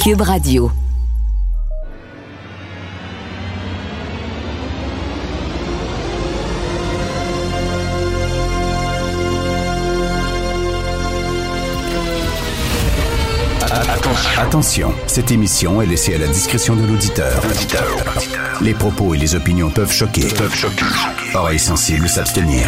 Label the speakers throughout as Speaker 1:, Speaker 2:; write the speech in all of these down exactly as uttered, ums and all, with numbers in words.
Speaker 1: Cube Radio.
Speaker 2: Attention, cette émission est laissée à la discrétion de l'auditeur. Les propos et les opinions peuvent choquer. Peuvent choquer. Oreilles sensibles s'abstenir.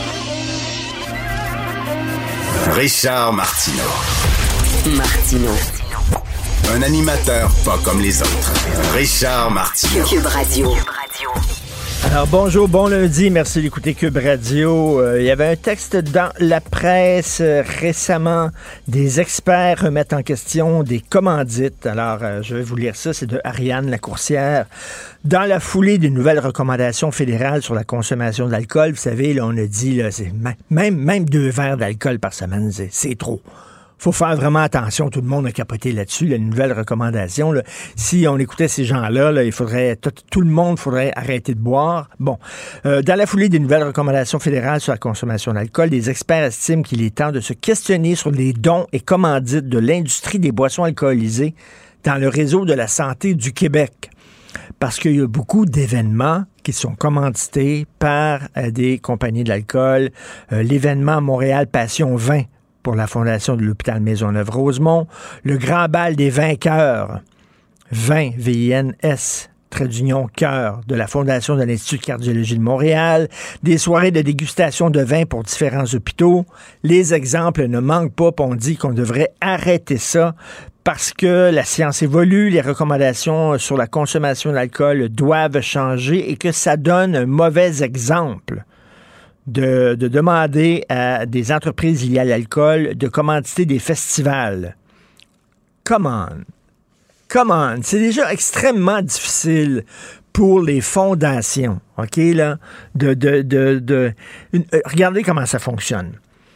Speaker 2: Richard Martineau.
Speaker 1: Martineau.
Speaker 2: Un animateur pas comme les autres. Richard Martineau.
Speaker 1: Cube Radio.
Speaker 3: Alors bonjour, bon lundi, merci d'écouter Cube Radio. Euh, il y avait un texte dans la presse euh, récemment, des experts remettent en question des commandites. Alors euh, je vais vous lire ça, c'est de Ariane Lacourcière. Dans la foulée des nouvelles recommandations fédérales sur la consommation d'alcool, vous savez, là on a dit, là, c'est même, même deux verres d'alcool par semaine, c'est, c'est trop. Faut faire vraiment attention. Tout le monde a capoté là-dessus. La nouvelle recommandation, là, si on écoutait ces gens-là, là, il faudrait tout, tout le monde faudrait arrêter de boire. Bon, euh, dans la foulée des nouvelles recommandations fédérales sur la consommation d'alcool, les experts estiment qu'il est temps de se questionner sur les dons et commandites de l'industrie des boissons alcoolisées dans le réseau de la santé du Québec. Parce qu'il y a beaucoup d'événements qui sont commandités par euh, des compagnies de l'alcool. Euh, l'événement Montréal Passion vin pour la Fondation de l'hôpital Maisonneuve-Rosemont, le Grand Bal des vainqueurs, vin, V I N S, trait d'union cœur, de la Fondation de l'Institut de cardiologie de Montréal, des soirées de dégustation de vin pour différents hôpitaux. Les exemples ne manquent pas, puis on dit qu'on devrait arrêter ça parce que la science évolue, les recommandations sur la consommation d'alcool doivent changer et que ça donne un mauvais exemple. De, de demander à des entreprises liées à l'alcool de commanditer des festivals. Come on. Come on. C'est déjà extrêmement difficile pour les fondations, OK, là, de... de, de, de une, euh, regardez comment ça fonctionne.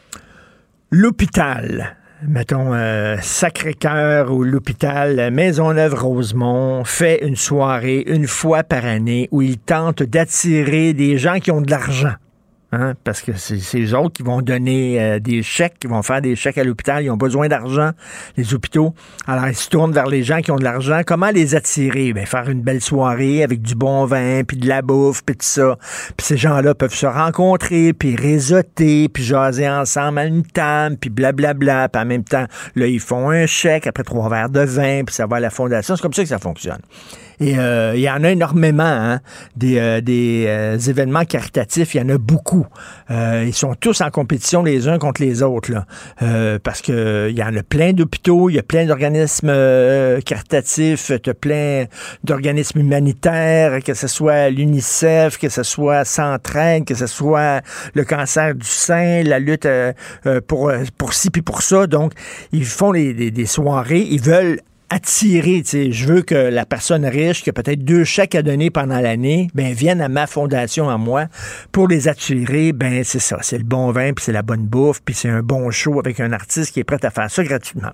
Speaker 3: L'hôpital, mettons euh, Sacré-Cœur ou l'hôpital Maisonneuve-Rosemont fait une soirée une fois par année où ils tentent d'attirer des gens qui ont de l'argent. Hein, parce que c'est, c'est eux autres qui vont donner euh, des chèques, qui vont faire des chèques à l'hôpital. Ils ont besoin d'argent, les hôpitaux. Alors, ils se tournent vers les gens qui ont de l'argent. Comment les attirer? Bien, faire une belle soirée avec du bon vin, puis de la bouffe, puis tout ça. Puis ces gens-là peuvent se rencontrer, puis réseauter, puis jaser ensemble à une table, puis blablabla. Puis en même temps, là, ils font un chèque après trois verres de vin, puis ça va à la fondation. C'est comme ça que ça fonctionne. Et euh, il y en a énormément, hein, des, euh, des euh, événements caritatifs, il y en a beaucoup. Euh, ils sont tous en compétition les uns contre les autres, là, euh, parce que il y en a plein d'hôpitaux, il y a plein d'organismes euh, caritatifs, il y a plein d'organismes humanitaires, que ce soit l'UNICEF, que ce soit Centraide, que ce soit le cancer du sein, la lutte euh, pour, pour ci puis pour ça. Donc, ils font les, des, des soirées, ils veulent attirer, tu sais, je veux que la personne riche qui a peut-être deux chèques à donner pendant l'année, ben vienne à ma fondation à moi pour les attirer. Ben c'est ça, c'est le bon vin, puis c'est la bonne bouffe, puis c'est un bon show avec un artiste qui est prêt à faire ça gratuitement.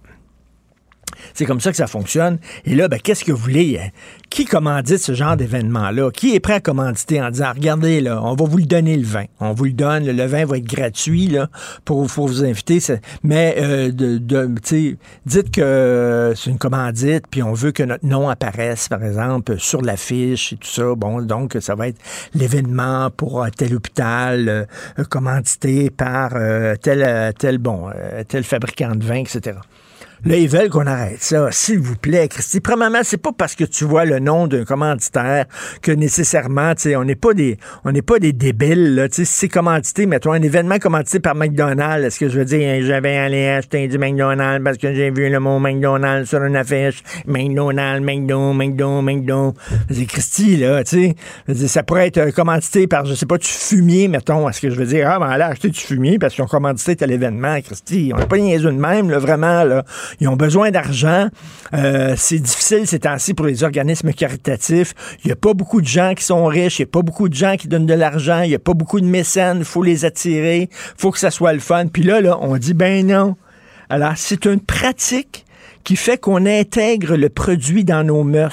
Speaker 3: C'est comme ça que ça fonctionne. Et là, ben, qu'est-ce que vous voulez? Qui commandite ce genre d'événement-là? Qui est prêt à commanditer en disant, regardez, là, on va vous le donner, le vin. On vous le donne, le vin va être gratuit là, pour, pour vous inviter. Mais euh, de, de, dites que c'est une commandite, puis on veut que notre nom apparaisse, par exemple, sur l'affiche et tout ça. Bon, donc, ça va être l'événement pour tel hôpital, euh, commandité par euh, tel, tel, bon, euh, tel fabricant de vin, et cetera. Là, ils veulent qu'on arrête ça. S'il vous plaît, Christy. Premièrement, c'est pas parce que tu vois le nom d'un commanditaire que nécessairement, tu sais, on n'est pas des, on n'est pas des débiles, là. Tu sais, si c'est commandité, mettons, un événement commandité par McDonald's, est-ce que je veux dire, j'avais allé acheter du McDonald's parce que j'ai vu le mot McDonald's sur une affiche. McDonald's, McDo, McDo, McDo. Je veux dire, Christy, là, tu sais, je veux dire, ça pourrait être commandité par, je sais pas, du fumier, mettons. Est-ce que je veux dire, ah, ben, allez acheter du fumier parce qu'ils ont commandité tel événement, Christy. On n'a pas niaisé de même, là, vraiment, là. Ils ont besoin d'argent. Euh, c'est difficile ces temps-ci pour les organismes caritatifs. Il n'y a pas beaucoup de gens qui sont riches. Il n'y a pas beaucoup de gens qui donnent de l'argent. Il n'y a pas beaucoup de mécènes. Il faut les attirer. Il faut que ça soit le fun. Puis là, là, on dit, ben non. Alors, c'est une pratique qui fait qu'on intègre le produit dans nos mœurs.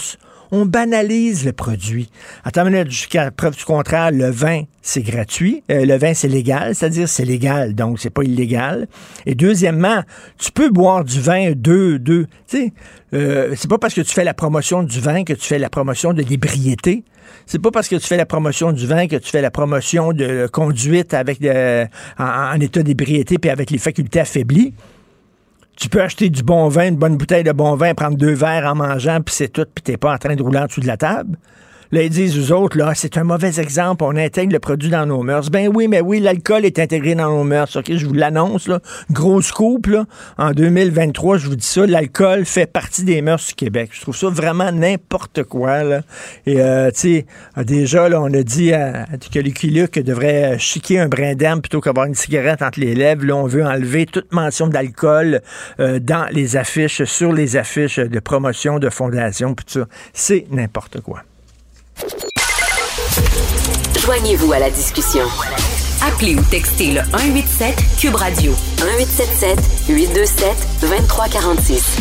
Speaker 3: On banalise le produit. Attends une minute, jusqu'à preuve du contraire, le vin, c'est gratuit. Euh, le vin, c'est légal, c'est-à-dire c'est légal, donc c'est pas illégal. Et deuxièmement, tu peux boire du vin deux, deux. Tu sais, euh, c'est pas parce que tu fais la promotion du vin que tu fais la promotion de l'ébriété. C'est pas parce que tu fais la promotion du vin que tu fais la promotion de conduite avec de, en, en état d'ébriété puis avec les facultés affaiblies. Tu peux acheter du bon vin, une bonne bouteille de bon vin, prendre deux verres en mangeant, puis c'est tout, puis t'es pas en train de rouler en dessous de la table. Là, ils disent aux autres, là, c'est un mauvais exemple, on intègre le produit dans nos mœurs. Ben oui, mais oui, l'alcool est intégré dans nos mœurs. OK, je vous l'annonce, là. Gros scoop, là. En deux mille vingt-trois, je vous dis ça, l'alcool fait partie des mœurs du Québec. Je trouve ça vraiment n'importe quoi, là. Et, euh, tu sais, déjà, là, on a dit euh, que Lucky Luke devrait chiquer un brin d'herbe plutôt qu'avoir une cigarette entre les lèvres. Là, on veut enlever toute mention d'alcool euh, dans les affiches, sur les affiches de promotion, de fondation, puis tout ça. C'est n'importe quoi.
Speaker 1: Joignez-vous à la discussion. Appelez ou textez le un huit sept Cube Radio un huit sept sept huit deux sept deux trois quatre six.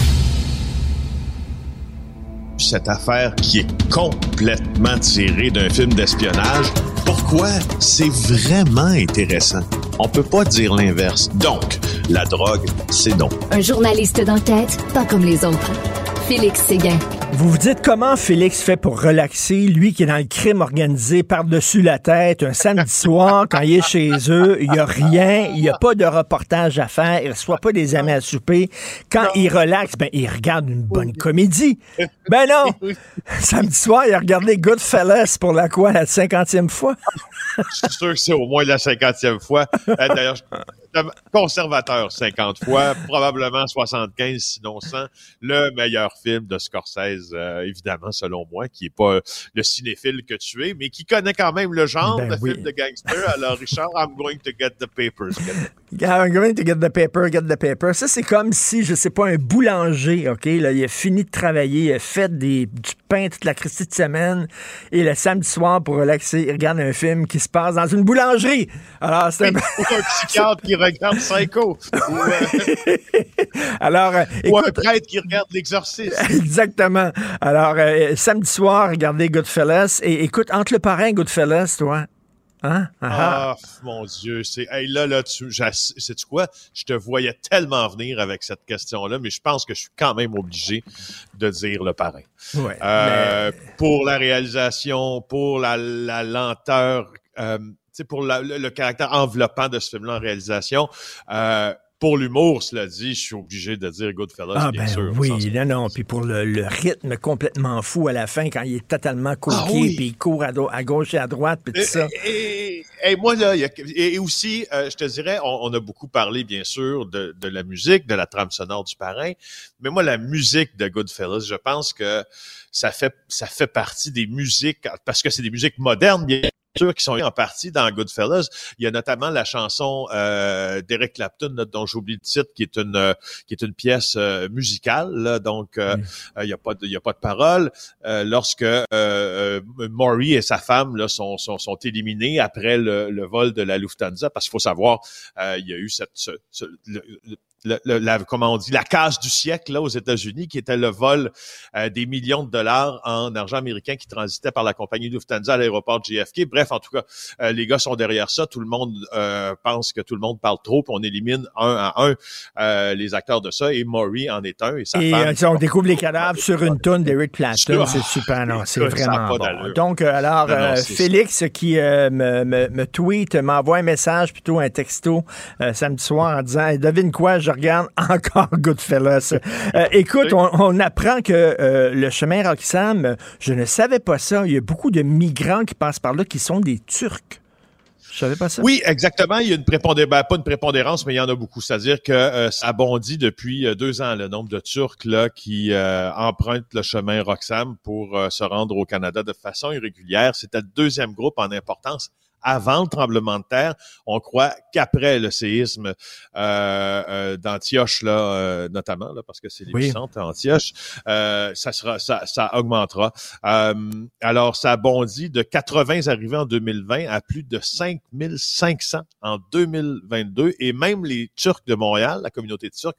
Speaker 4: Cette affaire qui est complètement tirée d'un film d'espionnage, pourquoi c'est vraiment intéressant? On peut pas dire l'inverse. Donc, la drogue, c'est non.
Speaker 5: Un journaliste d'enquête, pas comme les autres. Félix Séguin.
Speaker 3: Vous vous dites comment Félix fait pour relaxer, lui qui est dans le crime organisé par-dessus la tête, un samedi soir, quand il est chez eux, il n'y a rien, il n'y a pas de reportage à faire, il ne reçoit pas des amis à souper. Quand non. il relaxe, ben, il regarde une bonne comédie. Ben non! Samedi soir, il a regardé Goodfellas pour la quoi, la cinquantième fois?
Speaker 4: Je suis sûr que c'est au moins la cinquantième fois. D'ailleurs, conservateur cinquante fois, probablement soixante-quinze, sinon cent. Le meilleur film de Scorsese, euh, évidemment, selon moi, qui est pas le cinéphile que tu es, mais qui connaît quand même le genre ben de oui. film de gangster. Alors, Richard, I'm going to get the papers.
Speaker 3: I'm going to get the paper, get the paper. Ça, c'est comme si, je sais pas, un boulanger, OK, là, il a fini de travailler, il a fait des, du pain toute la Christie de semaine, et le samedi soir, pour relaxer, il regarde un film qui se passe dans une boulangerie. Alors, c'est un...
Speaker 4: Ou un psychiatre qui regarde Psycho. Ou, euh...
Speaker 3: Alors, euh,
Speaker 4: Ou
Speaker 3: écoute...
Speaker 4: un prêtre qui regarde L'Exorciste.
Speaker 3: Exactement. Alors, euh, samedi soir, regardez Goodfellas. Et écoute, entre le parrain et Goodfellas, toi... Hein?
Speaker 4: Ah, oh, mon Dieu, c'est hey, là là tu sais-tu quoi, je te voyais tellement venir avec cette question-là, mais je pense que je suis quand même obligé de dire le parrain.
Speaker 3: Ouais,
Speaker 4: euh,
Speaker 3: mais...
Speaker 4: pour la réalisation, pour la, la lenteur, euh, tu sais, pour la, le, le caractère enveloppant de ce film-là en réalisation. Euh, Pour l'humour, cela dit, je suis obligé de dire Goodfellas,
Speaker 3: ah,
Speaker 4: bien
Speaker 3: ben
Speaker 4: sûr.
Speaker 3: Oui, non, non. Puis pour le, le rythme complètement fou à la fin, quand il est totalement coqué,
Speaker 4: ah, oui.
Speaker 3: puis il court à, do- à gauche et à droite, puis tout
Speaker 4: et,
Speaker 3: ça.
Speaker 4: Et, et, et moi, là, y a, et aussi, euh, je te dirais, on, on a beaucoup parlé, bien sûr, de, de la musique, de la trame sonore du parrain, mais moi, la musique de Goodfellas, je pense que ça fait, ça fait partie des musiques, parce que c'est des musiques modernes, bien sûr, qui sont en partie dans Goodfellas. Il y a notamment la chanson euh, d'Eric Clapton, là, dont j'oublie le titre, qui est une euh, qui est une pièce euh, musicale. Là, donc, euh, mm. il y a pas de il y a pas de paroles. Euh, lorsque euh, euh, Maury et sa femme là sont sont, sont éliminés après le, le vol de la Lufthansa, parce qu'il faut savoir, euh, il y a eu cette ce, ce, le, le, Le, le, la, comment on dit, la cage du siècle là aux États-Unis, qui était le vol euh, des millions de dollars en argent américain qui transitait par la compagnie Lufthansa à l'aéroport de J F K. Bref, en tout cas, euh, les gars sont derrière ça. Tout le monde euh, pense que tout le monde parle trop, puis on élimine un à un euh, les acteurs de ça. Et Maury en est un, et sa
Speaker 3: et
Speaker 4: femme.
Speaker 3: Et on découvre les cadavres sur une toune d'Eric Clapton. C'est super, non, c'est vraiment bon. Donc, euh, alors, non, non, euh, Félix ça. qui euh, me, me, me tweet, m'envoie un message, plutôt un texto, euh, samedi soir en disant hey, « Devine quoi, je regarde encore Goodfellas. Euh, écoute, on, on apprend que euh, le chemin Roxham, je ne savais pas ça. Il y a beaucoup de migrants qui passent par là qui sont des Turcs. Je savais pas ça.
Speaker 4: Oui, exactement. Il y a une prépondérance, ben, pas une prépondérance, mais il y en a beaucoup. C'est-à-dire que euh, ça bondit depuis euh, deux ans le nombre de Turcs là qui euh, empruntent le chemin Roxham pour euh, se rendre au Canada de façon irrégulière. C'était le deuxième groupe en importance avant le tremblement de terre. On croit qu'après le séisme euh, euh, d'Antioche, là, euh, notamment, là, parce que c'est l'épicentre oui. Antioche, euh, ça sera, ça, ça augmentera. Euh, alors, ça bondit de quatre-vingts arrivés en deux mille vingt à plus de cinq mille cinq cents en deux mille vingt-deux. Et même les Turcs de Montréal, la communauté de Turcs,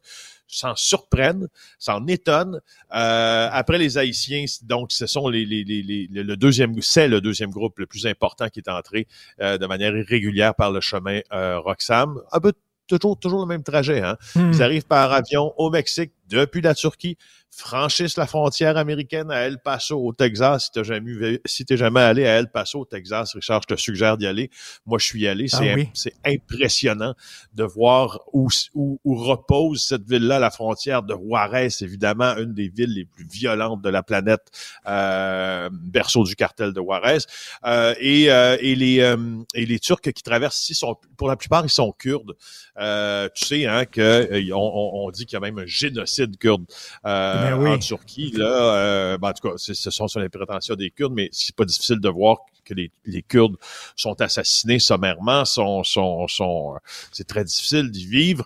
Speaker 4: s'en surprennent, s'en étonnent. Euh, après les Haïtiens, donc ce sont les, les, les, les le deuxième, c'est le deuxième groupe le plus important qui est entré euh, de manière irrégulière par le chemin euh, Roxham. Un peu toujours toujours le même trajet, hein. Mm. Ils arrivent par avion au Mexique depuis la Turquie, franchissent la frontière américaine à El Paso, au Texas. Si t'as jamais, si t'es jamais allé à El Paso, au Texas, Richard, je te suggère d'y aller. Moi, je suis allé. C'est, ah oui. c'est impressionnant de voir où, où, où repose cette ville-là, la frontière de Juarez, évidemment, une des villes les plus violentes de la planète, euh, berceau du cartel de Juarez. Euh, et, euh, et les, euh, et les Turcs qui traversent ici sont, pour la plupart, ils sont kurdes. Euh, tu sais, hein, que, on, on, on dit qu'il y a même un génocide kurde euh, oui. en Turquie. Là, euh, ben, en tout cas, c'est, ce sont sur les prétentions des Kurdes, mais c'est pas difficile de voir que les, les Kurdes sont assassinés sommairement, sont, sont, sont, c'est très difficile d'y vivre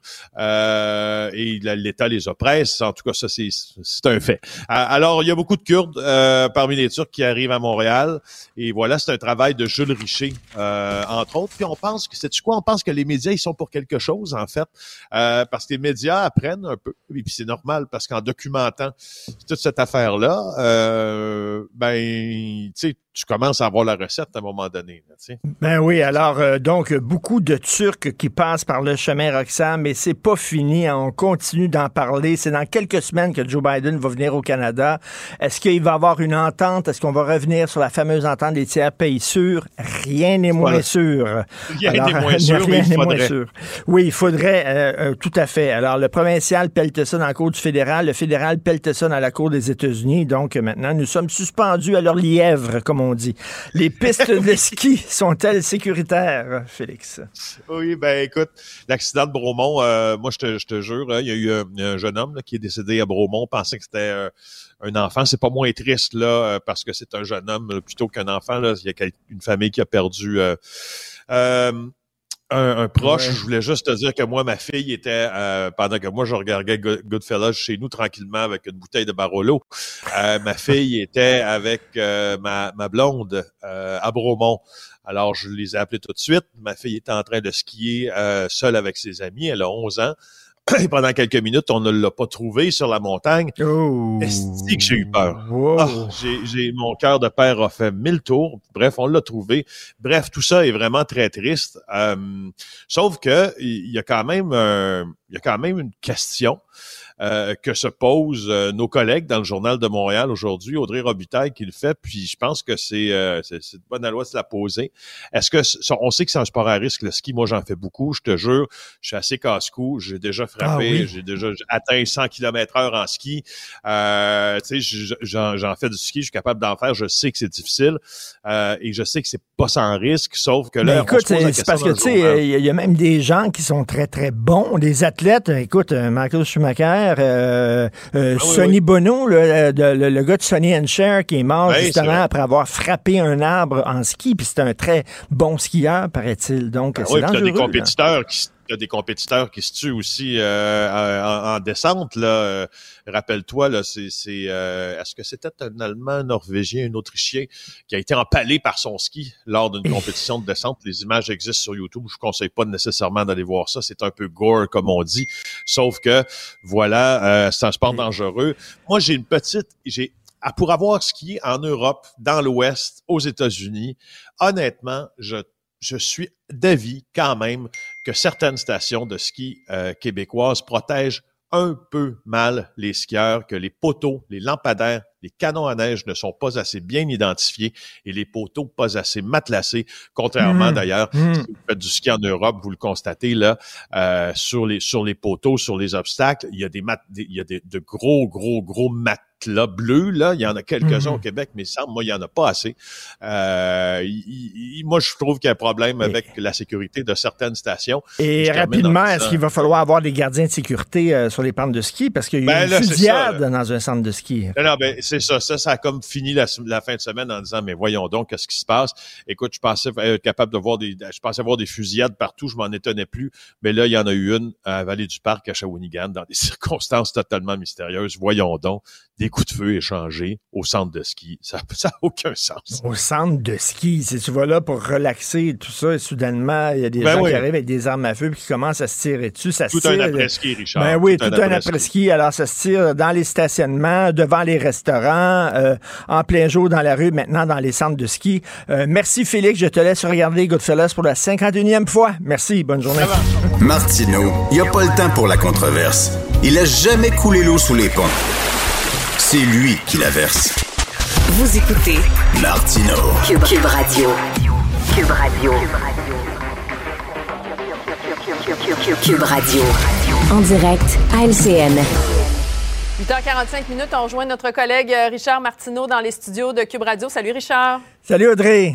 Speaker 4: euh, et l'État les oppresse. En tout cas, ça, c'est, c'est un fait. Alors, il y a beaucoup de Kurdes euh, parmi les Turcs qui arrivent à Montréal et voilà, c'est un travail de Jules Richer, euh, entre autres. Puis on pense que, sais-tu quoi? On pense que les médias, ils sont pour quelque chose, en fait, euh, parce que les médias apprennent un peu, et puis c'est normal, parce qu'en documentant toute cette affaire-là, euh, ben, tu sais, tu commences à avoir la recette à un moment donné. Là, tu sais.
Speaker 3: Ben oui, alors, euh, donc, beaucoup de Turcs qui passent par le chemin Roxham, mais c'est pas fini, hein, on continue d'en parler. C'est dans quelques semaines que Joe Biden va venir au Canada. Est-ce qu'il va y avoir une entente? Est-ce qu'on va revenir sur la fameuse entente des tiers pays sûrs? Rien n'est moins voilà. sûr.
Speaker 4: Rien n'est moins sûr, mais il faudrait. Sûr.
Speaker 3: Oui, il faudrait, euh, euh, tout à fait. Alors, le provincial pelte ça dans la cour du fédéral, le fédéral pelte ça dans la cour des États-Unis. Donc, maintenant, nous sommes suspendus à leur lièvre, comme on dit. Les pistes de ski sont-elles sécuritaires, Félix?
Speaker 4: Oui, ben écoute, l'accident de Bromont, euh, moi je te, je te jure, hein, il y a eu un, un jeune homme là, qui est décédé à Bromont, pensait que c'était euh, un enfant. C'est pas moins triste là, euh, parce que c'est un jeune homme là, plutôt qu'un enfant. Là. Il y a une famille qui a perdu euh, euh, Un, un proche. Ouais. Je voulais juste te dire que moi, ma fille était, euh, pendant que moi, je regardais Goodfellas chez nous tranquillement avec une bouteille de Barolo, euh, ma fille était avec euh, ma, ma blonde euh, à Bromont. Alors, je les ai appelés tout de suite. Ma fille était en train de skier euh, seule avec ses amis. Elle a onze ans. Et pendant quelques minutes, on ne l'a pas trouvé sur la montagne.
Speaker 3: Oh.
Speaker 4: Est-ce que j'ai eu peur?
Speaker 3: Wow.
Speaker 4: Oh, j'ai, j'ai, mon cœur de père a fait mille tours. Bref, on l'a trouvé. Bref, tout ça est vraiment très triste. Euh, sauf que il y a quand même, euh, il y a quand même une question euh, que se posent euh, nos collègues dans le Journal de Montréal aujourd'hui, Audrey Robitaille qui le fait, puis je pense que c'est, euh, c'est, c'est une bonne loi de se la poser. Est-ce que, on sait que c'est un sport à risque, le ski, moi j'en fais beaucoup, je te jure, je suis assez casse-cou, j'ai déjà frappé, ah oui. j'ai déjà atteint cent kilomètres heure en ski, euh, tu sais, j'en, j'en fais du ski, je suis capable d'en faire, je sais que c'est difficile, euh, et je sais que c'est pas sans risque, sauf que là,
Speaker 3: mais écoute, on se pose la c'est parce que tu sais, il y a même des gens qui sont très très bons, des athlètes, écoute, Michael Schumacher, Euh, euh, ah, Sonny oui, oui. Bono, le, le, le, le gars de Sonny and Cher qui est mort oui, justement après avoir frappé un arbre en ski, puis c'est un très bon skieur, paraît-il. Donc,
Speaker 4: ah,
Speaker 3: c'est
Speaker 4: oui,
Speaker 3: dangereux.
Speaker 4: Il y a des compétiteurs qui Il y a des compétiteurs qui se tuent aussi euh, en, en descente. Là, euh, rappelle-toi, là, c'est, c'est euh, est-ce que c'était un Allemand, un Norvégien, un Autrichien qui a été empalé par son ski lors d'une compétition de descente? Les images existent sur YouTube. Je vous conseille pas nécessairement d'aller voir ça. C'est un peu gore, comme on dit. Sauf que, voilà, euh, c'est un sport dangereux. Moi, j'ai une petite... j'ai pour avoir skié en Europe, dans l'Ouest, aux États-Unis, honnêtement, je Je suis d'avis quand même que certaines stations de ski euh, québécoises protègent un peu mal les skieurs, que les poteaux, les lampadaires, les canons à neige ne sont pas assez bien identifiés et les poteaux pas assez matelassés, contrairement mmh, d'ailleurs, mmh. si vous faites du ski en Europe, vous le constatez là, euh, sur les sur les poteaux, sur les obstacles, il y a des mat- des, il y a des de gros gros gros matelas bleus là, il y en a quelques-uns mmh. au Québec, mais ça, moi il y en a pas assez. Euh, il, il, moi je trouve qu'il y a un problème avec et, la sécurité de certaines stations.
Speaker 3: Et rapidement, est-ce qu'il va falloir avoir des gardiens de sécurité euh, sur les pentes de ski parce qu'il y a ben, une là, fusillade ça, dans un centre de ski?
Speaker 4: Non, non, ben c'est ça, ça, ça a comme fini la, la fin de semaine en disant, mais voyons donc, qu'est-ce qui se passe? Écoute, je pensais être capable de voir des, je pensais voir des fusillades partout, je m'en étonnais plus, mais là, il y en a eu une à Vallée du Parc, à Shawinigan, dans des circonstances totalement mystérieuses. Voyons donc, des coups de feu échangés au centre de ski. Ça n'a aucun sens.
Speaker 3: Au centre de ski. Si tu vas là pour relaxer et tout ça, et soudainement, il y a des
Speaker 4: ben
Speaker 3: gens
Speaker 4: oui.
Speaker 3: qui arrivent avec des armes à feu et qui commencent à se tirer dessus. Ça
Speaker 4: tout
Speaker 3: se tire,
Speaker 4: un après-ski, Richard.
Speaker 3: Ben oui,
Speaker 4: tout,
Speaker 3: tout un, un après-ski. Alors, ça se tire dans les stationnements, devant les restaurants, euh, en plein jour dans la rue, maintenant dans les centres de ski. Euh, merci, Félix. Je te laisse regarder Goodfellas pour la cinquante et unième fois. Merci. Bonne journée.
Speaker 2: Martineau, il n'y a pas le temps pour la controverse. Il a jamais coulé l'eau sous les ponts. C'est lui qui la verse.
Speaker 1: Vous écoutez
Speaker 2: Martineau.
Speaker 1: Cube, Cube Radio. Cube Radio. Cube Radio.
Speaker 5: En direct à L C N.
Speaker 6: huit heures quarante-cinq minutes, on rejoint notre collègue Richard Martineau dans les studios de Cube Radio. Salut Richard.
Speaker 3: Salut Audrey.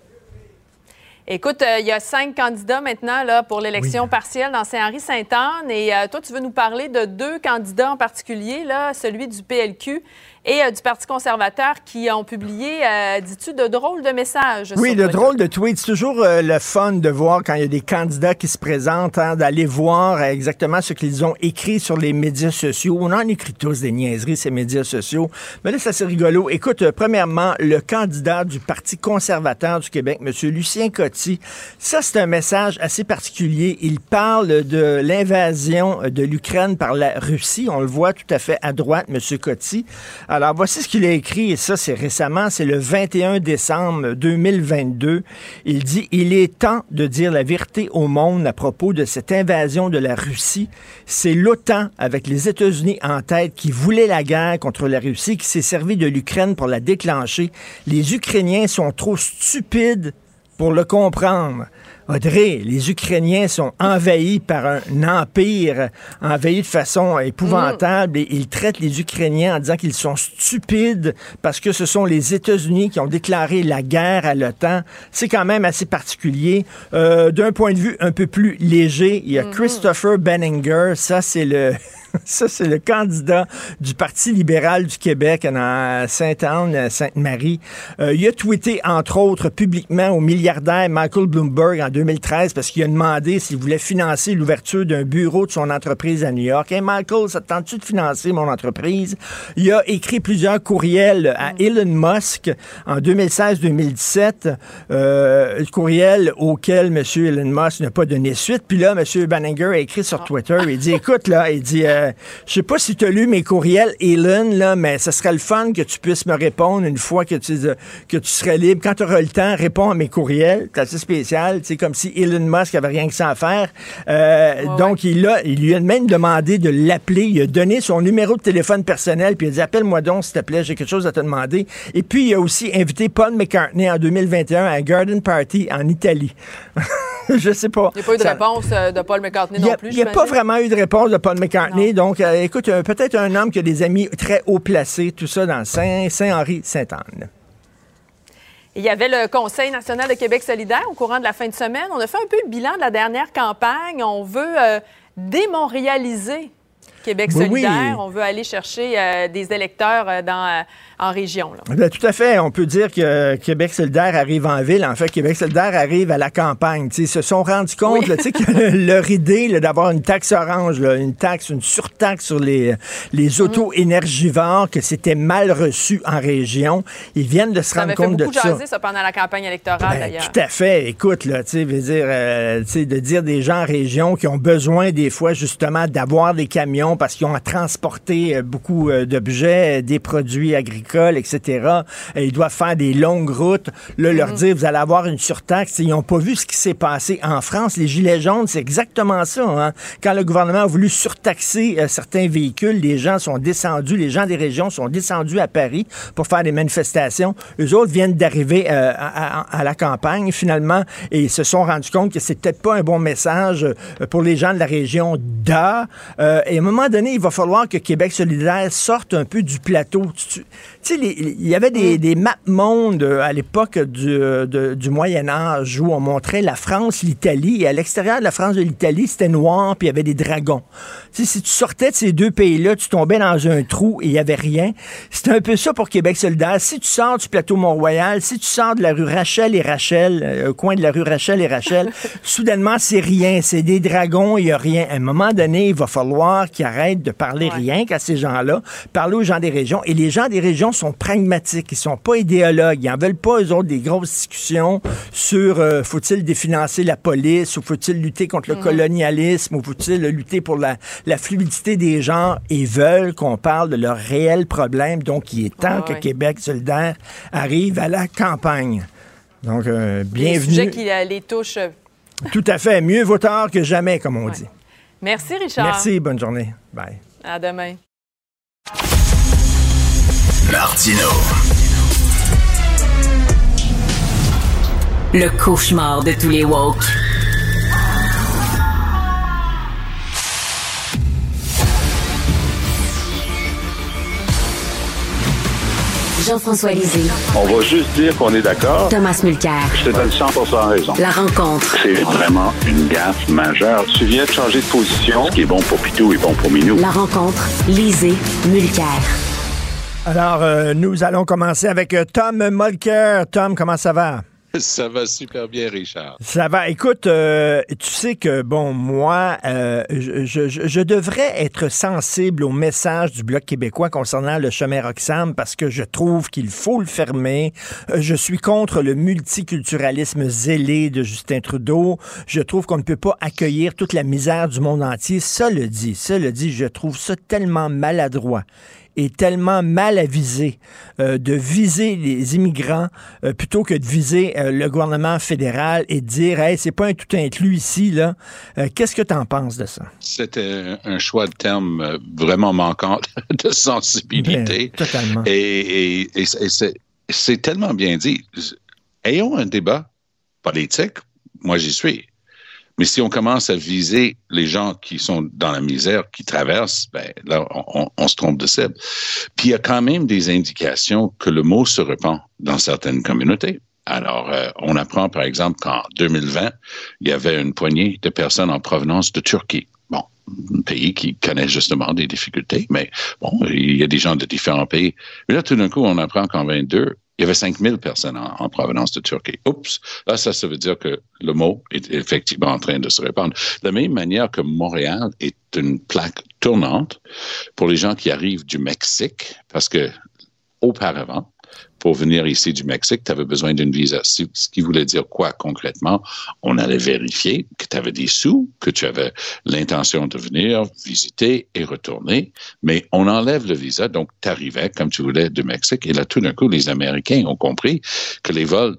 Speaker 6: Écoute, euh, il y a cinq candidats maintenant là, pour l'élection oui. partielle dans Saint-Henri-Sainte-Anne. Et euh, toi, tu veux nous parler de deux candidats en particulier, là, celui du P L Q et euh, du Parti conservateur qui ont publié, euh, dis-tu, de drôles de messages.
Speaker 3: Oui, de drôles de tweets. C'est toujours euh, le fun de voir quand il y a des candidats qui se présentent, hein, d'aller voir euh, exactement ce qu'ils ont écrit sur les médias sociaux. On en écrit tous des niaiseries, ces médias sociaux. Mais là, ça c'est rigolo. Écoute, euh, premièrement, le candidat du Parti conservateur du Québec, M. Lucien Coty, ça, c'est un message assez particulier. Il parle de l'invasion de l'Ukraine par la Russie. On le voit tout à fait à droite, M. Coty. Alors, voici ce qu'il a écrit, et ça, c'est récemment, c'est le vingt et un décembre deux mille vingt-deux. Il dit « Il est temps de dire la vérité au monde à propos de cette invasion de la Russie. C'est l'OTAN, avec les États-Unis en tête, qui voulait la guerre contre la Russie, qui s'est servi de l'Ukraine pour la déclencher. Les Ukrainiens sont trop stupides pour le comprendre. » Audrey, les Ukrainiens sont envahis par un empire, envahis de façon épouvantable, et ils traitent les Ukrainiens en disant qu'ils sont stupides parce que ce sont les États-Unis qui ont déclaré la guerre à l'OTAN. C'est quand même assez particulier. Euh, d'un point de vue un peu plus léger, il y a mm-hmm. Christopher Benninger, ça c'est le... Ça, c'est le candidat du Parti libéral du Québec dans Sainte-Anne, Sainte-Marie. Euh, il a tweeté, entre autres, publiquement au milliardaire Michael Bloomberg en deux mille treize parce qu'il a demandé s'il voulait financer l'ouverture d'un bureau de son entreprise à New York. « Hey, Michael, ça te tente-tu de financer mon entreprise? » Il a écrit plusieurs courriels à Elon Musk en deux mille seize deux mille dix-sept, euh, courriel auquel M. Elon Musk n'a pas donné suite. Puis là, M. Benninger a écrit sur Twitter, il dit, écoute, là, il dit... Euh, je sais pas si tu as lu mes courriels, Elon, là, mais ce serait le fun que tu puisses me répondre une fois que tu, euh, que tu serais libre. Quand tu auras le temps, réponds à mes courriels. C'est assez spécial. C'est comme si Elon Musk avait rien que ça à faire. Euh, ouais, donc, ouais. Il, a, il lui a même demandé de l'appeler. Il a donné son numéro de téléphone personnel, puis il a dit, appelle-moi donc, s'il te plaît, j'ai quelque chose à te demander. Et puis, il a aussi invité Paul McCartney en deux mille vingt et un à un garden party en Italie. Je sais pas.
Speaker 6: Il n'y a pas eu de ça... réponse de Paul McCartney non plus.
Speaker 3: Il n'y a pas vraiment eu de réponse de Paul McCartney. Non. Donc, euh, écoute, euh, peut-être un homme qui a des amis très haut placés, tout ça dans Saint- Saint-Henri-Sainte-Anne.
Speaker 6: Il y avait le Conseil national de Québec solidaire au courant de la fin de semaine. On a fait un peu le bilan de la dernière campagne. On veut euh, démontréaliser Québec solidaire. Oui. On veut aller chercher euh, des électeurs euh, dans, euh, en région. Là.
Speaker 3: Bien, tout à fait. On peut dire que Québec solidaire arrive en ville. En fait, Québec solidaire arrive à la campagne. T'sais, ils se sont rendus compte oui. là, que leur idée là, d'avoir une taxe orange, là, une taxe, une surtaxe sur les, les autos mmh. énergivores, que c'était mal reçu en région. Ils viennent de se
Speaker 6: ça
Speaker 3: rendre compte de ça.
Speaker 6: Ça avait fait beaucoup jaser ça pendant la campagne électorale,
Speaker 3: ben,
Speaker 6: d'ailleurs.
Speaker 3: Tout à fait. Écoute, là, tu sais, veux dire, euh, de dire des gens en région qui ont besoin des fois justement d'avoir des camions parce qu'ils ont à transporter beaucoup d'objets, des produits agricoles, et cetera. Et ils doivent faire des longues routes. Là, mm-hmm. leur dire, vous allez avoir une surtaxe. Ils n'ont pas vu ce qui s'est passé en France. Les Gilets jaunes, c'est exactement ça. Hein? Quand le gouvernement a voulu surtaxer euh, certains véhicules, les gens sont descendus, les gens des régions sont descendus à Paris pour faire des manifestations. Eux autres viennent d'arriver euh, à, à, à la campagne, finalement, et ils se sont rendus compte que c'est peut-être pas un bon message pour les gens de la région d'A. Euh, et à un moment donné, il va falloir que Québec solidaire sorte un peu du plateau. Tu sais, il y avait des, des maps-mondes à l'époque du, de, du Moyen-Âge où on montrait la France, l'Italie, et à l'extérieur de la France de l'Italie, c'était noir, puis il y avait des dragons. Tu sais, si tu sortais de ces deux pays-là, tu tombais dans un trou et il n'y avait rien. C'était un peu ça pour Québec solidaire. Si tu sors du plateau Mont-Royal, si tu sors de la rue Rachel et Rachel, euh, au coin de la rue Rachel et Rachel, soudainement, c'est rien. C'est des dragons, il n'y a rien. À un moment donné, il va falloir qu'ils arrête de parler
Speaker 6: ouais.
Speaker 3: rien qu'à ces gens-là, parler aux gens des régions. Et les gens des régions sont pragmatiques, ils sont pas idéologues, ils en veulent pas, eux autres, des grosses discussions sur euh, faut-il définancer la police, ou faut-il lutter contre le mm-hmm. colonialisme, ou faut-il lutter pour la, la fluidité des genres. Ils veulent qu'on parle de leurs réels problèmes. Donc, il est temps ah, que ouais. Québec solidaire arrive à la campagne. Donc, euh, bienvenue.
Speaker 6: Les sujets qui euh, les touchent.
Speaker 3: Tout à fait. Mieux vaut tard que jamais, comme on ouais. dit.
Speaker 6: Merci, Richard.
Speaker 3: Merci. Bonne journée. Bye.
Speaker 6: À demain.
Speaker 2: Martino.
Speaker 1: Le cauchemar de tous les woke.
Speaker 5: Jean-François Lisée.
Speaker 7: On va juste dire qu'on est d'accord.
Speaker 5: Thomas Mulcair.
Speaker 7: Je te donne cent pour cent raison.
Speaker 5: La rencontre.
Speaker 7: C'est vraiment une gaffe majeure. Tu viens de changer de position. Ce qui est bon pour Pitou est bon pour Minou.
Speaker 5: La rencontre. Lisée. Mulcair.
Speaker 3: Alors, euh, nous allons commencer avec euh, Tom Mulcair. Tom, comment ça va?
Speaker 8: Ça va super bien, Richard.
Speaker 3: Ça va. Écoute, euh, tu sais que, bon, moi, euh, je, je, je devrais être sensible au message du Bloc québécois concernant le chemin Roxham parce que je trouve qu'il faut le fermer. Je suis contre le multiculturalisme zélé de Justin Trudeau. Je trouve qu'on ne peut pas accueillir toute la misère du monde entier. Ça le dit, ça le dit, je trouve ça tellement maladroit est tellement mal avisé euh, de viser les immigrants euh, plutôt que de viser euh, le gouvernement fédéral et de dire « Hey, c'est pas un tout inclus ici, là. Euh, » Qu'est-ce que tu en penses de ça?
Speaker 8: C'était un choix de terme vraiment manquant de sensibilité.
Speaker 3: Bien, totalement.
Speaker 8: Et, et, et, et c'est, c'est tellement bien dit. Ayons un débat politique. Moi, j'y suis. Mais si on commence à viser les gens qui sont dans la misère, qui traversent, ben là, on, on se trompe de cible. Puis il y a quand même des indications que le mot se répand dans certaines communautés. Alors, euh, on apprend, par exemple, qu'en deux mille vingt, il y avait une poignée de personnes en provenance de Turquie. Bon, un pays qui connaît justement des difficultés, mais bon, il y a des gens de différents pays. Mais là, tout d'un coup, on apprend qu'en vingt-deux, il y avait cinq mille personnes en, en provenance de Turquie. Oups! Là, ça, ça veut dire que le mot est effectivement en train de se répandre. De la même manière que Montréal est une plaque tournante pour les gens qui arrivent du Mexique, parce que auparavant, pour venir ici du Mexique, tu avais besoin d'une visa. Ce qui voulait dire quoi concrètement? On allait vérifier que tu avais des sous, que tu avais l'intention de venir visiter et retourner, mais on enlève le visa, donc tu arrivais comme tu voulais du Mexique. Et là, tout d'un coup, les Américains ont compris que les vols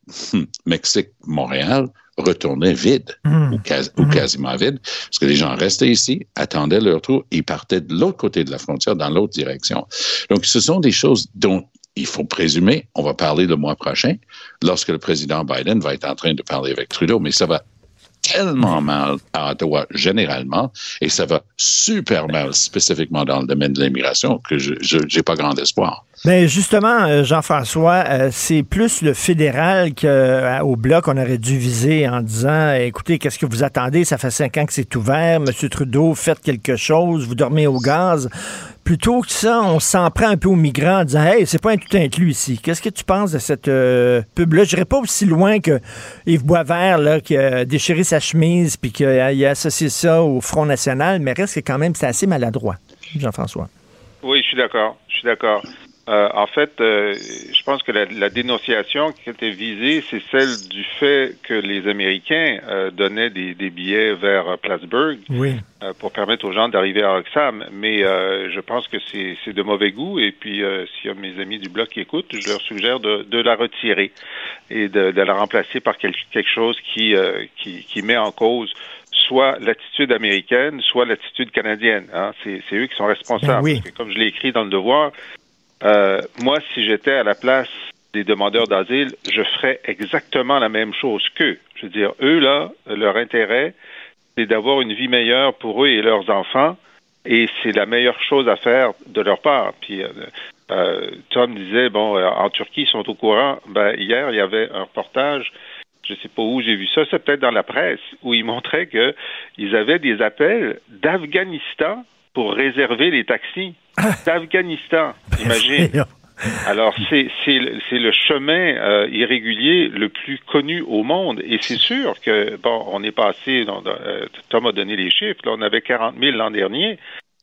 Speaker 8: Mexique-Montréal retournaient vides, mmh. ou, quasi, mmh. ou quasiment vides, parce que les gens restaient ici, attendaient leur tour et partaient de l'autre côté de la frontière, dans l'autre direction. Donc, ce sont des choses dont il faut présumer, on va parler le mois prochain, lorsque le président Biden va être en train de parler avec Trudeau, mais ça va tellement mal à Ottawa généralement, et ça va super mal spécifiquement dans le domaine de l'immigration que je n'ai pas grand espoir.
Speaker 3: Bien, justement, Jean-François, euh, c'est plus le fédéral qu'au euh, Bloc on aurait dû viser en disant, écoutez, qu'est-ce que vous attendez? Ça fait cinq ans que c'est ouvert. Monsieur Trudeau, faites quelque chose. Vous dormez au gaz. Plutôt que ça, on s'en prend un peu aux migrants en disant, hey, c'est pas un tout inclus ici. Qu'est-ce que tu penses de cette euh, pub-là? Je n'irai pas aussi loin que Yves Boisvert, là, qui a déchiré sa chemise puis qu'il a, a associé ça au Front national, mais reste que quand même, c'est assez maladroit. Jean-François.
Speaker 9: Oui, je suis d'accord. Je suis d'accord. Euh, en fait, euh, je pense que la, la dénonciation qui était visée, c'est celle du fait que les Américains euh, donnaient des, des billets vers Plattsburgh
Speaker 3: oui.
Speaker 9: euh, pour permettre aux gens d'arriver à Roxham. Mais euh, je pense que c'est, c'est de mauvais goût. Et puis, euh, s'il y a mes amis du Bloc qui écoutent, je leur suggère de, de la retirer et de, de la remplacer par quelque, quelque chose qui, euh, qui, qui met en cause soit l'attitude américaine, soit l'attitude canadienne. Hein. C'est, c'est eux qui sont responsables.
Speaker 3: Oui.
Speaker 9: Parce que, comme je l'ai écrit dans le Devoir, Euh, moi, si j'étais à la place des demandeurs d'asile, je ferais exactement la même chose qu'eux. Je veux dire, eux, là, leur intérêt, c'est d'avoir une vie meilleure pour eux et leurs enfants, et c'est la meilleure chose à faire de leur part. Puis, euh, euh, Tom disait, bon, euh, en Turquie, ils sont au courant. Ben, hier, il y avait un reportage, je sais pas où j'ai vu ça, c'est peut-être dans la presse, où ils montraient qu'ils avaient des appels d'Afghanistan pour réserver les taxis d'Afghanistan, imagine. Alors, c'est, c'est, c'est le chemin euh, irrégulier le plus connu au monde. Et c'est sûr que, bon, on est passé, non, euh, Tom a donné les chiffres, là, on avait quarante mille l'an dernier.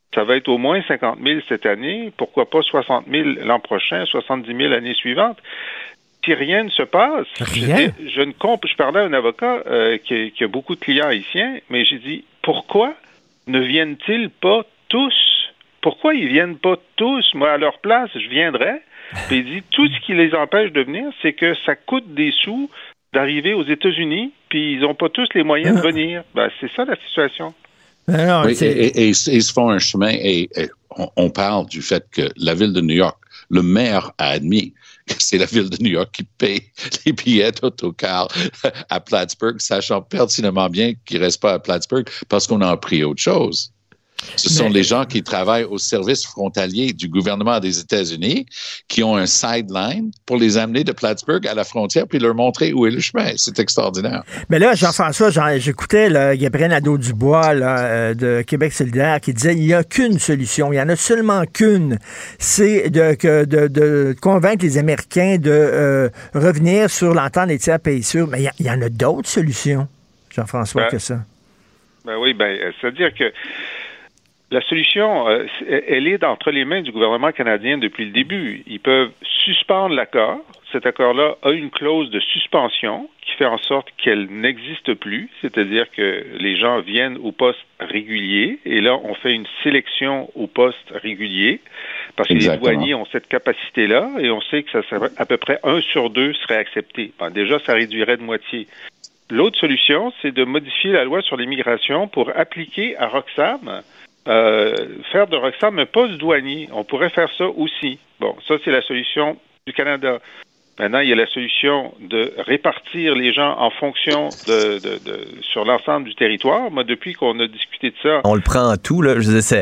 Speaker 9: Ça va être au moins cinquante mille cette année, pourquoi pas soixante mille l'an prochain, soixante-dix mille l'année suivante. Si rien ne se passe,
Speaker 3: rien.
Speaker 9: Je, je ne comp- je parlais à un avocat euh, qui, qui a beaucoup de clients haïtiens, mais j'ai dit, pourquoi ne viennent-ils pas tous? Pourquoi ils viennent pas tous? Moi, à leur place, je viendrais. Puis il dit, tout ce qui les empêche de venir, c'est que ça coûte des sous d'arriver aux États-Unis, puis ils n'ont pas tous les moyens de venir. Ben, c'est ça la situation.
Speaker 3: Non,
Speaker 8: oui, et, et, et, et ils se font un chemin, et, et on, on parle du fait que la ville de New York, le maire a admis que c'est la ville de New York qui paye les billets d'autocar à Plattsburgh, sachant pertinemment bien qu'ils ne restent pas à Plattsburgh parce qu'on a appris autre chose. Ce sont les gens qui travaillent au service frontalier du gouvernement des États-Unis qui ont un sideline pour les amener de Plattsburgh à la frontière puis leur montrer où est le chemin. C'est extraordinaire.
Speaker 3: Mais là, Jean-François, Jean, j'écoutais là, Gabriel Nadeau-Dubois là, euh, de Québec solidaire qui disait il n'y a qu'une solution, il n'y en a seulement qu'une, c'est de, que, de, de convaincre les Américains de euh, revenir sur l'entente des tiers pays sûrs. Mais il y, y en a d'autres solutions, Jean-François, ben, que ça.
Speaker 9: Ben oui, ben, c'est-à-dire que la solution, euh, elle est entre les mains du gouvernement canadien depuis le début. Ils peuvent suspendre l'accord. Cet accord-là a une clause de suspension qui fait en sorte qu'elle n'existe plus, c'est-à-dire que les gens viennent au poste régulier, et là, on fait une sélection au poste régulier, parce que Exactement. Les douaniers ont cette capacité-là, et on sait que ça serait à peu près un sur deux serait accepté. Ben, déjà, ça réduirait de moitié. L'autre solution, c'est de modifier la loi sur l'immigration pour appliquer à Roxham Euh, faire de Roxham un poste douanier. On pourrait faire ça aussi. Bon, ça, c'est la solution du Canada. Maintenant, il y a la solution de répartir les gens en fonction de, de, de sur l'ensemble du territoire. Moi, depuis qu'on a discuté de ça...
Speaker 10: On le prend en tout, là, je sais.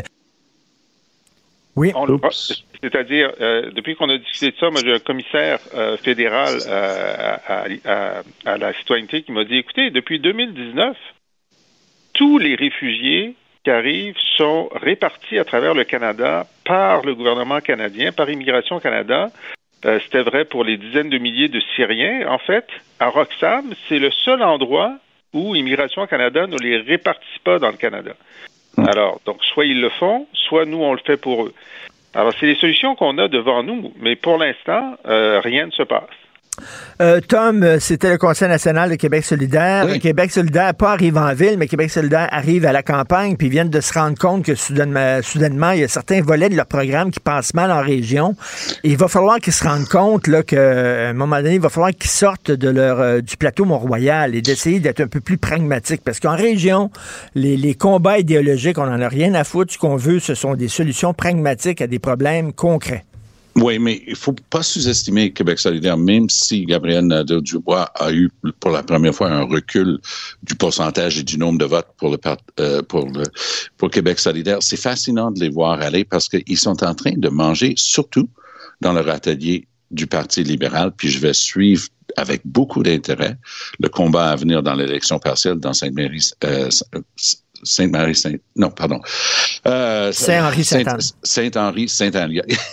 Speaker 3: Oui.
Speaker 9: On le, c'est-à-dire, euh, depuis qu'on a discuté de ça, moi, j'ai un commissaire euh, fédéral euh, à, à, à la citoyenneté qui m'a dit, écoutez, depuis deux mille dix-neuf, tous les réfugiés qui arrivent sont répartis à travers le Canada par le gouvernement canadien, par Immigration Canada. Euh, c'était vrai pour les dizaines de milliers de Syriens. En fait, à Roxham, c'est le seul endroit où Immigration Canada ne les répartit pas dans le Canada. Alors, donc, soit ils le font, soit nous, on le fait pour eux. Alors, c'est les solutions qu'on a devant nous, mais pour l'instant, euh, rien ne se passe.
Speaker 3: Euh, Tom, c'était le Conseil national de Québec solidaire. Oui. Québec solidaire, pas arrive en ville, mais Québec solidaire arrive à la campagne, puis viennent de se rendre compte que soudainement, soudainement, il y a certains volets de leur programme qui passent mal en région. Et il va falloir qu'ils se rendent compte là, qu'à un moment donné, il va falloir qu'ils sortent de leur, euh, du plateau Mont-Royal et d'essayer d'être un peu plus pragmatiques. Parce qu'en région, les, les combats idéologiques, on n'en a rien à foutre. Ce qu'on veut, ce sont des solutions pragmatiques à des problèmes concrets.
Speaker 8: Oui, mais il ne faut pas sous-estimer Québec solidaire, même si Gabriel Nadeau-Dubois a eu pour la première fois un recul du pourcentage et du nombre de votes pour le euh, pour le pour Québec solidaire. C'est fascinant de les voir aller parce qu'ils sont en train de manger, surtout dans leur atelier du Parti libéral, puis je vais suivre avec beaucoup d'intérêt le combat à venir dans l'élection partielle dans Sainte-Marie. Euh, Sainte-Marie, Saint... non, pardon. Euh,
Speaker 3: Saint-Henri-Sainte-Anne.
Speaker 8: Saint-Henri, Sainte-Anne.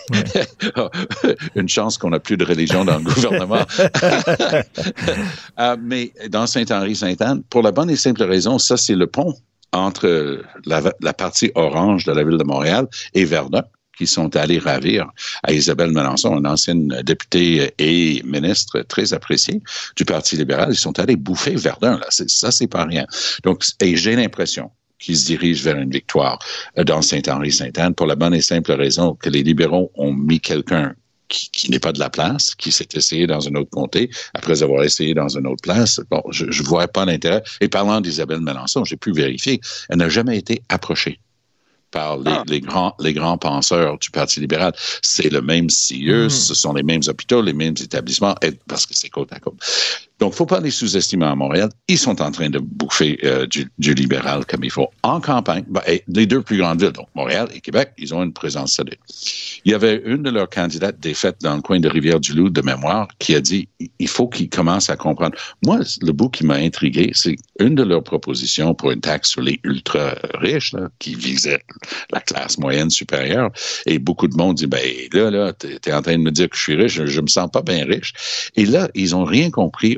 Speaker 8: Ouais. Une chance qu'on n'a plus de religion dans le gouvernement. euh, mais dans Saint-Henri-Sainte-Anne, pour la bonne et simple raison, ça, c'est le pont entre la, la partie orange de la ville de Montréal et Verdun, qui sont allés ravir à Isabelle Melançon, une ancienne députée et ministre très appréciée du Parti libéral. Ils sont allés bouffer Verdun, là. C'est, ça, c'est pas rien. Donc, et j'ai l'impression qu'ils se dirigent vers une victoire dans Saint-Henri-Sainte-Anne pour la bonne et simple raison que les libéraux ont mis quelqu'un qui, qui n'est pas de la place, qui s'est essayé dans un autre comté, après avoir essayé dans une autre place. Bon, je ne vois pas l'intérêt. Et parlant d'Isabelle Melançon, j'ai pu vérifier, elle n'a jamais été approchée par les, ah. les, grands, les grands penseurs du Parti libéral. C'est le même C I E, mmh. ce sont les mêmes hôpitaux, les mêmes établissements, parce que c'est côte à côte. Donc, il ne faut pas les sous-estimer à Montréal. Ils sont en train de bouffer euh, du, du libéral comme il faut. En campagne, ben, les deux plus grandes villes, donc Montréal et Québec, ils ont une présence solide. Il y avait une de leurs candidates défaite dans le coin de Rivière-du-Loup de mémoire qui a dit il faut qu'ils commencent à comprendre. Moi, le bout qui m'a intrigué, c'est une de leurs propositions pour une taxe sur les ultra-riches là, qui visait la classe moyenne supérieure. Et beaucoup de monde dit ben là, là, t'es, t'es en train de me dire que je suis riche, je, je me sens pas bien riche. Et là, ils ont rien compris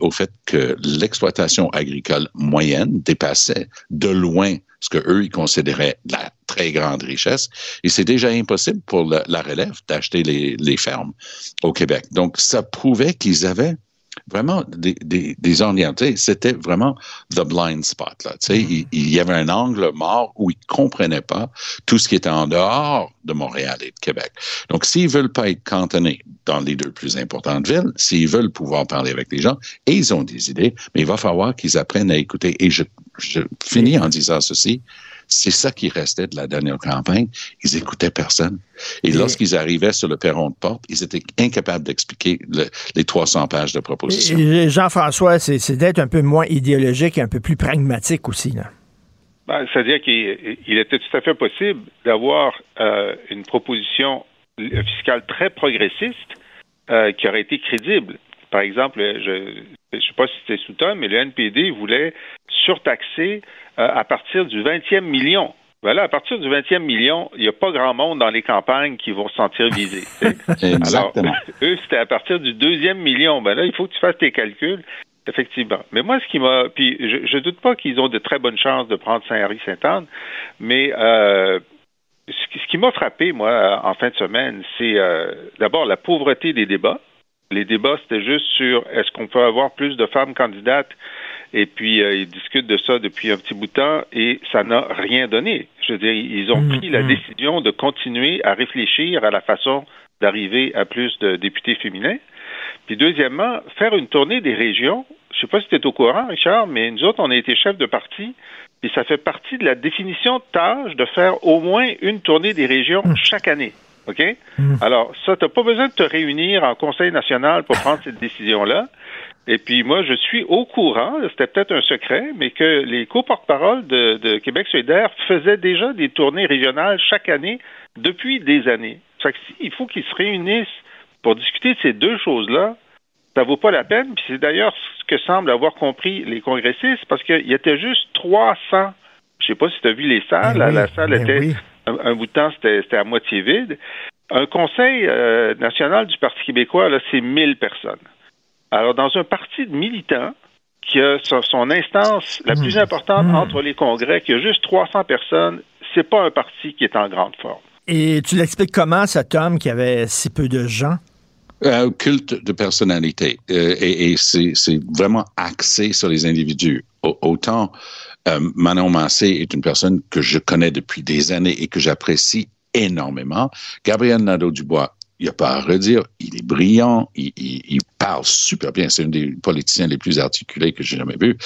Speaker 8: au fait que l'exploitation agricole moyenne dépassait de loin ce que eux ils considéraient de la très grande richesse. Et c'est déjà impossible pour le, la relève d'acheter les, les fermes au Québec. Donc, ça prouvait qu'ils avaient vraiment des, des, des orientés. C'était vraiment the blind spot, là. Tu sais, il, il y avait un angle mort où ils comprenaient pas tout ce qui était en dehors de Montréal et de Québec. Donc, s'ils veulent pas être cantonnés dans les deux plus importantes villes, s'ils veulent pouvoir parler avec les gens, et ils ont des idées, mais il va falloir qu'ils apprennent à écouter. Et je, je finis en disant ceci. C'est ça qui restait de la dernière campagne. Ils écoutaient personne. Et, et lorsqu'ils arrivaient sur le perron de porte, ils étaient incapables d'expliquer le, les trois cents pages de propositions.
Speaker 3: Et Jean-François, c'est, c'est d'être un peu moins idéologique et un peu plus pragmatique aussi, là.
Speaker 9: Ben, c'est-à-dire qu'il il était tout à fait possible d'avoir euh, une proposition fiscale très progressiste euh, qui aurait été crédible. Par exemple, je ne sais pas si c'était sous Tom, mais le N P D voulait surtaxer euh, à partir du vingtième million. Voilà, à partir du vingtième million, il n'y a pas grand monde dans les campagnes qui vont se sentir visés.
Speaker 8: Exactement.
Speaker 9: Alors, eux, c'était à partir du deuxième million. Ben là, il faut que tu fasses tes calculs. Effectivement. Mais moi, ce qui m'a... Puis, je, je doute pas qu'ils ont de très bonnes chances de prendre Saint-Henri-Sainte-Anne, mais euh, ce, ce qui m'a frappé, moi, en fin de semaine, c'est euh, d'abord la pauvreté des débats. Les débats, c'était juste sur est-ce qu'on peut avoir plus de femmes candidates, et puis euh, ils discutent de ça depuis un petit bout de temps, et ça n'a rien donné. Je veux dire, ils ont pris la décision de continuer à réfléchir à la façon d'arriver à plus de députés féminins. Puis deuxièmement, faire une tournée des régions. Je sais pas si tu es au courant, Richard, mais nous autres, on a été chefs de parti, puis ça fait partie de la définition de tâche de faire au moins une tournée des régions chaque année. OK? Mm. Alors, ça, tu n'as pas besoin de te réunir en Conseil national pour prendre cette décision-là. Et puis, moi, je suis au courant, c'était peut-être un secret, mais que les co-porte-paroles de, de Québec solidaire faisaient déjà des tournées régionales chaque année depuis des années. Ça fait que si, il faut qu'ils se réunissent pour discuter de ces deux choses-là, ça vaut pas la peine. Puis c'est d'ailleurs ce que semblent avoir compris les congressistes, parce qu'il y était juste trois cents. Je sais pas si tu as vu les salles.
Speaker 3: Ben oui,
Speaker 9: la salle
Speaker 3: ben
Speaker 9: était...
Speaker 3: oui.
Speaker 9: Un, un bout de temps, c'était, c'était à moitié vide. Un conseil euh, national du Parti québécois, là, c'est mille personnes. Alors, dans un parti de militants qui a son, son instance la plus importante mmh. entre les congrès, qui a juste trois cents personnes, c'est pas un parti qui est en grande forme.
Speaker 3: Et tu l'expliques comment, cet homme qui avait si peu de gens?
Speaker 8: Un culte de personnalité. Euh, et et c'est, c'est vraiment axé sur les individus. Au, autant euh, Manon Massé est une personne que je connais depuis des années et que j'apprécie énormément. Gabriel Nadeau-Dubois, il n'y a pas à redire, il est brillant, il, il, il parle super bien, c'est un des politiciens les plus articulés que j'ai jamais vu.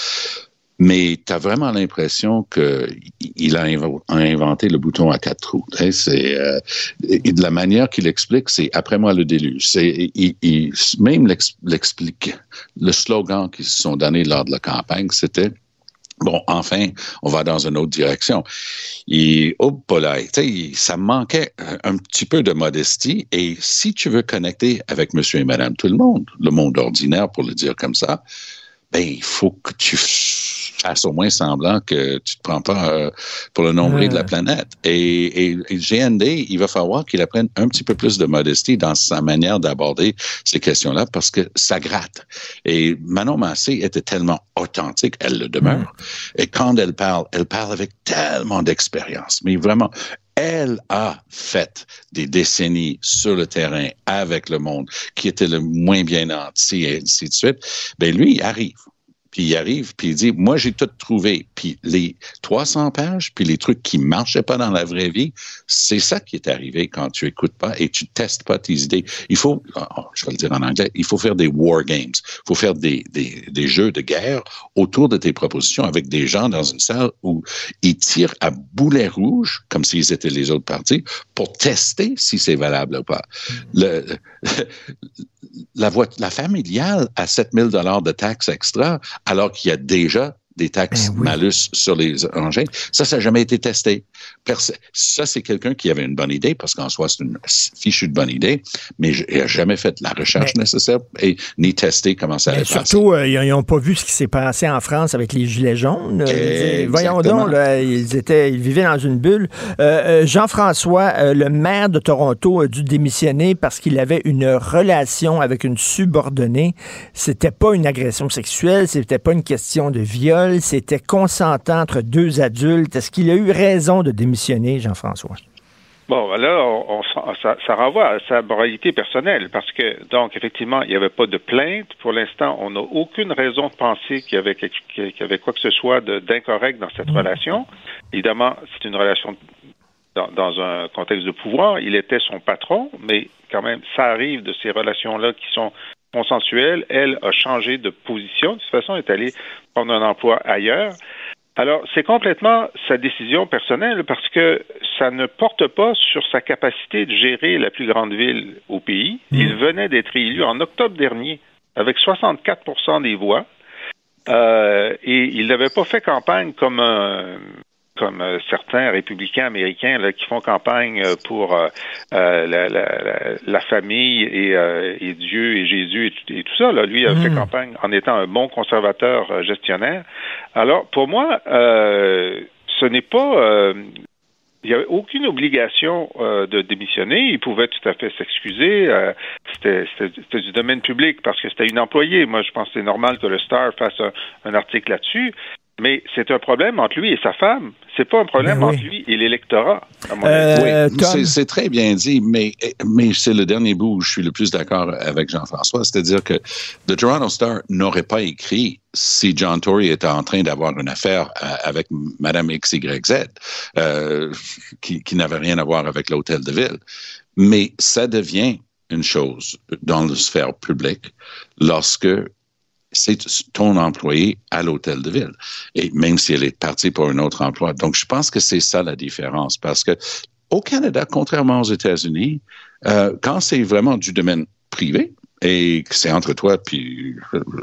Speaker 8: Mais tu as vraiment l'impression qu'il a inventé le bouton à quatre trous. C'est, euh, et de la manière qu'il explique, c'est « après moi le déluge ». C'est, il, il, même l'explique, le slogan qu'ils se sont donné lors de la campagne, c'était « bon, enfin, on va dans une autre direction ». Et oh, là, ça manquait un petit peu de modestie. Et si tu veux connecter avec monsieur et madame tout le monde, le monde ordinaire pour le dire comme ça, ben il faut que tu fasses au moins semblant que tu te prends pas euh, pour le nombril euh. de la planète. Et, et, et G N D, il va falloir qu'il apprenne un petit peu plus de modestie dans sa manière d'aborder ces questions-là parce que ça gratte. Et Manon Massé était tellement authentique, elle le demeure. Mmh. Et quand elle parle, elle parle avec tellement d'expérience. Mais vraiment, elle a fait des décennies sur le terrain avec le monde qui était le moins bien nanti et ainsi de suite. Ben lui, il arrive. Puis il arrive, puis il dit, moi, j'ai tout trouvé. Puis les trois cents pages, puis les trucs qui marchaient pas dans la vraie vie, c'est ça qui est arrivé quand tu écoutes pas et tu testes pas tes idées. Il faut, oh, je vais le dire en anglais, il faut faire des war games. Il faut faire des, des, des jeux de guerre autour de tes propositions avec des gens dans une salle où ils tirent à boulet rouge, comme s'ils étaient les autres partis, pour tester si c'est valable ou pas. Le, la, voie, la familiale a sept mille dollars de taxes extra, alors qu'il y a déjà des taxes
Speaker 3: ben oui.
Speaker 8: malus sur les engins. Ça, ça n'a jamais été testé. Perce- ça, c'est quelqu'un qui avait une bonne idée, parce qu'en soi, c'est une fichue de bonne idée, mais il n'a jamais fait la recherche mais, nécessaire et ni testé comment ça allait passer.
Speaker 3: Surtout, euh, ils n'ont pas vu ce qui s'est passé en France avec les Gilets jaunes. Euh, voyons donc, là, ils, étaient, ils vivaient dans une bulle. Euh, Jean-François, euh, le maire de Toronto a dû démissionner parce qu'il avait une relation avec une subordonnée. C'était pas une agression sexuelle, c'était pas une question de viol, c'était consentant entre deux adultes. Est-ce qu'il a eu raison de démissionner, Jean-François?
Speaker 9: Bon, là, on, on, ça, ça renvoie à sa moralité personnelle, parce que, donc, effectivement, il n'y avait pas de plainte. Pour l'instant, on n'a aucune raison de penser qu'il y avait, qu'il y avait quoi que ce soit de, d'incorrect dans cette mmh. relation. Évidemment, c'est une relation dans, dans un contexte de pouvoir. Il était son patron, mais quand même, ça arrive de ces relations-là qui sont consensuelle, elle a changé de position. De toute façon, elle est allée prendre un emploi ailleurs. Alors, c'est complètement sa décision personnelle parce que ça ne porte pas sur sa capacité de gérer la plus grande ville au pays. Mmh. Il venait d'être élu en octobre dernier avec soixante-quatre pour cent des voix euh, et il n'avait pas fait campagne comme un... comme euh, certains républicains américains là, qui font campagne pour euh, euh, la, la, la, la famille et, euh, et Dieu et Jésus et tout, et tout ça. Là. Lui a mmh. fait campagne en étant un bon conservateur euh, gestionnaire. Alors, pour moi, euh, ce n'est pas... Euh, il n'y avait aucune obligation euh, de démissionner. Il pouvait tout à fait s'excuser. Euh, c'était, c'était, c'était du domaine public parce que c'était une employée. Moi, je pense que c'est normal que le Star fasse un, un article là-dessus. Mais c'est un problème entre lui et sa femme. C'est pas un problème ben oui. entre lui et l'électorat. À mon
Speaker 8: euh, oui, c'est, c'est très bien dit, mais, mais c'est le dernier bout où je suis le plus d'accord avec Jean-François. C'est-à-dire que The Toronto Star n'aurait pas écrit si John Tory était en train d'avoir une affaire avec Madame X Y Z, euh, qui, qui n'avait rien à voir avec l'hôtel de ville. Mais ça devient une chose dans la sphère publique lorsque c'est ton employé à l'hôtel de ville. Et même si elle est partie pour un autre emploi. Donc, je pense que c'est ça la différence. Parce que au Canada, contrairement aux États-Unis, euh, quand c'est vraiment du domaine privé et que c'est entre toi, puis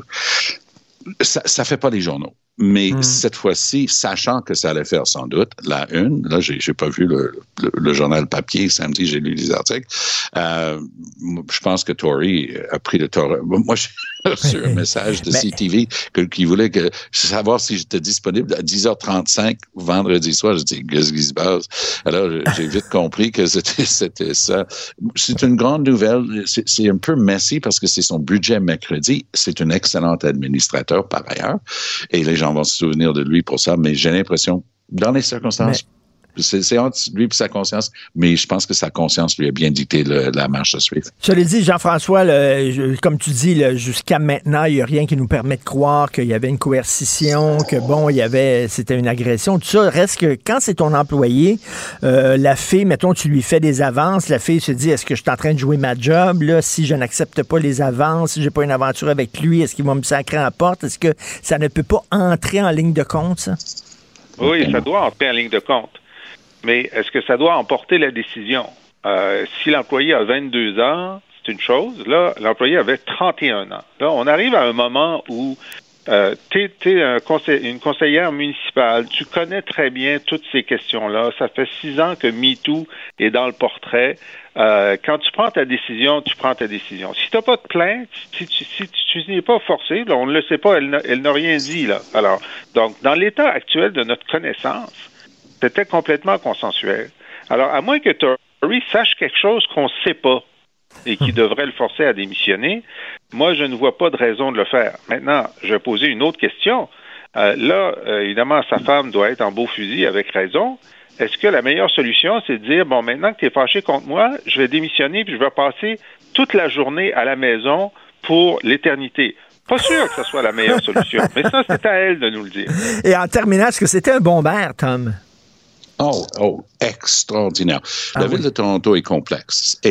Speaker 8: ça, ça fait pas les journaux. Mais mmh. cette fois-ci, sachant que ça allait faire sans doute la une, là, j'ai, j'ai pas vu le, le, le journal papier samedi, j'ai lu les articles. Euh, je pense que Tory a pris le tort. Moi, j'ai reçu un message de C T V que, qui voulait que savoir si j'étais disponible à dix heures trente-cinq vendredi soir. J'ai dit, qu'est-ce qui se passe? Alors, j'ai vite compris que c'était, c'était ça. C'est une grande nouvelle. C'est, c'est un peu messy parce que c'est son budget mercredi. C'est un excellent administrateur par ailleurs. Et les gens vont se souvenir de lui pour ça, mais j'ai l'impression, dans les circonstances, mais, c'est, c'est entre lui et sa conscience, mais je pense que sa conscience lui a bien dicté le, la marche à suivre.
Speaker 3: Je l'ai dit, Jean-François, le, je, comme tu dis, le, jusqu'à maintenant, il n'y a rien qui nous permet de croire qu'il y avait une coercition, que bon, il y avait, c'était une agression, tout ça. Reste que quand c'est ton employé, euh, la fille, mettons, tu lui fais des avances, la fille se dit, est-ce que je suis en train de jouer ma job, là, si je n'accepte pas les avances, si j'ai pas une aventure avec lui, est-ce qu'il va me sacrer en la porte? Est-ce que ça ne peut pas entrer en ligne de compte, ça?
Speaker 9: Oui, ça doit entrer en ligne de compte. Mais est-ce que ça doit emporter la décision? Euh, si l'employé a vingt-deux ans, c'est une chose. Là, l'employé avait trente et un ans. Là, on arrive à un moment où euh, tu es un conseil, une conseillère municipale. Tu connais très bien toutes ces questions-là. Ça fait six ans que MeToo est dans le portrait. Euh, quand tu prends ta décision, tu prends ta décision. Si tu n'as pas de plainte, si tu si tu, tu n'es pas forcé, là, on ne le sait pas, elle n'a, elle n'a rien dit. Là. Alors, donc, dans l'état actuel de notre connaissance, c'était complètement consensuel. Alors, à moins que Tory sache quelque chose qu'on ne sait pas et qui devrait le forcer à démissionner, moi, je ne vois pas de raison de le faire. Maintenant, je vais poser une autre question. Euh, là, euh, évidemment, sa femme doit être en beau fusil avec raison. Est-ce que la meilleure solution, c'est de dire, bon, maintenant que tu es fâché contre moi, je vais démissionner puis je vais passer toute la journée à la maison pour l'éternité? Pas sûr que ce soit la meilleure solution, mais ça, c'est à elle de nous le dire.
Speaker 3: Et en terminant, est-ce que c'était un bon maire, Tom?
Speaker 8: Oh, oh, extraordinaire. La ah, ville oui. de Toronto est complexe. Et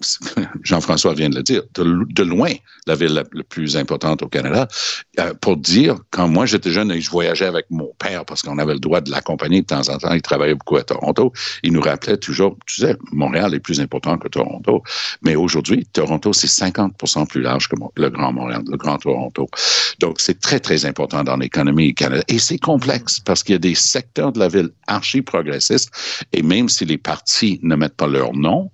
Speaker 8: Jean-François vient de le dire, de, de loin, la ville la, la plus importante au Canada, euh, pour dire, quand moi j'étais jeune et je voyageais avec mon père, parce qu'on avait le droit de l'accompagner de temps en temps, il travaillait beaucoup à Toronto, il nous rappelait toujours, tu sais, Montréal est plus important que Toronto, mais aujourd'hui, Toronto, c'est cinquante pour cent plus large que le Grand Montréal, le Grand Toronto. Donc, c'est très, très important dans l'économie canadienne. Et c'est complexe, parce qu'il y a des secteurs de la ville archi-progressistes, et même si les partis ne mettent pas leur nom,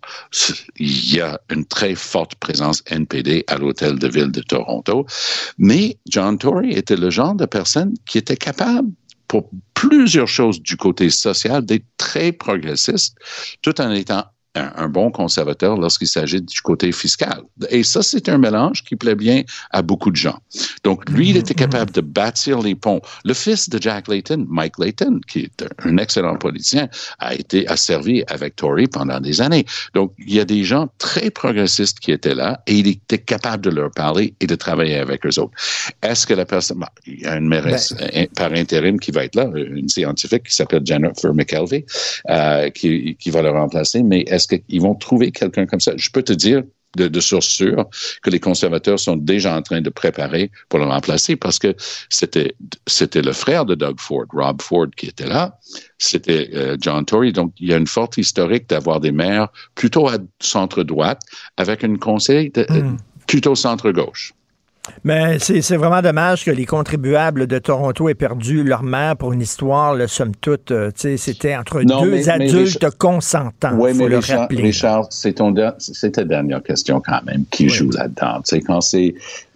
Speaker 8: il y a une très forte présence N P D à l'hôtel de ville de Toronto. Mais John Tory était le genre de personne qui était capable, pour plusieurs choses du côté social, d'être très progressiste, tout en étant un, un bon conservateur lorsqu'il s'agit du côté fiscal. Et ça, c'est un mélange qui plaît bien à beaucoup de gens. Donc, lui, il était capable de bâtir les ponts. Le fils de Jack Layton, Mike Layton, qui est un excellent politicien, a été a servi avec Tory pendant des années. Donc, il y a des gens très progressistes qui étaient là et il était capable de leur parler et de travailler avec eux autres. Est-ce que la personne... Bah, il y a une mairesse ben, par intérim qui va être là, une scientifique qui s'appelle Jennifer McKelvey, euh, qui, qui va le remplacer, mais est-ce qu'ils vont trouver quelqu'un comme ça? Je peux te dire de, de source sûre que les conservateurs sont déjà en train de préparer pour le remplacer parce que c'était, c'était le frère de Doug Ford, Rob Ford, qui était là. C'était euh, John Tory. Donc, il y a une forte historique d'avoir des maires plutôt à centre-droite avec une conseil de, mm. plutôt centre-gauche.
Speaker 3: Mais c'est, c'est vraiment dommage que les contribuables de Toronto aient perdu leur mère pour une histoire, là, somme toute. Euh, c'était entre non, deux mais, adultes mais Richard, consentants, il oui, faut le Richard, rappeler.
Speaker 8: Richard, c'est, ton de, c'est ta dernière question quand même qui oui. joue là-dedans. T'sais, quand c'est,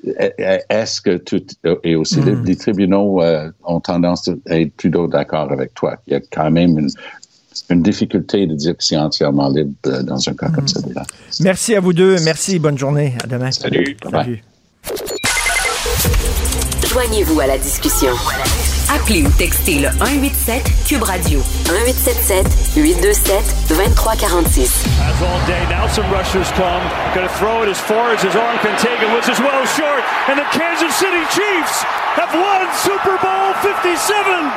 Speaker 8: est-ce que tout... Et aussi, mm. les, les tribunaux euh, ont tendance à être plutôt d'accord avec toi. Il y a quand même une... une difficulté de dire que c'est entièrement libre euh, dans un cas mm. comme celui-là.
Speaker 3: Merci à vous deux. Merci. Bonne journée. À demain.
Speaker 8: Salut.
Speaker 3: Salut.
Speaker 1: Joignez-vous à la discussion. Appelez ou textez le un huit sept Cube Radio. un huit sept sept huit deux sept deux trois quatre six.
Speaker 10: As all day, now some rushers come. Going to throw it as far as his arm can take it, which is well short. And the Kansas City Chiefs have won Super Bowl fifty-seven.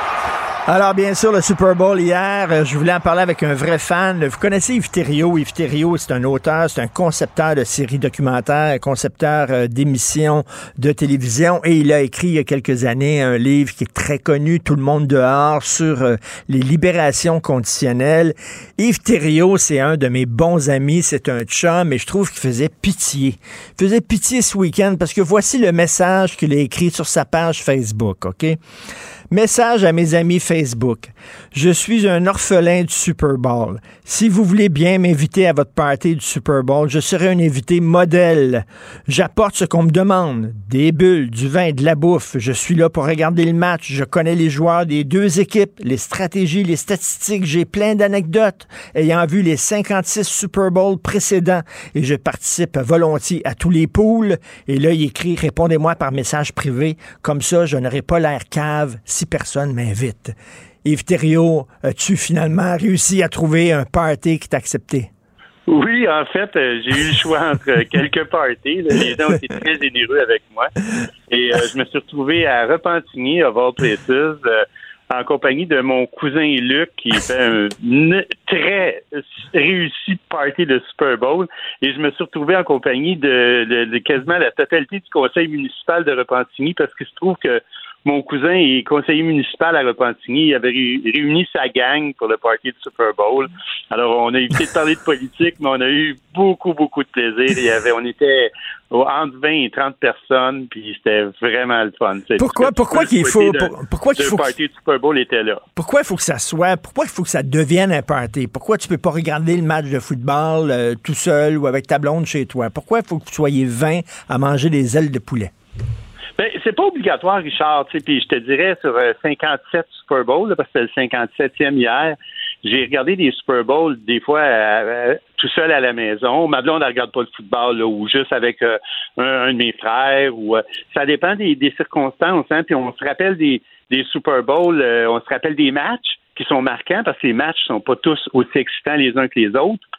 Speaker 3: Alors, bien sûr, le Super Bowl hier, je voulais en parler avec un vrai fan. Vous connaissez Yves Thériault. Yves Thériault, c'est un auteur, c'est un concepteur de séries documentaires, un concepteur d'émissions de télévision. Et il a écrit il y a quelques années un livre qui est très connu, Tout le monde dehors, sur les libérations conditionnelles. Yves Thériault, c'est un de mes bons amis, c'est un chum, et je trouve qu'il faisait pitié. Il faisait pitié ce week-end parce que voici le message qu'il a écrit sur sa page Facebook, OK? Message à mes amis Facebook. Je suis un orphelin du Super Bowl. Si vous voulez bien m'inviter à votre party du Super Bowl, je serai un invité modèle. J'apporte ce qu'on me demande. Des bulles, du vin, de la bouffe. Je suis là pour regarder le match. Je connais les joueurs des deux équipes, les stratégies, les statistiques. J'ai plein d'anecdotes ayant vu les cinquante-six Super Bowls précédents et je participe volontiers à tous les pools. Et là, il écrit « Répondez-moi par message privé. Comme ça, je n'aurai pas l'air cave si personne m'invite. » Yves Thériault, as-tu finalement réussi à trouver un party qui t'a accepté?
Speaker 11: Oui, en fait, euh, j'ai eu le choix entre quelques parties. Là. Les gens ont été très généreux avec moi. Et euh, je me suis retrouvé à Repentigny, à All Places, euh, en compagnie de mon cousin Luc, qui fait un n- très réussi party de Super Bowl. Et je me suis retrouvé en compagnie de, de, de quasiment la totalité du conseil municipal de Repentigny, parce qu'il se trouve que mon cousin est conseiller municipal à Repentigny. Il avait ré- réuni sa gang pour le party de Super Bowl. Alors, on a évité de parler de politique, mais on a eu beaucoup, beaucoup de plaisir. Il y avait, on était entre vingt et trente personnes, puis c'était vraiment le fun. C'est
Speaker 3: pourquoi, pourquoi qu'il faut,
Speaker 11: de,
Speaker 3: pour, pourquoi qu'il faut,
Speaker 11: le party de Super Bowl était là.
Speaker 3: Pourquoi il faut que ça soit, pourquoi il faut que ça devienne un party? Pourquoi tu peux pas regarder le match de football euh, tout seul ou avec ta blonde chez toi? Pourquoi il faut que vous soyez vingt à manger des ailes de poulet?
Speaker 11: Ben, c'est pas obligatoire, Richard, tu sais, puis je te dirais sur euh, cinquante-sept Super Bowl, là, parce que c'était le cinquante-septième hier, j'ai regardé des Super Bowls des fois euh, euh, tout seul à la maison. Ma blonde, elle regarde pas le football, là, ou juste avec euh, un, un de mes frères, ou euh, ça dépend des, des circonstances, hein, puis on se rappelle des, des Super Bowls, euh, on se rappelle des matchs qui sont marquants, parce que les matchs sont pas tous aussi excitants les uns que les autres.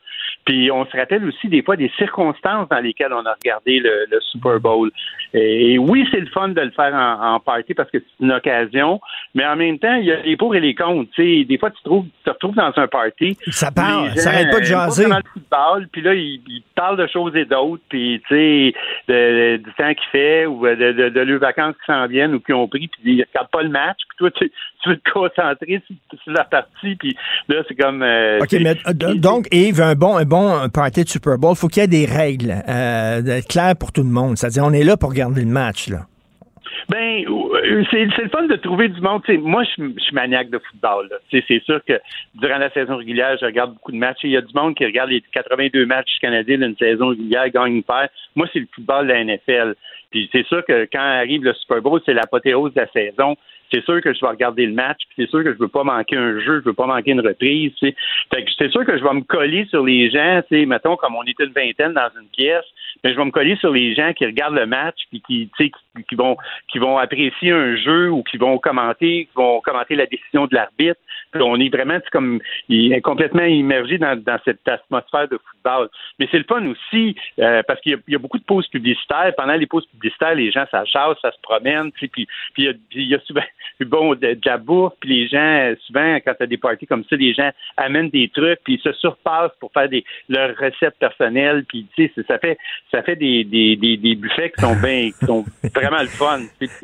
Speaker 11: Puis on se rappelle aussi des fois des circonstances dans lesquelles on a regardé le, le Super Bowl. Et, et oui, c'est le fun de le faire en, en party parce que c'est une occasion, mais en même temps, il y a les pour et les contre. Tu sais, des fois, tu te, trouves, tu te retrouves dans un party.
Speaker 3: Ça parle, ça n'arrête pas de jaser.
Speaker 11: Pas le football, puis là, ils, ils parlent de choses et d'autres, puis tu sais, de, de, du temps qu'il fait ou de, de, de leurs vacances qui s'en viennent ou qui ont pris, puis ils ne regardent pas le match, puis toi, tu, tu veux te concentrer sur, sur la partie, puis là, c'est comme... Euh,
Speaker 3: OK, mais donc, Yves, un bon, un bon party de Super Bowl, il faut qu'il y ait des règles euh, claires pour tout le monde. C'est-à-dire, on est là pour regarder le match, là.
Speaker 11: Ben, c'est, c'est le fun de trouver du monde. T'sais, moi, je suis maniaque de football. Là. C'est sûr que durant la saison régulière, je regarde beaucoup de matchs. Il y a du monde qui regarde les quatre-vingt-deux matchs canadiens d'une saison régulière, gagne, perd. Moi, c'est le football de la N F L. Puis c'est sûr que quand arrive le Super Bowl, c'est l'apothéose de la saison. C'est sûr que je vais regarder le match, puis c'est sûr que je veux pas manquer un jeu, je veux pas manquer une reprise. T'sais. Fait que c'est sûr que je vais me coller sur les gens, t'sais, mettons, comme on était une vingtaine dans une pièce, mais je vais me coller sur les gens qui regardent le match puis qui, qui, qui vont qui vont apprécier un jeu ou qui vont commenter, qui vont commenter la décision de l'arbitre. Puis on est vraiment comme est complètement immergé dans, dans cette atmosphère de football. Mais c'est le fun aussi euh, parce qu'il y a, il y a beaucoup de pauses publicitaires. Pendant les pauses publicitaires, les gens ça chasse, ça se promène, puis puis il y a, il y a souvent bon de, de la bouffe, puis les gens souvent quand tu as des parties comme ça, les gens amènent des trucs puis ils se surpassent pour faire des leurs recettes personnelles, puis tu sais ça fait ça fait des, des, des, des buffets qui sont bien qui sont vraiment le fun.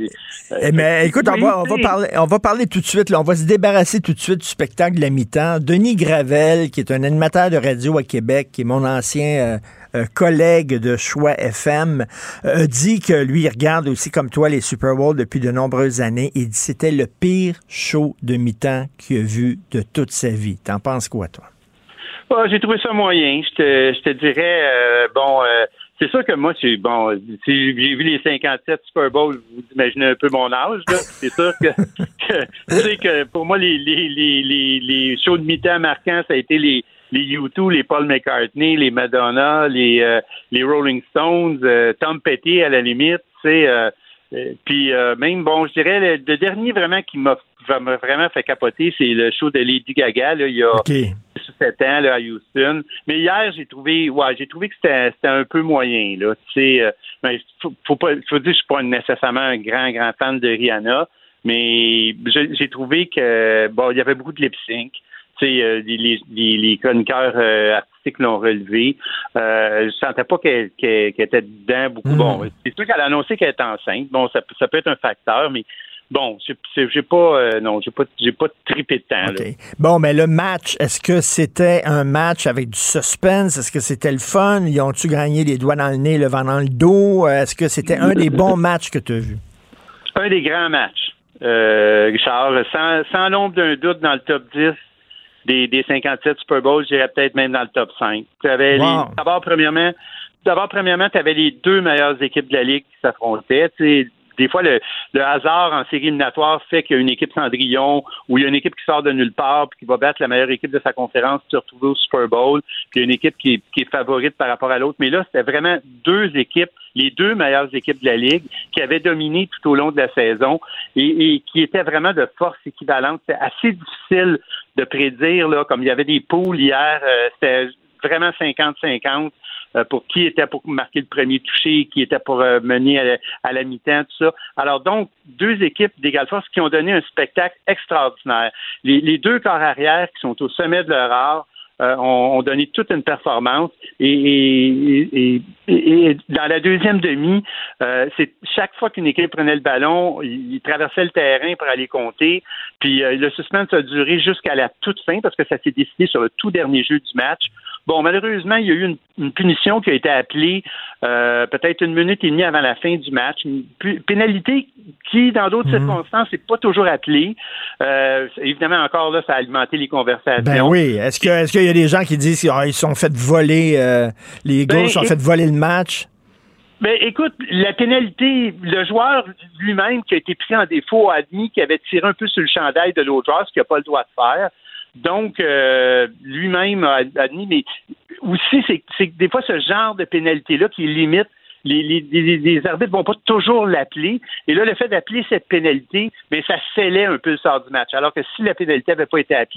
Speaker 3: Euh, mais écoute, on va, on va parler on va parler tout de suite, là, on va se débarrasser tout de suite du spectacle de la mi-temps. Denis Gravel, qui est un animateur de radio à Québec, qui est mon ancien euh, euh, collègue de Choix F M, euh, dit que lui, il regarde aussi comme toi les Super Bowls depuis de nombreuses années. Il dit que c'était le pire show de mi-temps qu'il a vu de toute sa vie. T'en penses quoi, toi?
Speaker 11: Oh, j'ai trouvé ça moyen. Je te, je te dirais, euh, bon... Euh, c'est sûr que moi, c'est bon. Si j'ai vu les cinquante-sept Super Bowls, vous imaginez un peu mon âge, là. C'est sûr que, que tu sais que pour moi, les, les, les, les, les shows de mi-temps marquants, ça a été les, les U deux, les Paul McCartney, les Madonna, les, euh, les Rolling Stones, euh, Tom Petty à la limite, tu sais. Euh, euh, puis euh, même, bon, je dirais, le, le dernier vraiment qui m'a vraiment fait capoter, c'est le show de Lady Gaga, là, il y a
Speaker 3: okay.
Speaker 11: sept ans, là, à Houston. Mais hier, j'ai trouvé, ouais, j'ai trouvé que c'était, c'était un peu moyen, là. Tu sais, euh, ben, faut, faut pas, faut dire que je suis pas nécessairement un grand, grand fan de Rihanna, mais j'ai, j'ai trouvé que, bon, il y avait beaucoup de lip-sync. Tu sais, euh, les, les, les chroniqueurs euh, artistiques l'ont relevé. Euh, je sentais pas qu'elle, qu'elle, qu'elle était dedans beaucoup. Mmh. Bon, c'est sûr qu'elle a annoncé qu'elle était enceinte. Bon, ça, ça peut être un facteur, mais bon, j'ai, j'ai pas, euh, non, j'ai pas, j'ai pas trippé de temps.
Speaker 3: Okay.
Speaker 11: Là.
Speaker 3: Bon, mais le match, est-ce que c'était un match avec du suspense? Est-ce que c'était le fun? Ils ont-tu gagné les doigts dans le nez, le vent dans le dos? Est-ce que c'était un des bons matchs que tu as vus?
Speaker 11: Un des grands matchs, euh, Richard. Sans, sans l'ombre d'un doute dans le top dix des, des cinquante-sept Super Bowls, j'irais peut-être même dans le top cinq. Tu avais wow. les, d'abord, premièrement, d'abord, premièrement, tu avais les deux meilleures équipes de la Ligue qui s'affrontaient. Tu sais, des fois, le, le hasard en série éliminatoire fait qu'il y a une équipe Cendrillon ou il y a une équipe qui sort de nulle part puis qui va battre la meilleure équipe de sa conférence, se retrouver au Super Bowl, puis il y a une équipe qui est, qui est favorite par rapport à l'autre. Mais là, c'était vraiment deux équipes, les deux meilleures équipes de la Ligue qui avaient dominé tout au long de la saison et, et qui étaient vraiment de force équivalente. C'était assez difficile de prédire, là, comme il y avait des poules hier, euh, c'était vraiment cinquante cinquante. Pour qui était pour marquer le premier touché, qui était pour euh, mener à la, à la mi-temps, tout ça. Alors donc, deux équipes d'égale force qui ont donné un spectacle extraordinaire. Les, les deux corps arrière qui sont au sommet de leur art euh, ont, ont donné toute une performance. Et, et, et, et, et dans la deuxième demi, euh, c'est chaque fois qu'une équipe prenait le ballon, ils il traversaient le terrain pour aller compter. Puis euh, le suspense a duré jusqu'à la toute fin parce que ça s'est décidé sur le tout dernier jeu du match. Bon, malheureusement, il y a eu une, une punition qui a été appelée euh, peut-être une minute et demie avant la fin du match. Une p- pénalité qui, dans d'autres mmh. circonstances, n'est pas toujours appelée. Euh, évidemment, encore là, ça a alimenté les conversations.
Speaker 3: Ben oui. Est-ce que est-ce qu'il y a des gens qui disent qu'ils oh, sont fait voler, euh, les Eagles ben, sont et... fait voler le match?
Speaker 11: Ben, écoute, la pénalité, le joueur lui-même qui a été pris en défaut a admis qu'il avait tiré un peu sur le chandail de l'autre joueur, ce qu'il n'a pas le droit de faire. Donc, euh, lui-même a admis, mais aussi, c'est, c'est que des fois, ce genre de pénalité-là qui limite, les, les, les, les arbitres vont pas toujours l'appeler. Et là, le fait d'appeler cette pénalité, bien, ça scellait un peu le sort du match. Alors que si la pénalité n'avait pas été appelée,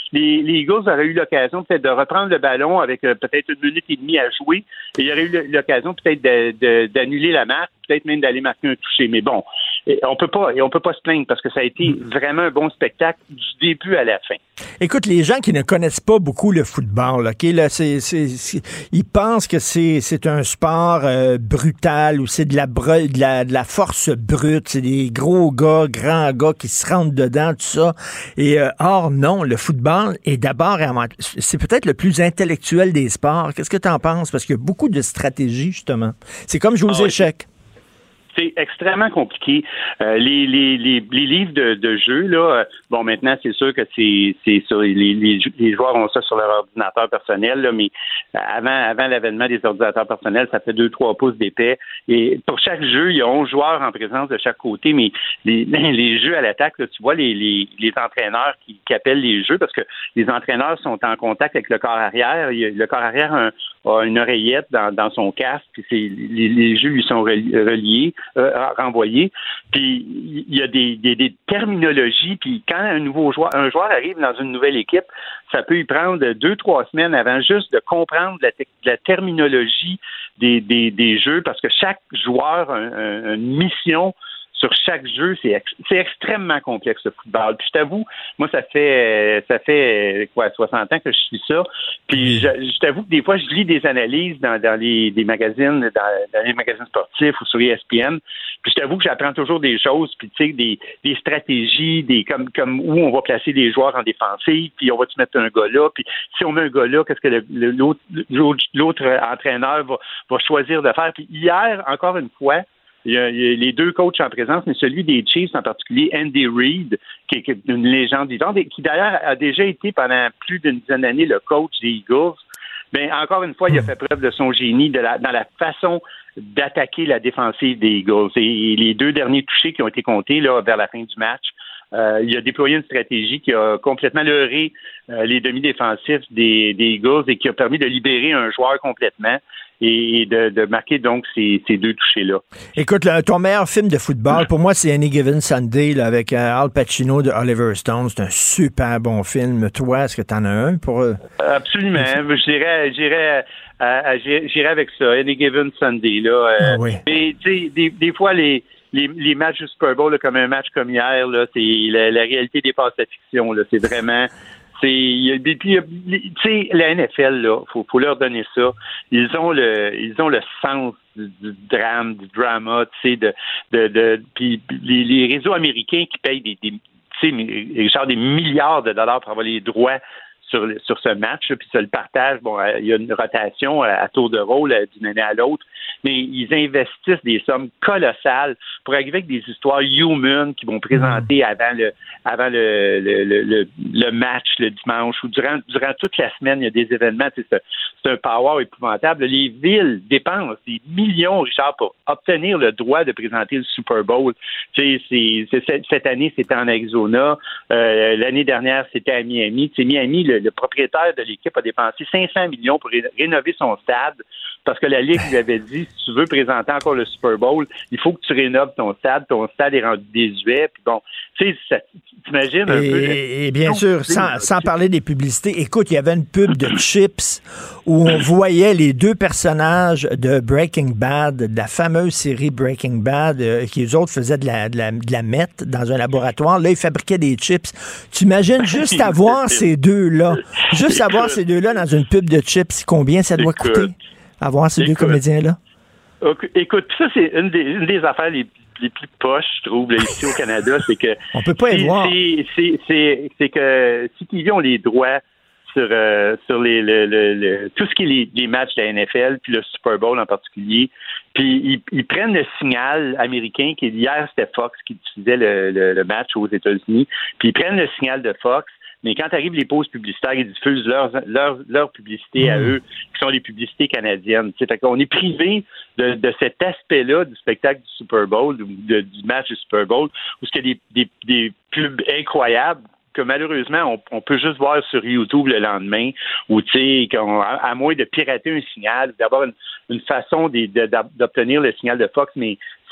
Speaker 11: les, les Eagles auraient eu l'occasion peut-être de reprendre le ballon avec euh, peut-être une minute et demie à jouer, et il y aurait eu l'occasion peut-être de, de, d'annuler la marque, peut-être même d'aller marquer un toucher. Mais bon, on peut pas, et on peut pas se plaindre parce que ça a été vraiment un bon spectacle du début à la fin.
Speaker 3: Écoute, les gens qui ne connaissent pas beaucoup le football, ok, là, c'est, c'est, c'est, ils pensent que c'est, c'est un sport euh, brutal ou c'est de la, bre- de la de la force brute, c'est des gros gars, grands gars qui se rentrent dedans, tout ça. Et euh, or non, le football est d'abord, c'est peut-être le plus intellectuel des sports. Qu'est-ce que tu en penses? Parce qu'il y a beaucoup de stratégie, justement. C'est comme jouer aux
Speaker 11: ah,
Speaker 3: échecs.
Speaker 11: C'est extrêmement compliqué. Euh, les, les, les, les livres de, de jeu, là, euh, bon, maintenant, c'est sûr que c'est, c'est sur les, les, les joueurs ont ça sur leur ordinateur personnel, là, mais avant, avant l'avènement des ordinateurs personnels, ça fait deux, trois pouces d'épais. Et pour chaque jeu, il y a onze joueurs en présence de chaque côté, mais les, les jeux à l'attaque, là, tu vois les, les, les entraîneurs qui, qui appellent les jeux, parce que les entraîneurs sont en contact avec le corps arrière. Il y a, le corps arrière a, un, a une oreillette dans, dans son casque, puis c'est, les, les jeux lui sont reliés. Euh, renvoyé. Puis il y a des, des, des terminologies. Puis quand un nouveau joueur, un joueur arrive dans une nouvelle équipe, ça peut y prendre deux, trois semaines avant juste de comprendre la, te- la terminologie des, des, des jeux, parce que chaque joueur a, a, a une mission sur chaque jeu. C'est, ex- c'est extrêmement complexe, le football. Puis je t'avoue, moi, ça fait ça fait quoi, soixante ans que je suis ça. Puis je, je t'avoue que des fois, je lis des analyses dans, dans les des magazines, dans, dans les magazines sportifs ou sur E S P N. Puis je t'avoue que j'apprends toujours des choses, puis tu sais, des, des stratégies, des comme comme où on va placer les joueurs en défensive, puis on va-tu mettre un gars là, puis si on met un gars là, qu'est-ce que le, le, l'autre, l'autre l'autre entraîneur va, va choisir de faire. Puis hier, encore une fois, il y, a, il y a les deux coachs en présence, mais celui des Chiefs en particulier, Andy Reid, qui est une légende vivante, et qui d'ailleurs a déjà été pendant plus d'une dizaine d'années le coach des Eagles. Bien, encore une fois, il a fait preuve de son génie de la, dans la façon d'attaquer la défensive des Eagles. Et, et les deux derniers touchés qui ont été comptés là, vers la fin du match, euh, il a déployé une stratégie qui a complètement leurré euh, les demi-défensifs des, des Eagles et qui a permis de libérer un joueur complètement et de, de marquer donc ces, ces deux touchés-là.
Speaker 3: Écoute, là, ton meilleur film de football, pour moi, c'est Any Given Sunday là, avec euh, Al Pacino de Oliver Stone. C'est un super bon film. Toi, est-ce que tu en as un pour... Euh...
Speaker 11: Absolument. Je dirais, j'irais, euh, j'irais avec ça, Any Given Sunday. Là, euh,
Speaker 3: ah oui.
Speaker 11: Mais tu sais, des, des fois, les... Les, les matchs du Super Bowl, là, comme un match comme hier, là, c'est la, la réalité dépasse la fiction. Là, c'est vraiment, c'est, y a, puis, tu sais, la N F L là, faut, faut leur donner ça. Ils ont le, ils ont le sens du, du drame, du drama, tu sais, de, de, de, puis les, les réseaux américains qui payent des, des tu sais, genre des milliards de dollars pour avoir les droits sur, sur ce match, puis ça le partage. Bon, il y a une rotation à tour de rôle d'une année à l'autre, mais ils investissent des sommes colossales pour arriver avec des histoires human qui vont présenter avant le avant le, le, le, le match le dimanche ou durant durant toute la semaine, il y a des événements. C'est, c'est un power épouvantable. Les villes dépensent des millions, Richard, pour obtenir le droit de présenter le Super Bowl. Tu sais, c'est, c'est, cette année, c'était en Arizona. Euh, l'année dernière, c'était à Miami. Tu sais, Miami, le, le propriétaire de l'équipe a dépensé cinq cents millions pour ré- rénover son stade parce que la Ligue lui avait dit, si tu veux présenter encore le Super Bowl, il faut que tu rénoves ton stade. Ton stade est rendu désuet. Puis bon, tu sais, ça, t'imagines un
Speaker 3: et,
Speaker 11: peu...
Speaker 3: Et bien sûr, sans, sans parler des publicités, écoute, il y avait une pub de chips où on voyait les deux personnages de Breaking Bad, de la fameuse série Breaking Bad, euh, qui eux autres faisaient de la, de, la, de la meth dans un laboratoire. Là, ils fabriquaient des chips. Tu imagines juste avoir ces deux-là, juste avoir ces deux-là dans une pub de chips, combien ça doit
Speaker 11: écoute,
Speaker 3: coûter, avoir ces
Speaker 11: écoute,
Speaker 3: deux comédiens-là?
Speaker 11: Écoute, ça, c'est une des, une des affaires les les plus poches, je trouve, là, ici au Canada, c'est que...
Speaker 3: On peut pas y voir.
Speaker 11: C'est, c'est, c'est, c'est que si T V ont les droits sur, euh, sur les, le, le, le, tout ce qui est les, les matchs de la N F L, puis le Super Bowl en particulier, puis ils, ils prennent le signal américain, qui hier, c'était Fox qui diffusait le, le, le match aux États-Unis, puis ils prennent le signal de Fox, mais quand arrivent les pauses publicitaires, ils diffusent leurs leur, leur publicités mmh. à eux, qui sont les publicités canadiennes. T'sais, fait qu'on est privé de, de cet aspect-là du spectacle du Super Bowl, ou de, du match du Super Bowl, où il y a des, des, des pubs incroyables que malheureusement, on, on peut juste voir sur YouTube le lendemain, ou tu sais, à, à moins de pirater un signal, d'avoir une, une façon de, de, d'obtenir le signal de Fox, mais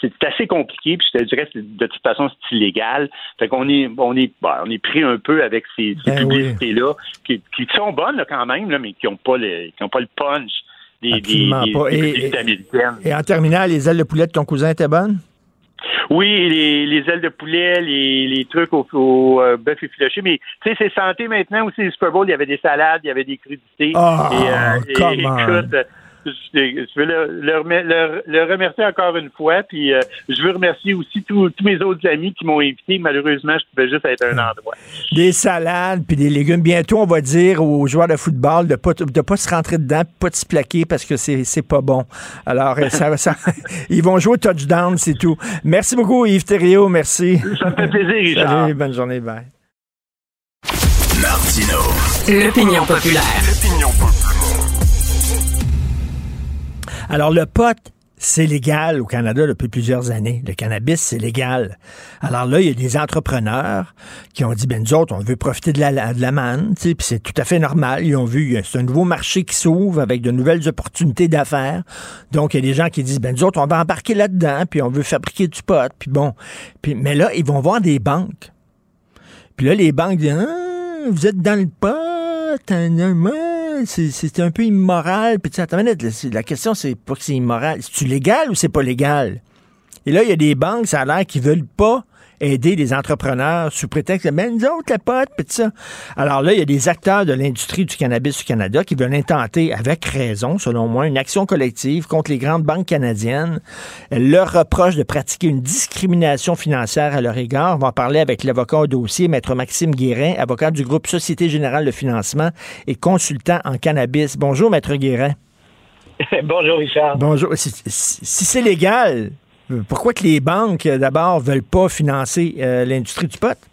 Speaker 11: c'est assez compliqué, puis je te dirais, c'est, de toute façon, c'est illégal. Fait qu'on est, on est, bon, on est pris un peu avec ces, ces ben publicités-là, oui. qui, qui sont bonnes là, quand même, là, mais qui n'ont pas le, qui ont pas le punch des, des, des,
Speaker 3: pas.
Speaker 11: des
Speaker 3: Et,
Speaker 11: publicités américaines.
Speaker 3: Et en terminant, les ailes de poulet de ton cousin étaient bonnes?
Speaker 11: Oui, les, les ailes de poulet, les, les trucs au, au euh, bœuf effiloché, mais tu sais, c'est santé maintenant aussi. Le Super Bowl, il y avait des salades, il y avait des crudités.
Speaker 3: Oh,
Speaker 11: et, euh,
Speaker 3: come
Speaker 11: et,
Speaker 3: on.
Speaker 11: écoute, je, je veux le, le, le, le remercier encore une fois, puis euh, je veux remercier aussi tous mes autres amis qui m'ont invité. Malheureusement, je pouvais juste être à un endroit.
Speaker 3: Des salades puis des légumes. Bientôt, on va dire aux joueurs de football de pas de pas se rentrer dedans, pas de se plaquer parce que c'est c'est pas bon. Alors, ça, ça, ils vont jouer au touchdown, c'est tout. Merci beaucoup, Yves Thériault. Merci.
Speaker 11: Ça me fait plaisir, Richard.
Speaker 3: Salut, bonne journée. Bye.
Speaker 1: Martino. L'opinion populaire. L'opinion populaire.
Speaker 3: Alors, le pot, c'est légal au Canada depuis plusieurs années. Le cannabis, c'est légal. Alors là, il y a des entrepreneurs qui ont dit, ben nous autres, on veut profiter de la, de la manne, tu sais, puis c'est tout à fait normal. Ils ont vu, c'est un nouveau marché qui s'ouvre avec de nouvelles opportunités d'affaires. Donc, il y a des gens qui disent, ben nous autres, on va embarquer là-dedans, puis on veut fabriquer du pot, puis bon. Puis, mais là, ils vont voir des banques. Puis là, les banques disent, ah, vous êtes dans le pot, un C'est, c'est un peu immoral. Puis, tu sais, la question, c'est pas que c'est immoral. C'est-tu légal ou c'est pas légal? Et là, il y a des banques, ça a l'air, qui veulent pas aider les entrepreneurs sous prétexte de, ben, nous autres, la pote, puis ça. Alors là, il y a des acteurs de l'industrie du cannabis du Canada qui veulent intenter, avec raison, selon moi, une action collective contre les grandes banques canadiennes. Elles leur reprochent de pratiquer une discrimination financière à leur égard. On va en parler avec l'avocat au dossier, Maître Maxime Guérin, avocat du groupe Société Générale de Financement et consultant en cannabis. Bonjour, Maître Guérin.
Speaker 12: Bonjour, Richard.
Speaker 3: Bonjour. Si, si, si c'est légal, pourquoi que les banques, d'abord, veulent pas financer euh, l'industrie du pot?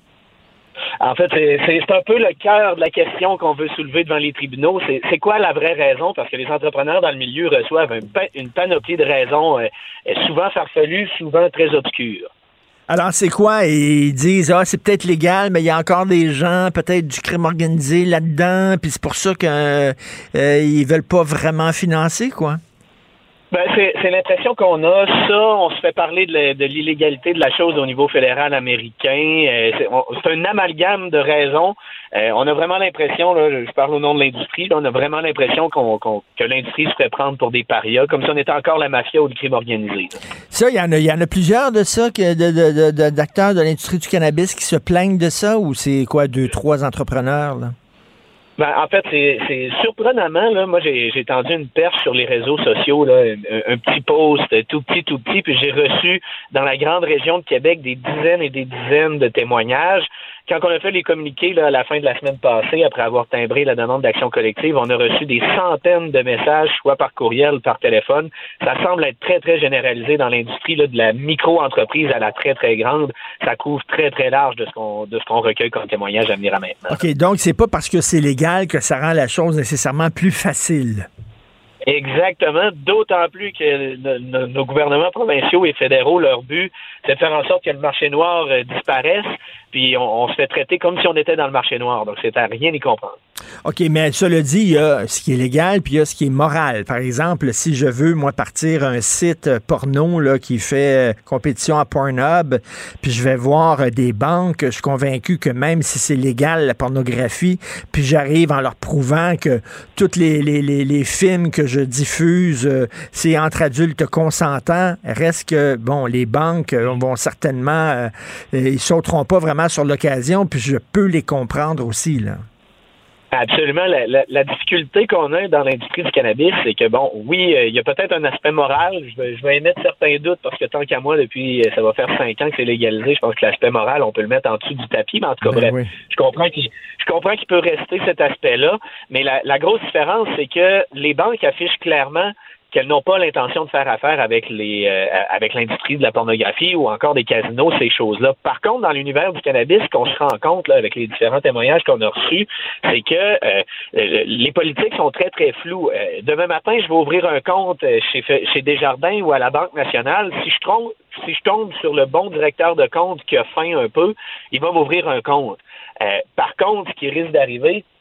Speaker 12: En fait, c'est, c'est, c'est un peu le cœur de la question qu'on veut soulever devant les tribunaux. C'est, c'est quoi la vraie raison? Parce que les entrepreneurs dans le milieu reçoivent un, une panoplie de raisons, euh, souvent farfelues, souvent très obscures.
Speaker 3: Alors, c'est quoi? Ils disent, ah, c'est peut-être légal, mais il y a encore des gens, peut-être du crime organisé là-dedans, puis c'est pour ça qu'ils euh, euh, veulent pas vraiment financer, quoi?
Speaker 12: Ben, c'est, c'est l'impression qu'on a. Ça, on se fait parler de, la, de l'illégalité de la chose au niveau fédéral américain. Euh, c'est, on, c'est un amalgame de raisons. Euh, on a vraiment l'impression, là, je parle au nom de l'industrie, là, on a vraiment l'impression qu'on, qu'on, que l'industrie se fait prendre pour des parias, comme si on était encore la mafia ou le crime organisé. Là.
Speaker 3: Ça, il y en a, il y en a plusieurs de ça, que de, de, de, d'acteurs de l'industrie du cannabis qui se plaignent de ça, ou c'est quoi, deux, trois entrepreneurs, là?
Speaker 12: Ben, en fait, c'est, c'est surprenamment, là, moi, j'ai, j'ai tendu une perche sur les réseaux sociaux, là, un, un petit post tout petit, tout petit, puis j'ai reçu dans la grande région de Québec des dizaines et des dizaines de témoignages. Quand on a fait les communiqués là, à la fin de la semaine passée, après avoir timbré la demande d'action collective, on a reçu des centaines de messages, soit par courriel ou par téléphone. Ça semble être très, très généralisé dans l'industrie là, de la micro-entreprise à la très, très grande. Ça couvre très, très large de ce qu'on, de ce qu'on recueille comme témoignage à venir à maintenant.
Speaker 3: OK, donc c'est pas parce que c'est légal que ça rend la chose nécessairement plus facile.
Speaker 12: Exactement, d'autant plus que nos, nos gouvernements provinciaux et fédéraux, leur but, c'est de faire en sorte que le marché noir euh, disparaisse, puis on, on se fait traiter comme si on était dans le marché noir, donc c'est à rien y comprendre.
Speaker 3: OK, mais cela dit, il y a ce qui est légal, puis il y a ce qui est moral. Par exemple, si je veux, moi, partir un site porno là, qui fait compétition à Pornhub, puis je vais voir des banques, je suis convaincu que même si c'est légal, la pornographie, puis j'arrive en leur prouvant que tous les, les, les, les films que je diffuse, euh, c'est entre adultes consentants, reste que, bon, les banques euh, vont certainement, euh, ils sauteront pas vraiment sur l'occasion, puis je peux les comprendre aussi, là.
Speaker 12: Absolument. La, la, la difficulté qu'on a dans l'industrie du cannabis, c'est que, bon, oui, euh, il y a peut-être un aspect moral. Je vais, je vais émettre certains doutes parce que tant qu'à moi, depuis, ça va faire cinq ans que c'est légalisé, je pense que l'aspect moral, on peut le mettre en dessous du tapis. Mais en tout cas,
Speaker 3: ben
Speaker 12: bref,
Speaker 3: oui.
Speaker 12: je comprends qu'il, je comprends qu'il peut rester cet aspect-là. Mais la, la grosse différence, c'est que les banques affichent clairement qu'elles n'ont pas l'intention de faire affaire avec les euh, avec l'industrie de la pornographie ou encore des casinos, ces choses-là. Par contre, dans l'univers du cannabis, ce qu'on se rend compte là, avec les différents témoignages qu'on a reçus, c'est que euh, les politiques sont très, très floues. Euh, demain matin, je vais ouvrir un compte chez, chez Desjardins ou à la Banque nationale. Si je tombe, si je tombe sur le bon directeur de compte qui a faim un peu, il va m'ouvrir un compte. Euh, par contre, ce qui risque d'arriver,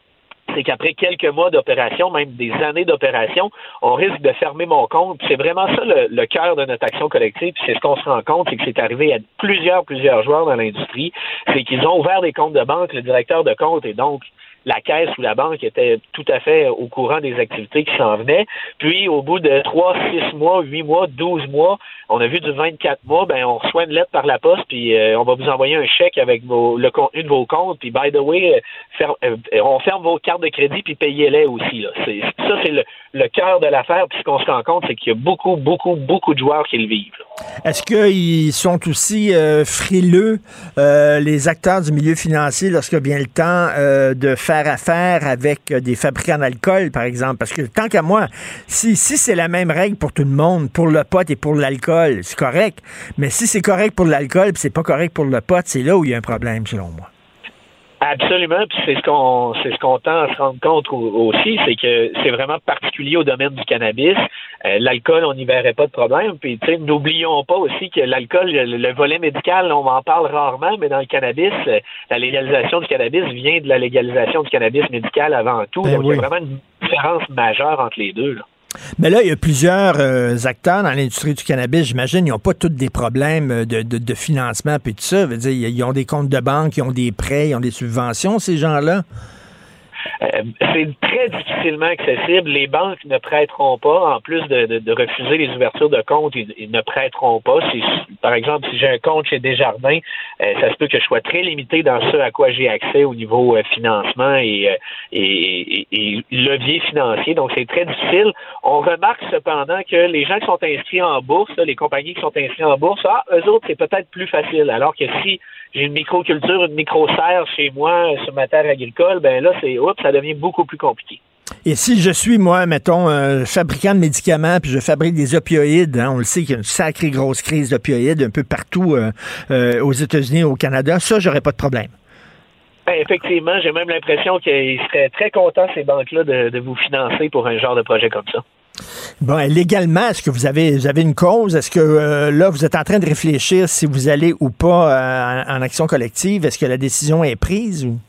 Speaker 12: c'est qu'après quelques mois d'opération, même des années d'opération, on risque de fermer mon compte. Puis c'est vraiment ça le, le cœur de notre action collective. Puis c'est ce qu'on se rend compte, c'est que c'est arrivé à plusieurs, plusieurs joueurs dans l'industrie. C'est qu'ils ont ouvert des comptes de banque, le directeur de compte et donc la caisse ou la banque était tout à fait au courant des activités qui s'en venaient. Puis, au bout de trois, six mois, huit mois, douze mois, on a vu du vingt-quatre mois, ben on reçoit une lettre par la poste, puis euh, on va vous envoyer un chèque avec vos, le contenu de vos comptes, puis by the way, euh, fer, euh, on ferme vos cartes de crédit, puis payez-les aussi. Là. C'est, ça, c'est le, le cœur de l'affaire, puis ce qu'on se rend compte, c'est qu'il y a beaucoup, beaucoup, beaucoup de joueurs qui le vivent. Là.
Speaker 3: Est-ce qu'ils sont aussi euh, frileux, euh, les acteurs du milieu financier, lorsque vient le temps euh, de faire affaire avec des fabricants d'alcool, par exemple? Parce que tant qu'à moi, si, si c'est la même règle pour tout le monde, pour le pot et pour l'alcool, c'est correct. Mais si c'est correct pour l'alcool et c'est pas correct pour le pot, c'est là où il y a un problème, selon moi.
Speaker 12: Absolument, puis c'est ce qu'on c'est ce qu'on tend à se rendre compte aussi, c'est que c'est vraiment particulier au domaine du cannabis. Euh, l'alcool, on n'y verrait pas de problème. Puis tu sais, n'oublions pas aussi que l'alcool, le, le volet médical, on en parle rarement, mais dans le cannabis, la légalisation du cannabis vient de la légalisation du cannabis médical avant tout. Ben Donc oui. Il y a vraiment une différence majeure entre les deux, là.
Speaker 3: Mais là, il y a plusieurs euh, acteurs dans l'industrie du cannabis. J'imagine, ils n'ont pas tous des problèmes de, de, de financement et tout ça. Je veux dire, ils ont des comptes de banque, ils ont des prêts, ils ont des subventions, ces gens-là.
Speaker 12: Euh, c'est très difficilement accessible. Les banques ne prêteront pas. En plus de, de, de refuser les ouvertures de compte, ils, ils ne prêteront pas. Si, par exemple, si j'ai un compte chez Desjardins, euh, ça se peut que je sois très limité dans ce à quoi j'ai accès au niveau euh, financement et, euh, et, et, et levier financier. Donc, c'est très difficile. On remarque cependant que les gens qui sont inscrits en bourse, là, les compagnies qui sont inscrites en bourse, ah, eux autres, c'est peut-être plus facile. Alors que si j'ai une microculture, une micro-serre chez moi sur ma terre agricole, ben là, c'est oups, ça devient beaucoup plus compliqué.
Speaker 3: Et si je suis, moi, mettons, un fabricant de médicaments, puis je fabrique des opioïdes, hein, on le sait qu'il y a une sacrée grosse crise d'opioïdes un peu partout euh, euh, aux États-Unis et au Canada, ça, j'aurais pas de problème.
Speaker 12: Ben, effectivement, j'ai même l'impression qu'ils seraient très contents, ces banques-là, de, de vous financer pour un genre de projet comme ça.
Speaker 3: Bon, légalement, est-ce que vous avez, vous avez une cause? Est-ce que euh, là, vous êtes en train de réfléchir si vous allez ou pas euh, en, en action collective? Est-ce que la décision est prise ou?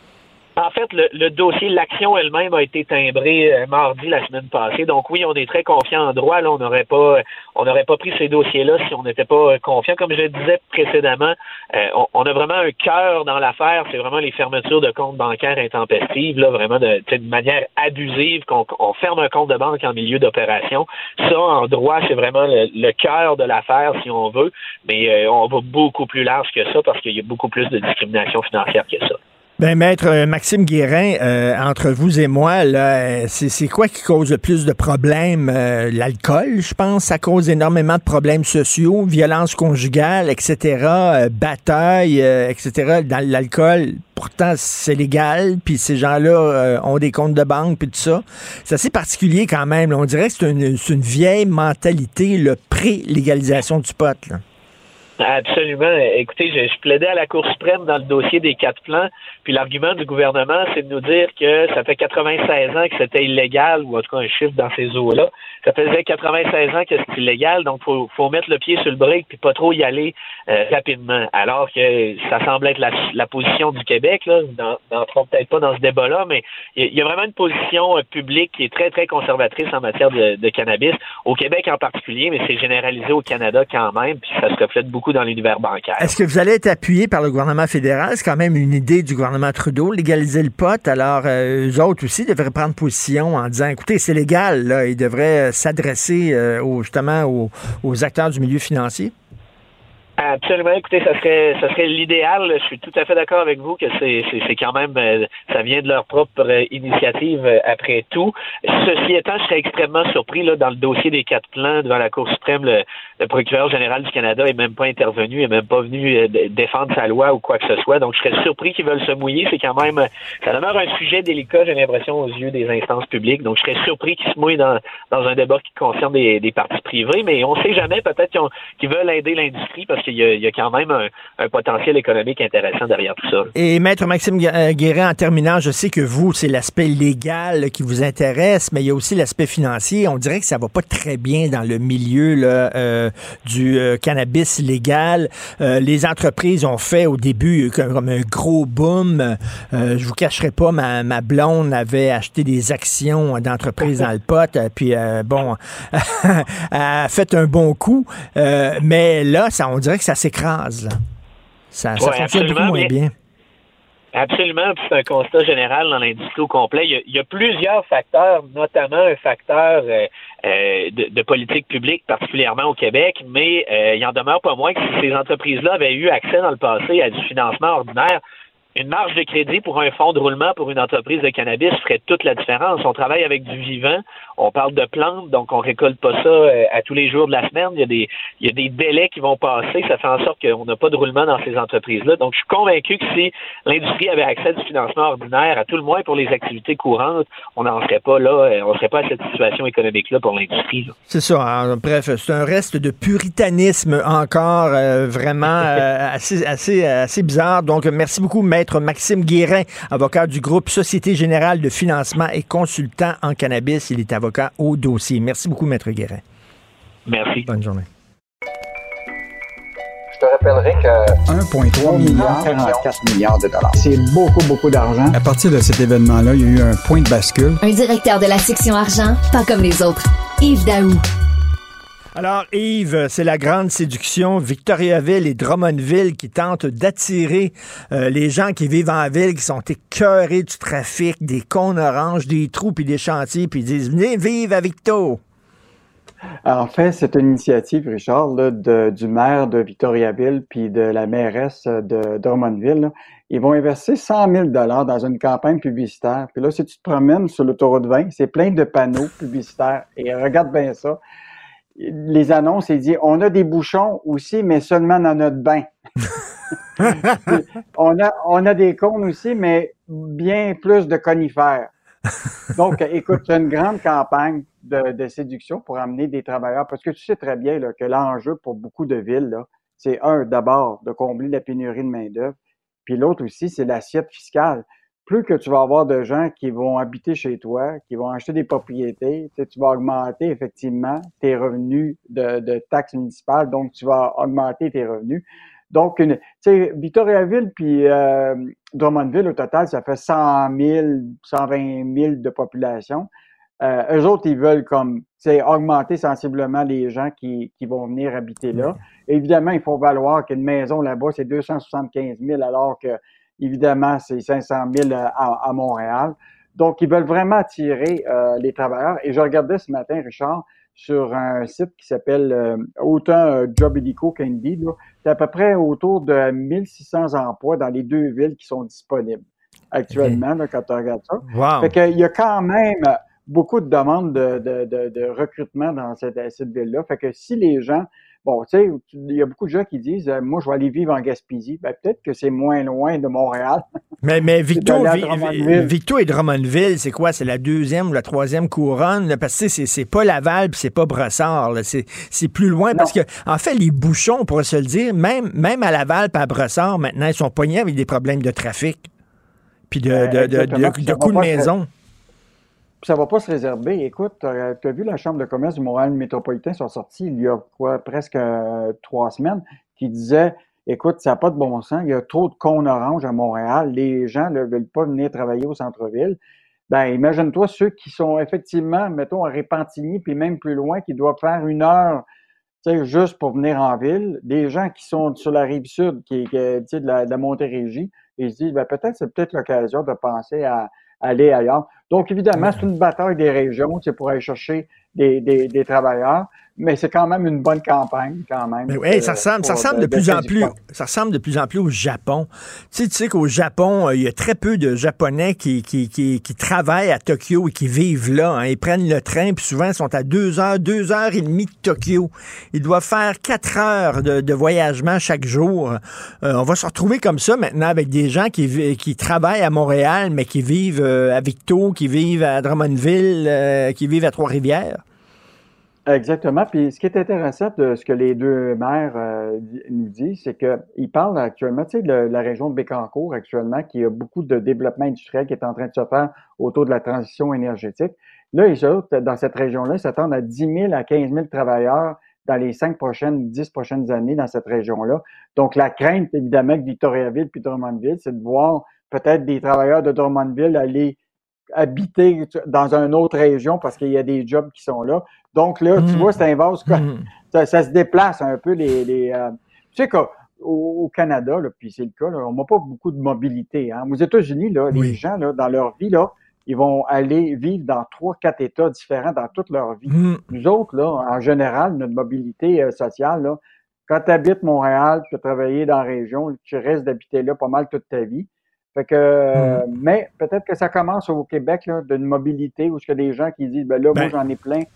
Speaker 12: En fait, le, le dossier, l'action elle-même a été timbrée euh, mardi la semaine passée. Donc oui, on est très confiant en droit. Là, on n'aurait pas, on n'aurait pas pris ces dossiers-là si on n'était pas confiant. Comme je le disais précédemment, euh, on, on a vraiment un cœur dans l'affaire. C'est vraiment les fermetures de comptes bancaires intempestives, là, vraiment de, de manière abusive, qu'on on ferme un compte de banque en milieu d'opération. Ça, en droit, c'est vraiment le, le cœur de l'affaire, si on veut. Mais euh, on va beaucoup plus large que ça parce qu'il y a beaucoup plus de discrimination financière que ça.
Speaker 3: Ben, maître Maxime Guérin, euh, entre vous et moi, là, c'est, c'est quoi qui cause le plus de problèmes? Euh, l'alcool, je pense, ça cause énormément de problèmes sociaux, violence conjugale, et cetera, euh, bataille, euh, et cetera. Dans l'alcool, pourtant, c'est légal, puis ces gens-là euh, ont des comptes de banque, puis tout ça. C'est assez particulier quand même. Là. On dirait que c'est une, c'est une vieille mentalité, le pré-légalisation du pot, là.
Speaker 12: Absolument. Écoutez, je, je plaidais à la Cour suprême dans le dossier des quatre plans, puis l'argument du gouvernement, c'est de nous dire que ça fait quatre-vingt-seize ans que c'était illégal, ou en tout cas un chiffre dans ces eaux-là. Ça faisait quatre-vingt-seize ans que c'est illégal, donc faut faut mettre le pied sur le break puis pas trop y aller euh, rapidement. Alors que ça semble être la, la position du Québec, là, n'entrons peut-être pas dans ce débat-là, mais il y, y a vraiment une position euh, publique qui est très, très conservatrice en matière de, de cannabis, au Québec en particulier, mais c'est généralisé au Canada quand même, puis ça se reflète beaucoup dans l'univers bancaire.
Speaker 3: Est-ce que vous allez être appuyé par le gouvernement fédéral? C'est quand même une idée du gouvernement Trudeau, légaliser le pot. Alors, euh, eux autres aussi devraient prendre position en disant, écoutez, c'est légal, là. Ils devraient s'adresser euh, aux, justement aux, aux acteurs du milieu financier.
Speaker 12: Absolument. Écoutez, ça serait ça serait l'idéal. Je suis tout à fait d'accord avec vous que c'est c'est, c'est quand même euh, ça vient de leur propre euh, initiative euh, après tout. Ceci étant, je serais extrêmement surpris là dans le dossier des quatre plans devant la Cour suprême. Le, le procureur général du Canada est même pas intervenu, est même pas venu euh, défendre sa loi ou quoi que ce soit. Donc, je serais surpris qu'ils veulent se mouiller. C'est quand même ça demeure un sujet délicat, j'ai l'impression, aux yeux des instances publiques. Donc, je serais surpris qu'ils se mouillent dans dans un débat qui concerne des, des parties privées. Mais on sait jamais. Peut-être qu'ils, ont, qu'ils veulent aider l'industrie parce qu'il y a, il y a quand même un, un potentiel économique intéressant derrière tout ça.
Speaker 3: Et Maître Maxime Guérin, en terminant, je sais que vous, c'est l'aspect légal qui vous intéresse, mais il y a aussi l'aspect financier. On dirait que ça va pas très bien dans le milieu là, euh, du euh, cannabis légal. Euh, les entreprises ont fait au début comme un gros boom. Euh, je vous cacherai pas, ma, ma blonde avait acheté des actions d'entreprises dans le pot, puis euh, bon, elle a fait un bon coup, euh, mais là, ça, on dirait que ça s'écrase. Là. Ça, ça
Speaker 12: ouais,
Speaker 3: fonctionne beaucoup moins bien.
Speaker 12: Absolument, puis c'est un constat général dans l'industrie au complet. Il y a, il y a plusieurs facteurs, notamment un facteur euh, euh, de, de politique publique, particulièrement au Québec, mais euh, il en demeure pas moins que si ces entreprises-là avaient eu accès dans le passé à du financement ordinaire, une marge de crédit pour un fonds de roulement pour une entreprise de cannabis ferait toute la différence. On travaille avec du vivant, on parle de plantes, donc on récolte pas ça euh, à tous les jours de la semaine. Il y a des, il y a des délais qui vont passer, ça fait en sorte qu'on n'a pas de roulement dans ces entreprises-là. Donc je suis convaincu que si l'industrie avait accès à du financement ordinaire, à tout le moins pour les activités courantes, on n'en serait pas là, on ne serait pas à cette situation économique-là pour l'industrie. Là.
Speaker 3: C'est ça. Alors, bref, c'est un reste de puritanisme encore euh, vraiment euh, assez, assez, assez bizarre. Donc merci beaucoup, Maître Maxime Guérin, avocat du groupe Société Générale de financement et consultant en cannabis. Il est avocat au dossier. Merci beaucoup, Maître Guérin.
Speaker 12: Merci.
Speaker 3: Bonne journée.
Speaker 13: Je te rappellerai que un virgule trois milliard, quarante-quatre milliards de dollars. C'est beaucoup, beaucoup d'argent. À partir de cet événement-là, il y a eu un point de bascule.
Speaker 5: Un directeur de la section argent, pas comme les autres. Yves Daou.
Speaker 3: Alors, Yves, c'est la grande séduction. Victoriaville et Drummondville qui tentent d'attirer euh, les gens qui vivent en ville, qui sont écœurés du trafic, des cônes oranges, des trous puis des chantiers, puis ils disent « Venez vivre à Victo ».
Speaker 13: En fait, c'est une initiative, Richard, là, de, du maire de Victoriaville puis de la mairesse de Drummondville. Là. Ils vont investir cent mille dollars dans une campagne publicitaire. Puis là, si tu te promènes sur l'autoroute vingt, c'est plein de panneaux publicitaires. Et regarde bien ça. Les annonces, il dit, on a des bouchons aussi, mais seulement dans notre bain. on a, on a des cônes aussi, mais bien plus de conifères. Donc, écoute, c'est une grande campagne de, de séduction pour amener des travailleurs, parce que tu sais très bien là, que l'enjeu pour beaucoup de villes, là, c'est un, d'abord, de combler la pénurie de main-d'œuvre, puis l'autre aussi, c'est l'assiette fiscale. Plus que tu vas avoir de gens qui vont habiter chez toi, qui vont acheter des propriétés, tu sais, tu vas augmenter effectivement tes revenus de, de taxes municipales, donc tu vas augmenter tes revenus. Donc, tu sais, Victoriaville puis euh, Drummondville, au total, ça fait cent mille, cent vingt mille de population. Euh, eux autres, ils veulent comme, tu sais, augmenter sensiblement les gens qui, qui vont venir habiter là. Évidemment, il faut valoir qu'une maison là-bas, c'est deux cent soixante-quinze mille, alors que évidemment, c'est cinq cent mille à, à Montréal. Donc, ils veulent vraiment attirer euh, les travailleurs. Et je regardais ce matin, Richard, sur un site qui s'appelle euh, autant euh, Jobilico qu'Indeed. C'est à peu près autour de mille six cents emplois dans les deux villes qui sont disponibles actuellement, là, quand tu regardes ça.
Speaker 3: Wow.
Speaker 13: Fait qu'il y a quand même beaucoup de demandes de, de, de, de recrutement dans cette, cette ville-là. Fait que si les gens... Bon, tu sais, il y a beaucoup de gens qui disent euh, « Moi, je vais aller vivre en Gaspésie. » Ben, peut-être que c'est moins loin de Montréal.
Speaker 3: Mais, mais Victo, Victo et Drummondville, c'est quoi? C'est la deuxième ou la troisième couronne? Là, parce que c'est, c'est pas Laval puis c'est pas Brossard. Là. C'est, c'est plus loin non. Parce que, en fait, les bouchons, on pourrait se le dire, même, même à Laval puis à Brossard, maintenant, ils sont pognés avec des problèmes de trafic puis de, euh, de, de, de, de, de coups de maison.
Speaker 13: Ça va pas se réserver. Écoute, tu as vu la Chambre de commerce du Montréal métropolitain sont sortis il y a quoi, presque euh, trois semaines, qui disaient, écoute, ça n'a pas de bon sens, il y a trop de cônes oranges à Montréal, les gens ne veulent pas venir travailler au centre-ville. Ben, imagine-toi ceux qui sont effectivement, mettons, à Repentigny, puis même plus loin, qui doivent faire une heure, tu sais, juste pour venir en ville. Des gens qui sont sur la rive sud, qui, qui tu sais, de la, de la Montérégie, ils se disent, ben, peut-être, c'est peut-être l'occasion de penser à aller ailleurs. Donc, évidemment, c'est une bataille des régions, c'est pour aller chercher des, des, des travailleurs, mais c'est quand même une bonne campagne, quand même.
Speaker 3: Mais oui, ça ressemble, ça ressemble de, de plus en plus, ça ressemble de plus en plus au Japon. Tu sais, tu sais qu'au Japon, il y a très peu de Japonais qui, qui, qui, qui travaillent à Tokyo et qui vivent là. Hein. Ils prennent le train, puis souvent, ils sont à deux heures, deux heures et demie de Tokyo. Ils doivent faire quatre heures de, de voyagement chaque jour. Euh, on va se retrouver comme ça maintenant avec des gens qui, qui travaillent à Montréal, mais qui vivent euh, à Victo, qui vivent à Drummondville, euh, qui vivent à Trois-Rivières.
Speaker 13: Exactement. Puis ce qui est intéressant de ce que les deux maires euh, nous disent, c'est qu'ils parlent actuellement, tu sais, de la région de Bécancour actuellement, qui a beaucoup de développement industriel qui est en train de se faire autour de la transition énergétique. Là, les autres, dans cette région-là, s'attendent à dix mille à quinze mille travailleurs dans les cinq prochaines, dix prochaines années dans cette région-là. Donc, la crainte, évidemment, que Victoriaville puis Drummondville, c'est de voir peut-être des travailleurs de Drummondville aller habiter dans une autre région parce qu'il y a des jobs qui sont là. Donc là, mmh. tu vois, c'est un vase, mmh. ça, ça se déplace un peu les... les euh, tu sais qu'au au Canada, là, puis c'est le cas, là, on n'a pas beaucoup de mobilité. Hein. Aux États-Unis, là, oui. les gens, là, dans leur vie, là, ils vont aller vivre dans trois, quatre États différents dans toute leur vie. Mmh. Nous autres, là, en général, notre mobilité euh, sociale, là, quand tu habites Montréal, tu as travaillé dans la région, tu restes d'habiter là pas mal toute ta vie. Fait que, euh, mmh. mais peut-être que ça commence au Québec, là, d'une mobilité où il y a des gens qui disent, ben là, ben, moi, j'en ai plein.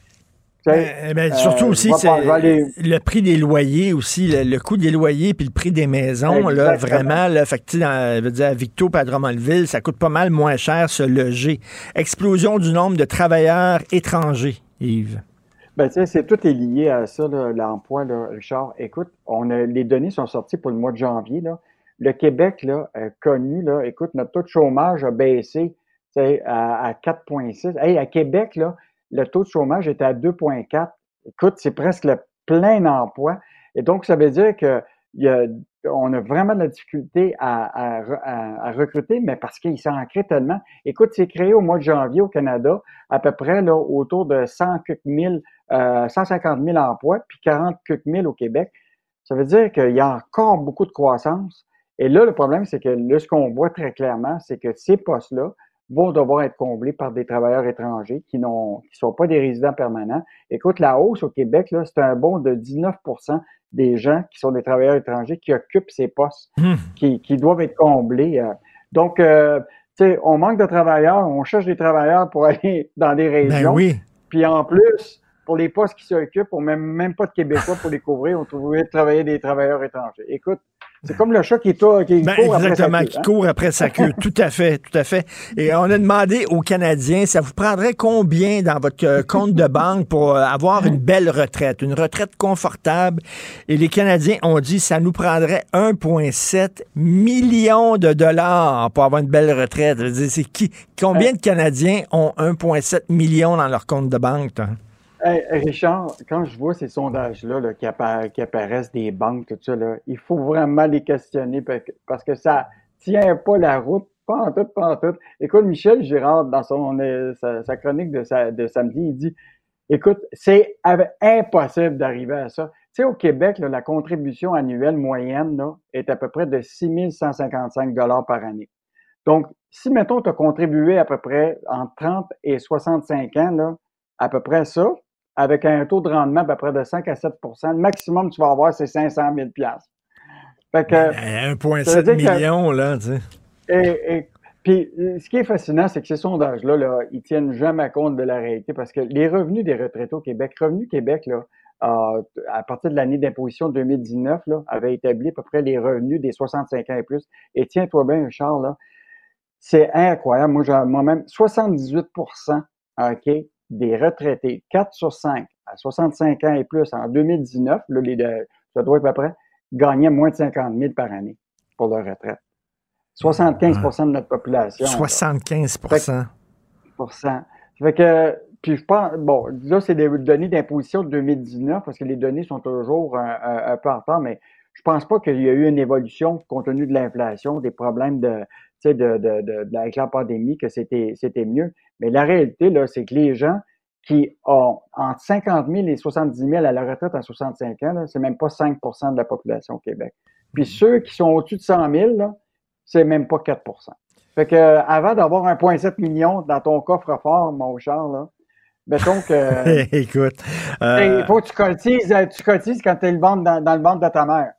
Speaker 3: Ben, ben, surtout euh, aussi, c'est aller... le prix des loyers aussi, le, le coût des loyers puis le prix des maisons, là, vraiment, là, fait que, dans, veut dire, à Victo et à Drummondville, ça coûte pas mal moins cher se loger. Explosion du nombre de travailleurs étrangers, Yves.
Speaker 13: Ben, tu sais, c'est tout est lié à ça, là, l'emploi, là, Richard. Écoute, on a, les données sont sorties pour le mois de janvier, là. Le Québec, là, a connu, là, écoute, notre taux de chômage a baissé, tu sais, à, à quatre virgule six. Hey, à Québec, là, le taux de chômage était à deux virgule quatre. Écoute, c'est presque le plein emploi. Et donc, ça veut dire que il y a, on a vraiment de la difficulté à, à, à, à recruter, mais parce qu'il s'en crée tellement. Écoute, c'est créé au mois de janvier au Canada, à peu près là, autour de cent mille, euh, cent cinquante mille emplois, puis quarante mille au Québec. Ça veut dire qu'il y a encore beaucoup de croissance. Et là, le problème, c'est que là, ce qu'on voit très clairement, c'est que ces postes-là vont devoir être comblés par des travailleurs étrangers qui n'ont, qui sont pas des résidents permanents. Écoute, la hausse au Québec, là, c'est un bond de dix-neuf pour cent des gens qui sont des travailleurs étrangers qui occupent ces postes, mmh. qui, qui doivent être comblés. Donc, euh, tu sais, on manque de travailleurs, on cherche des travailleurs pour aller dans des régions.
Speaker 3: Ben oui.
Speaker 13: Puis en plus, pour les postes qui s'occupent, on n'a même, même pas de Québécois pour les couvrir, on trouvait de travailler des travailleurs étrangers. Écoute, c'est comme le chat qui, tourne, qui
Speaker 3: ben,
Speaker 13: court après sa queue.
Speaker 3: Exactement, qui hein? court après sa queue. Tout à fait, tout à fait. Et on a demandé aux Canadiens, ça vous prendrait combien dans votre euh, compte de banque pour euh, avoir une belle retraite, une retraite confortable? Et les Canadiens ont dit, ça nous prendrait un virgule sept million de dollars pour avoir une belle retraite. Je veux dire, c'est qui, combien de Canadiens ont un virgule sept million dans leur compte de banque, toi?
Speaker 13: Hey, Richard, quand je vois ces sondages-là là, qui, appara- qui apparaissent des banques, tout ça, là, il faut vraiment les questionner parce que ça tient pas la route, pas en tout, pas en tout. Écoute, Michel Girard, dans son euh, sa, sa chronique de, sa, de samedi, il dit, écoute, c'est impossible d'arriver à ça. Tu sais, au Québec, là, la contribution annuelle moyenne là, est à peu près de six mille cent cinquante-cinq dollars par année. Donc, si, mettons, tu as contribué à peu près entre trente et soixante-cinq ans, là, à peu près ça, avec un taux de rendement à peu près de cinq à sept pour cent. Le maximum que tu vas avoir, c'est cinq cent mille dollars. Fait que,
Speaker 3: un virgule sept million, là, tu sais.
Speaker 13: Et, et, puis, ce qui est fascinant, c'est que ces sondages-là, là, ils tiennent jamais compte de la réalité parce que les revenus des retraités au Québec, Revenu Québec, là, euh, à partir de l'année d'imposition deux mille dix-neuf, là, avait établi à peu près les revenus des soixante-cinq ans et plus. Et tiens-toi bien, Charles, là, c'est incroyable. Moi, j'ai moi-même, soixante-dix-huit pour cent, OK, des retraités, quatre sur cinq à soixante-cinq ans et plus en deux mille dix-neuf, là, les, ça doit être à peu près, gagnaient moins de cinquante mille par année pour leur retraite. soixante-quinze pour cent de notre population.
Speaker 3: soixante-quinze pour cent.
Speaker 13: Pour cent. Ça fait que, puis je pense, bon, là, c'est des données d'imposition de deux mille dix-neuf parce que les données sont toujours un, un, un peu en retard, mais je pense pas qu'il y a eu une évolution compte tenu de l'inflation, des problèmes de, tu sais, de, de, de, de, avec la pandémie, que c'était, c'était mieux. Mais la réalité, là, c'est que les gens qui ont entre cinquante mille et soixante-dix mille à la retraite à soixante-cinq ans, là, c'est même pas cinq pour cent de la population au Québec. Puis ceux qui sont au-dessus de cent mille, là, c'est même pas quatre pour cent. Fait que, euh, avant d'avoir un virgule sept million dans ton coffre-fort, mon Charles, là, mettons que...
Speaker 3: Écoute... Euh...
Speaker 13: Il faut que tu cotises, tu cotises quand tu es le ventre dans, dans le ventre de ta mère.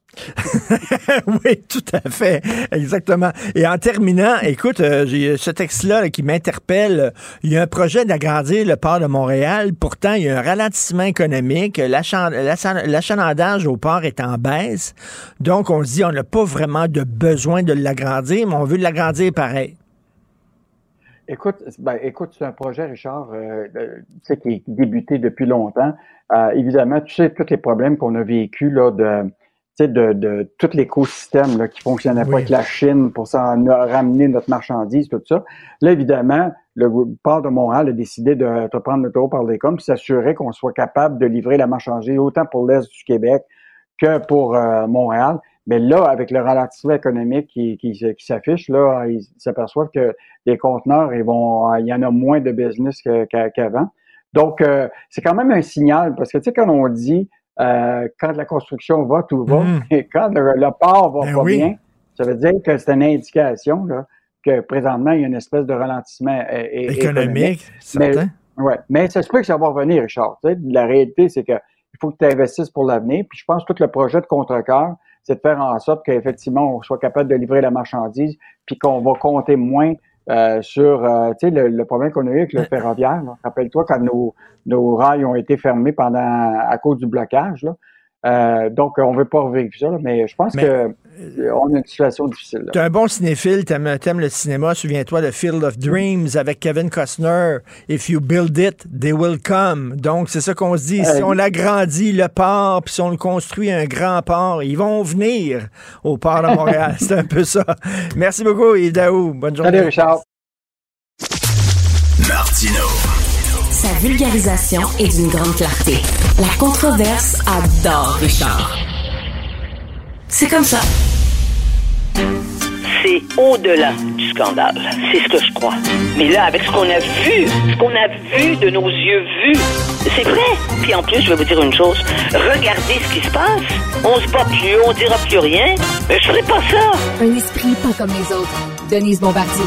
Speaker 3: Oui, tout à fait, exactement. Et en terminant, écoute, euh, j'ai ce texte-là là, qui m'interpelle. Il y a un projet d'agrandir le port de Montréal. Pourtant, il y a un ralentissement économique. L'achan- l'achan- l'achalandage au port est en baisse. Donc, on se dit, on n'a pas vraiment de besoin de l'agrandir, mais on veut l'agrandir pareil.
Speaker 13: Écoute, ben, écoute, c'est un projet, Richard, euh, tu sais, qui est débuté depuis longtemps. Euh, évidemment, tu sais, tous les problèmes qu'on a vécus, là, de, tu sais, de, de tout l'écosystème, là, qui fonctionnait oui. pas avec la Chine pour s'en ramener notre marchandise, tout ça. Là, évidemment, le port de Montréal a décidé de reprendre le taureau par les cornes puis s'assurer qu'on soit capable de livrer la marchandise autant pour l'Est du Québec que pour euh, Montréal. Mais là, avec le ralentissement économique qui, qui, qui s'affiche, là, ils s'aperçoivent que les conteneurs, ils vont, il y en a moins de business que, qu'avant. Donc, euh, c'est quand même un signal, parce que, tu sais, quand on dit euh, quand la construction va, tout va, mmh. et quand le, le port va ben pas oui. bien, ça veut dire que c'est une indication là, que présentement, il y a une espèce de ralentissement euh, économique.
Speaker 3: Économique, certain.
Speaker 13: Mais, ouais, mais ça se peut que ça va revenir, Richard. Tu sais, la réalité, c'est que il faut que tu investisses pour l'avenir. Puis je pense que tout le projet de Contrecœur, c'est de faire en sorte qu'effectivement, on soit capable de livrer la marchandise, puis qu'on va compter moins euh, sur euh, tu sais, le, le problème qu'on a eu avec le ferroviaire. Là. Rappelle-toi quand nos, nos rails ont été fermés pendant à cause du blocage. Là. Euh, donc, on ne veut pas revivre ça, là, mais je pense mais, que euh, on a une situation difficile.
Speaker 3: Tu es un bon cinéphile, tu aimes, t'aimes le cinéma. Souviens-toi de Field of Dreams avec Kevin Costner. If you build it, they will come. Donc, c'est ça qu'on se dit. Si euh, on agrandit le port, puis si on construit un grand port, ils vont venir au port de Montréal. C'est un peu ça. Merci beaucoup, Yves Daou. Bonne journée.
Speaker 13: Salut, Richard.
Speaker 2: Martino.
Speaker 1: Sa vulgarisation est d'une grande clarté. La controverse adore Richard. C'est comme ça.
Speaker 14: C'est au-delà du scandale. C'est ce que je crois. Mais là, avec ce qu'on a vu, ce qu'on a vu de nos yeux vus, c'est vrai. Puis en plus, je vais vous dire une chose. Regardez ce qui se passe. On se bat plus, on dira plus rien. Mais je ferai pas ça.
Speaker 5: Un esprit pas comme les autres. Denise Bombardier.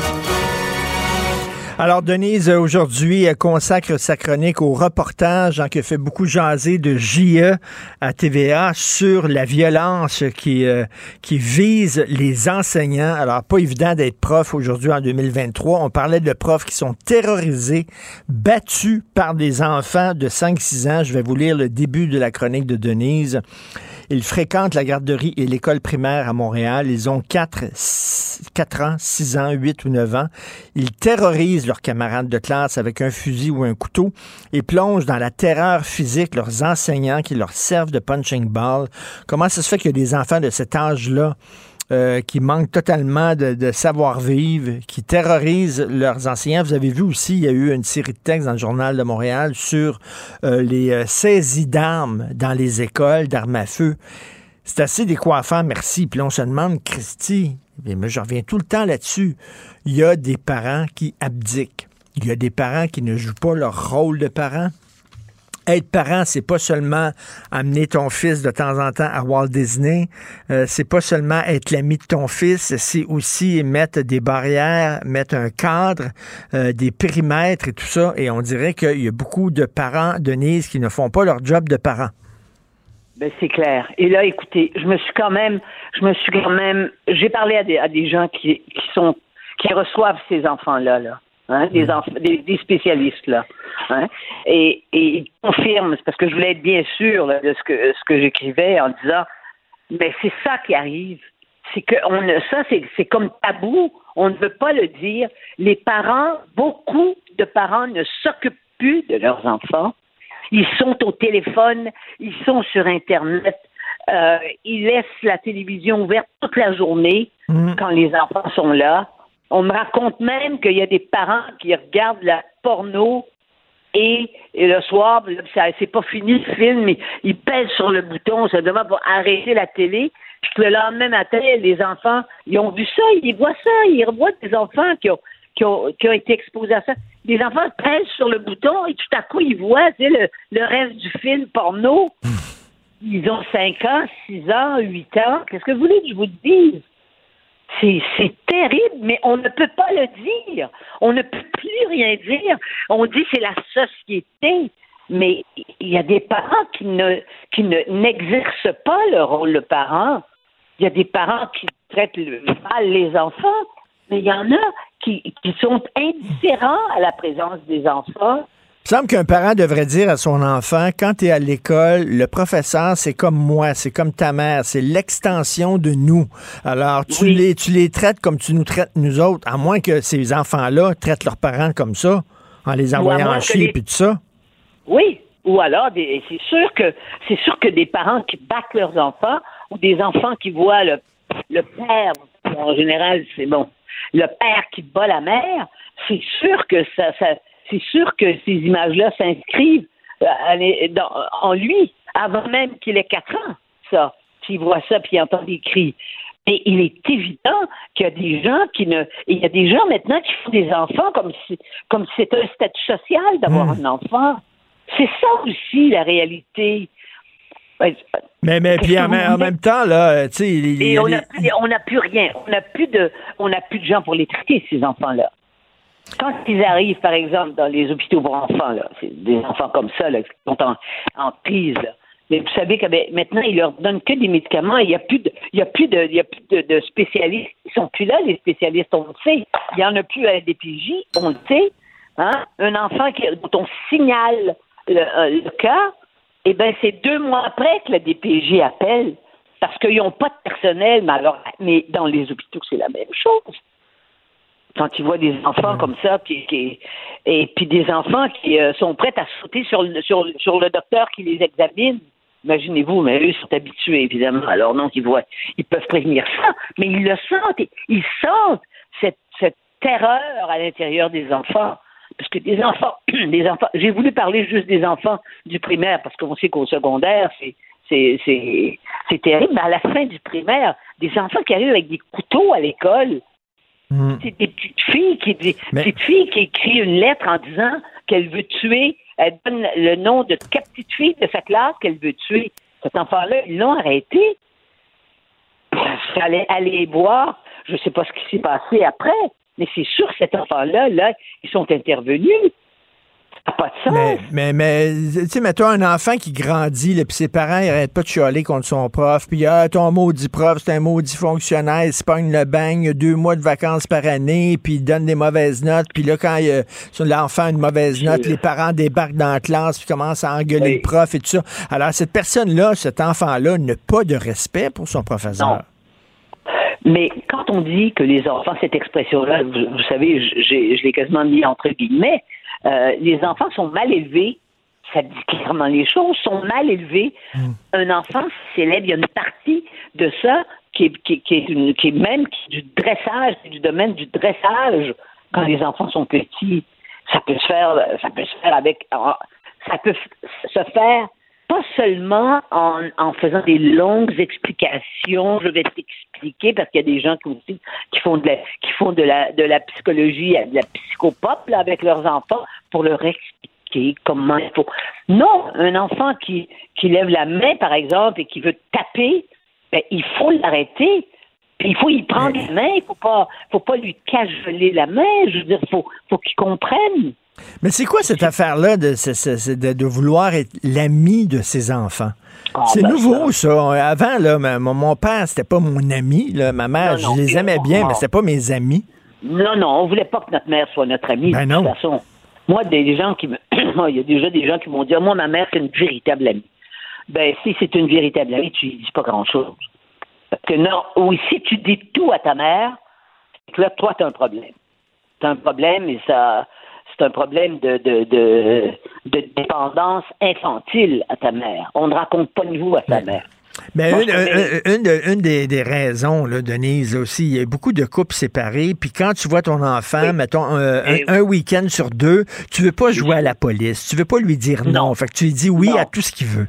Speaker 3: Alors, Denise, aujourd'hui, consacre sa chronique au reportage hein, qui a fait beaucoup jaser de J E à T V A sur la violence qui, euh, qui vise les enseignants. Alors, pas évident d'être prof aujourd'hui en deux mille vingt-trois. On parlait de profs qui sont terrorisés, battus par des enfants de cinq six ans. Je vais vous lire le début de la chronique de Denise. Ils fréquentent la garderie et l'école primaire à Montréal. Ils ont quatre ans, six ans, huit ou neuf ans. Ils terrorisent leurs camarades de classe avec un fusil ou un couteau et plongent dans la terreur physique leurs enseignants qui leur servent de punching ball. Comment ça se fait qu'il y a des enfants de cet âge-là Euh, qui manquent totalement de, de savoir-vivre, qui terrorisent leurs enseignants? Vous avez vu aussi, il y a eu une série de textes dans le Journal de Montréal sur euh, les euh, saisies d'armes dans les écoles, d'armes à feu. C'est assez décoiffant, merci. Puis là, on se demande, Christy, mais je reviens tout le temps là-dessus, il y a des parents qui abdiquent. Il y a des parents qui ne jouent pas leur rôle de parents. Être parent, c'est pas seulement amener ton fils de temps en temps à Walt Disney, euh, c'est pas seulement être l'ami de ton fils, c'est aussi mettre des barrières, mettre un cadre, euh, des périmètres et tout ça. Et on dirait qu'il y a beaucoup de parents, Denise, qui ne font pas leur job de parents.
Speaker 14: Ben c'est clair. Et là, écoutez, je me suis quand même, je me suis quand même, j'ai parlé à des, à des gens qui, qui sont, qui reçoivent ces enfants-là, là. Hein, des, enf- des, des spécialistes là, hein, et, et ils confirment, c'est parce que je voulais être bien sûr là, de ce que ce que j'écrivais en disant, mais c'est ça qui arrive, c'est que on a, ça c'est c'est comme tabou, on ne veut pas le dire. Les parents, beaucoup de parents ne s'occupent plus de leurs enfants, ils sont au téléphone, ils sont sur Internet, euh, ils laissent la télévision ouverte toute la journée mmh. quand les enfants sont là. On me raconte même qu'il y a des parents qui regardent la porno et, et le soir, ça, c'est pas fini le film, mais ils pèsent sur le bouton, ça demande pour arrêter la télé. Puis le lendemain matin, les enfants, ils ont vu ça, ils voient ça, ils revoient des enfants qui ont, qui ont, qui ont été exposés à ça. Les enfants pèsent sur le bouton et tout à coup, ils voient tu sais, le, le reste du film porno. Ils ont cinq ans, six ans, huit ans. Qu'est-ce que vous voulez que je vous dise? C'est, c'est terrible, mais on ne peut pas le dire. On ne peut plus rien dire. On dit que c'est la société, mais il y a des parents qui ne qui ne n'exercent pas le rôle de parent. Il y a des parents qui traitent mal les enfants, mais il y en a qui, qui sont indifférents à la présence des enfants.
Speaker 3: semble qu'un parent devrait dire à son enfant, quand tu es à l'école, le professeur, c'est comme moi, c'est comme ta mère, c'est l'extension de nous. Alors, tu, oui. les, tu les traites comme tu nous traites nous autres, à moins que ces enfants-là traitent leurs parents comme ça, en les envoyant en chier et les... tout ça.
Speaker 14: Oui, ou alors, des, c'est sûr que c'est sûr que des parents qui battent leurs enfants, ou des enfants qui voient le, le père, en général, c'est bon, le père qui bat la mère, c'est sûr que ça, ça c'est sûr que ces images-là s'inscrivent euh, dans, en lui, avant même qu'il ait quatre ans, ça. Puis il voit ça, puis il entend des cris. Mais il est évident qu'il y a des gens qui ne... Il y a des gens maintenant qui font des enfants comme si comme si c'était un statut social d'avoir mmh. un enfant. C'est ça aussi, la réalité.
Speaker 3: Mais, mais puis en, en même temps, là, tu sais...
Speaker 14: Et on n'a les... plus, plus rien. On n'a plus de on n'a plus de gens pour les traiter, ces enfants-là. Quand ils arrivent, par exemple, dans les hôpitaux pour enfants, là, c'est des enfants comme ça, là, qui sont en, en crise, là. Mais vous savez que ben, maintenant, ils leur donnent que des médicaments. Il n'y a plus de, il y a plus de, il y a plus de, de spécialistes. Ils sont plus là, les spécialistes, on le sait. Il n'y en a plus à la D P J, on le sait. Hein? Un enfant qui, dont on signale le, le cas, eh ben, c'est deux mois après que la D P J appelle, parce qu'ils n'ont pas de personnel, mais alors, mais dans les hôpitaux, c'est la même chose. Quand ils voient des enfants comme ça, qui, qui, et puis des enfants qui euh, sont prêts à sauter sur le, sur, sur le docteur qui les examine, imaginez-vous, mais eux ils sont habitués, évidemment. Alors non, ils voient, ils peuvent prévenir ça, mais ils le sentent, ils sentent cette, cette terreur à l'intérieur des enfants. Parce que des enfants, des enfants, j'ai voulu parler juste des enfants du primaire, parce qu'on sait qu'au secondaire, c'est, c'est, c'est, c'est terrible, mais à la fin du primaire, des enfants qui arrivent avec des couteaux à l'école. C'est des petites filles qui des Mais... petites filles qui écrit une lettre en disant qu'elle veut tuer, elle donne le nom de quatre petites filles de sa classe qu'elle veut tuer. Cet enfant-là, ils l'ont arrêté. Il fallait aller boire. Je ne sais pas ce qui s'est passé après, mais c'est sûr que cet enfant-là, là, ils sont intervenus. Ça n'a pas de sens.
Speaker 3: Mais, mais, mais tu sais, mets-toi un enfant qui grandit, puis ses parents n'arrêtent pas de chialer contre son prof, puis ah, ton maudit prof, c'est un maudit fonctionnaire, il se pogne le bang, il a deux mois de vacances par année, puis il donne des mauvaises notes, puis là, quand il a, l'enfant a une mauvaise note, les parents débarquent dans la classe, puis commencent à engueuler oui. le prof et tout ça. Alors, cette personne-là, cet enfant-là, n'a pas de respect pour son professeur.
Speaker 14: Non. Mais quand on dit que les enfants, cette expression-là, vous, vous savez, j'ai, je l'ai quasiment mis entre guillemets, Euh, les enfants sont mal élevés, ça dit clairement les choses, sont mal élevés. Mm. Un enfant s'élève, il y a une partie de ça qui est, qui, qui est, une, qui est même qui est du dressage, c'est du domaine du dressage quand les enfants sont petits. Ça peut se faire, ça peut se faire avec, ça peut se faire pas seulement en, en faisant des longues explications, je vais t'expliquer, parce qu'il y a des gens qui aussi qui font de la, qui font de la, de la psychologie, de la psychopop là, avec leurs enfants pour leur expliquer comment il faut. Non, un enfant qui, qui lève la main, par exemple, et qui veut taper, ben, il faut l'arrêter. Puis il faut y prendre la main, il faut pas, faut pas lui cajoler la main. Je veux dire, faut, faut qu'il comprenne.
Speaker 3: Mais c'est quoi cette affaire-là de, de, de vouloir être l'ami de ses enfants? Ah, c'est ben nouveau, ça. ça. Avant, là, mon, mon père, c'était pas mon ami. Là. Ma mère, non, non, je les aimais bien, non. mais c'était pas mes amis.
Speaker 14: Non, non, on voulait pas que notre mère soit notre amie.
Speaker 3: Ben
Speaker 14: de
Speaker 3: non.
Speaker 14: toute façon. Moi, des gens qui me... il y a déjà des gens qui m'ont dit, moi, ma mère, c'est une véritable amie. Ben, si c'est une véritable amie, tu lui dis pas grand-chose. Parce que non, ou si tu dis tout à ta mère, c'est que là, toi, t'as un problème. T'as un problème et ça... C'est un problème de, de, de, de dépendance infantile à ta mère. On ne raconte pas de vous à ta mère.
Speaker 3: Mais Moi, une, une, une, une des, des raisons, là, Denise, aussi, il y a beaucoup de couples séparés, puis quand tu vois ton enfant, oui. mettons, un, un, un week-end sur deux, tu veux pas jouer à la police, tu veux pas lui dire non, non. fait que tu lui dis oui non. à tout ce qu'il veut.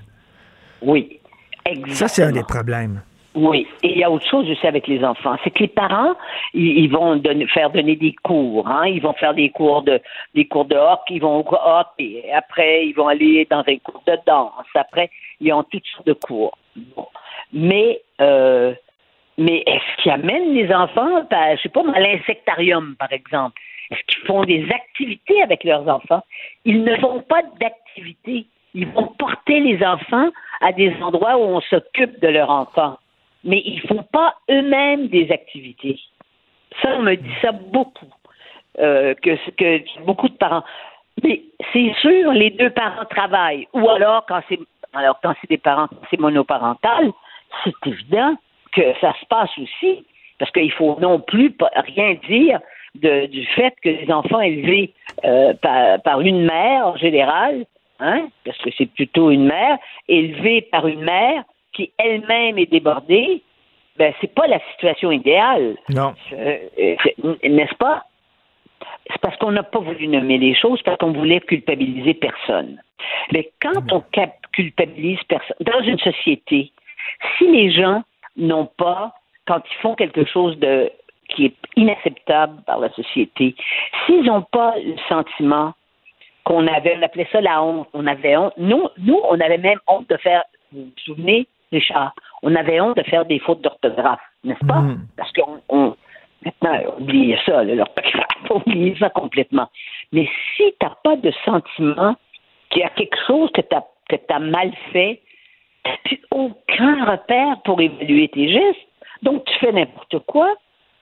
Speaker 14: Oui, exactement.
Speaker 3: Ça, c'est un des problèmes.
Speaker 14: Oui, et il y a autre chose aussi avec les enfants, c'est que les parents, ils, ils vont donner, faire donner des cours, hein, ils vont faire des cours de des cours de hockey, ils vont au hockey, après ils vont aller dans un cours de danse, après ils ont toutes sortes de cours. Bon. Mais euh, mais est-ce qu'ils amènent les enfants, à, je sais pas, à l'insectarium par exemple, est-ce qu'ils font des activités avec leurs enfants? Ils ne font pas d'activités, ils vont porter les enfants à des endroits où on s'occupe de leurs enfants. Mais ils ne font pas eux-mêmes des activités. Ça, on me dit ça beaucoup, euh, que, que beaucoup de parents. Mais c'est sûr, les deux parents travaillent. Ou alors, quand c'est alors quand c'est des parents, c'est monoparental, c'est évident que ça se passe aussi. Parce qu'il faut non plus pas, rien dire de, du fait que les enfants élevés euh, par, par une mère en général, hein, parce que c'est plutôt une mère, élevée par une mère qui elle-même est débordée, ben c'est pas la situation idéale.
Speaker 3: Non.
Speaker 14: Euh, n'est-ce pas? C'est parce qu'on n'a pas voulu nommer les choses, parce qu'on voulait culpabiliser personne. Mais quand on culpabilise personne, dans une société, si les gens n'ont pas, quand ils font quelque chose de qui est inacceptable par la société, s'ils n'ont pas le sentiment qu'on avait, on appelait ça la honte, on avait honte, nous, nous on avait même honte de faire, vous vous souvenez, Richard, on avait honte de faire des fautes d'orthographe, n'est-ce pas? Mmh. Parce qu'on, on, maintenant, oubliez ça, là, l'orthographe, oubliez ça complètement. Mais si tu n'as pas de sentiment qu'il y a quelque chose que tu as que tu as mal fait, tu n'as plus aucun repère pour évaluer tes gestes, donc tu fais n'importe quoi.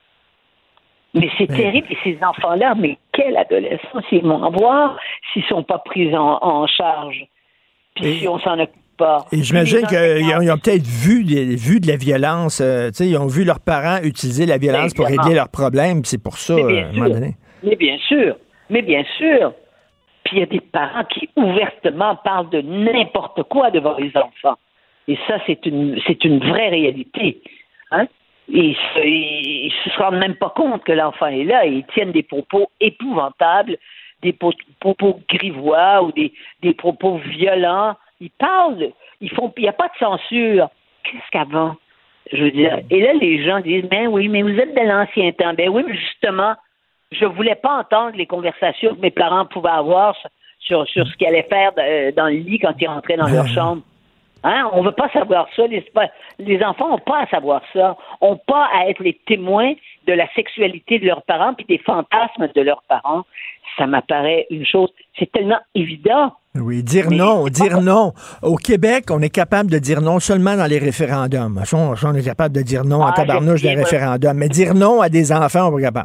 Speaker 14: Mais c'est mais... terrible, et ces enfants-là, mais quelle adolescence ils vont avoir s'ils ne sont pas pris en, en charge, puis et... si on s'en occupe pas.
Speaker 3: Et j'imagine qu'ils ont peut-être vu, vu de la violence, euh, ils ont vu leurs parents utiliser la violence pour régler leurs problèmes, c'est pour ça, euh, à un moment donné.
Speaker 14: Mais bien sûr, mais bien sûr. Puis il y a des parents qui ouvertement parlent de n'importe quoi devant les enfants. Et ça, c'est une, c'est une vraie réalité. Hein? Ils ne se, se rendent même pas compte que l'enfant est là et ils tiennent des propos épouvantables, des po- propos grivois ou des, des propos violents. Ils parlent, ils font, il n'y a pas de censure. Qu'est-ce qu'avant? Je veux dire. Et là, les gens disent, ben oui, mais vous êtes de l'ancien temps. Ben oui, mais justement, je voulais pas entendre les conversations que mes parents pouvaient avoir sur, sur ce qu'ils allaient faire de, dans le lit quand ils rentraient dans leur chambre. Hein? On veut pas savoir ça. Les, les enfants n'ont pas à savoir ça. Ont pas à être les témoins de la sexualité de leurs parents puis des fantasmes de leurs parents. Ça m'apparaît une chose. C'est tellement évident.
Speaker 3: Oui, dire mais non, dire pas... non. Au Québec, on est capable de dire non seulement dans les référendums. On, on est capable de dire non ah, en tabarnouche des référendums. Mais dire non à des enfants, on n'est pas capable.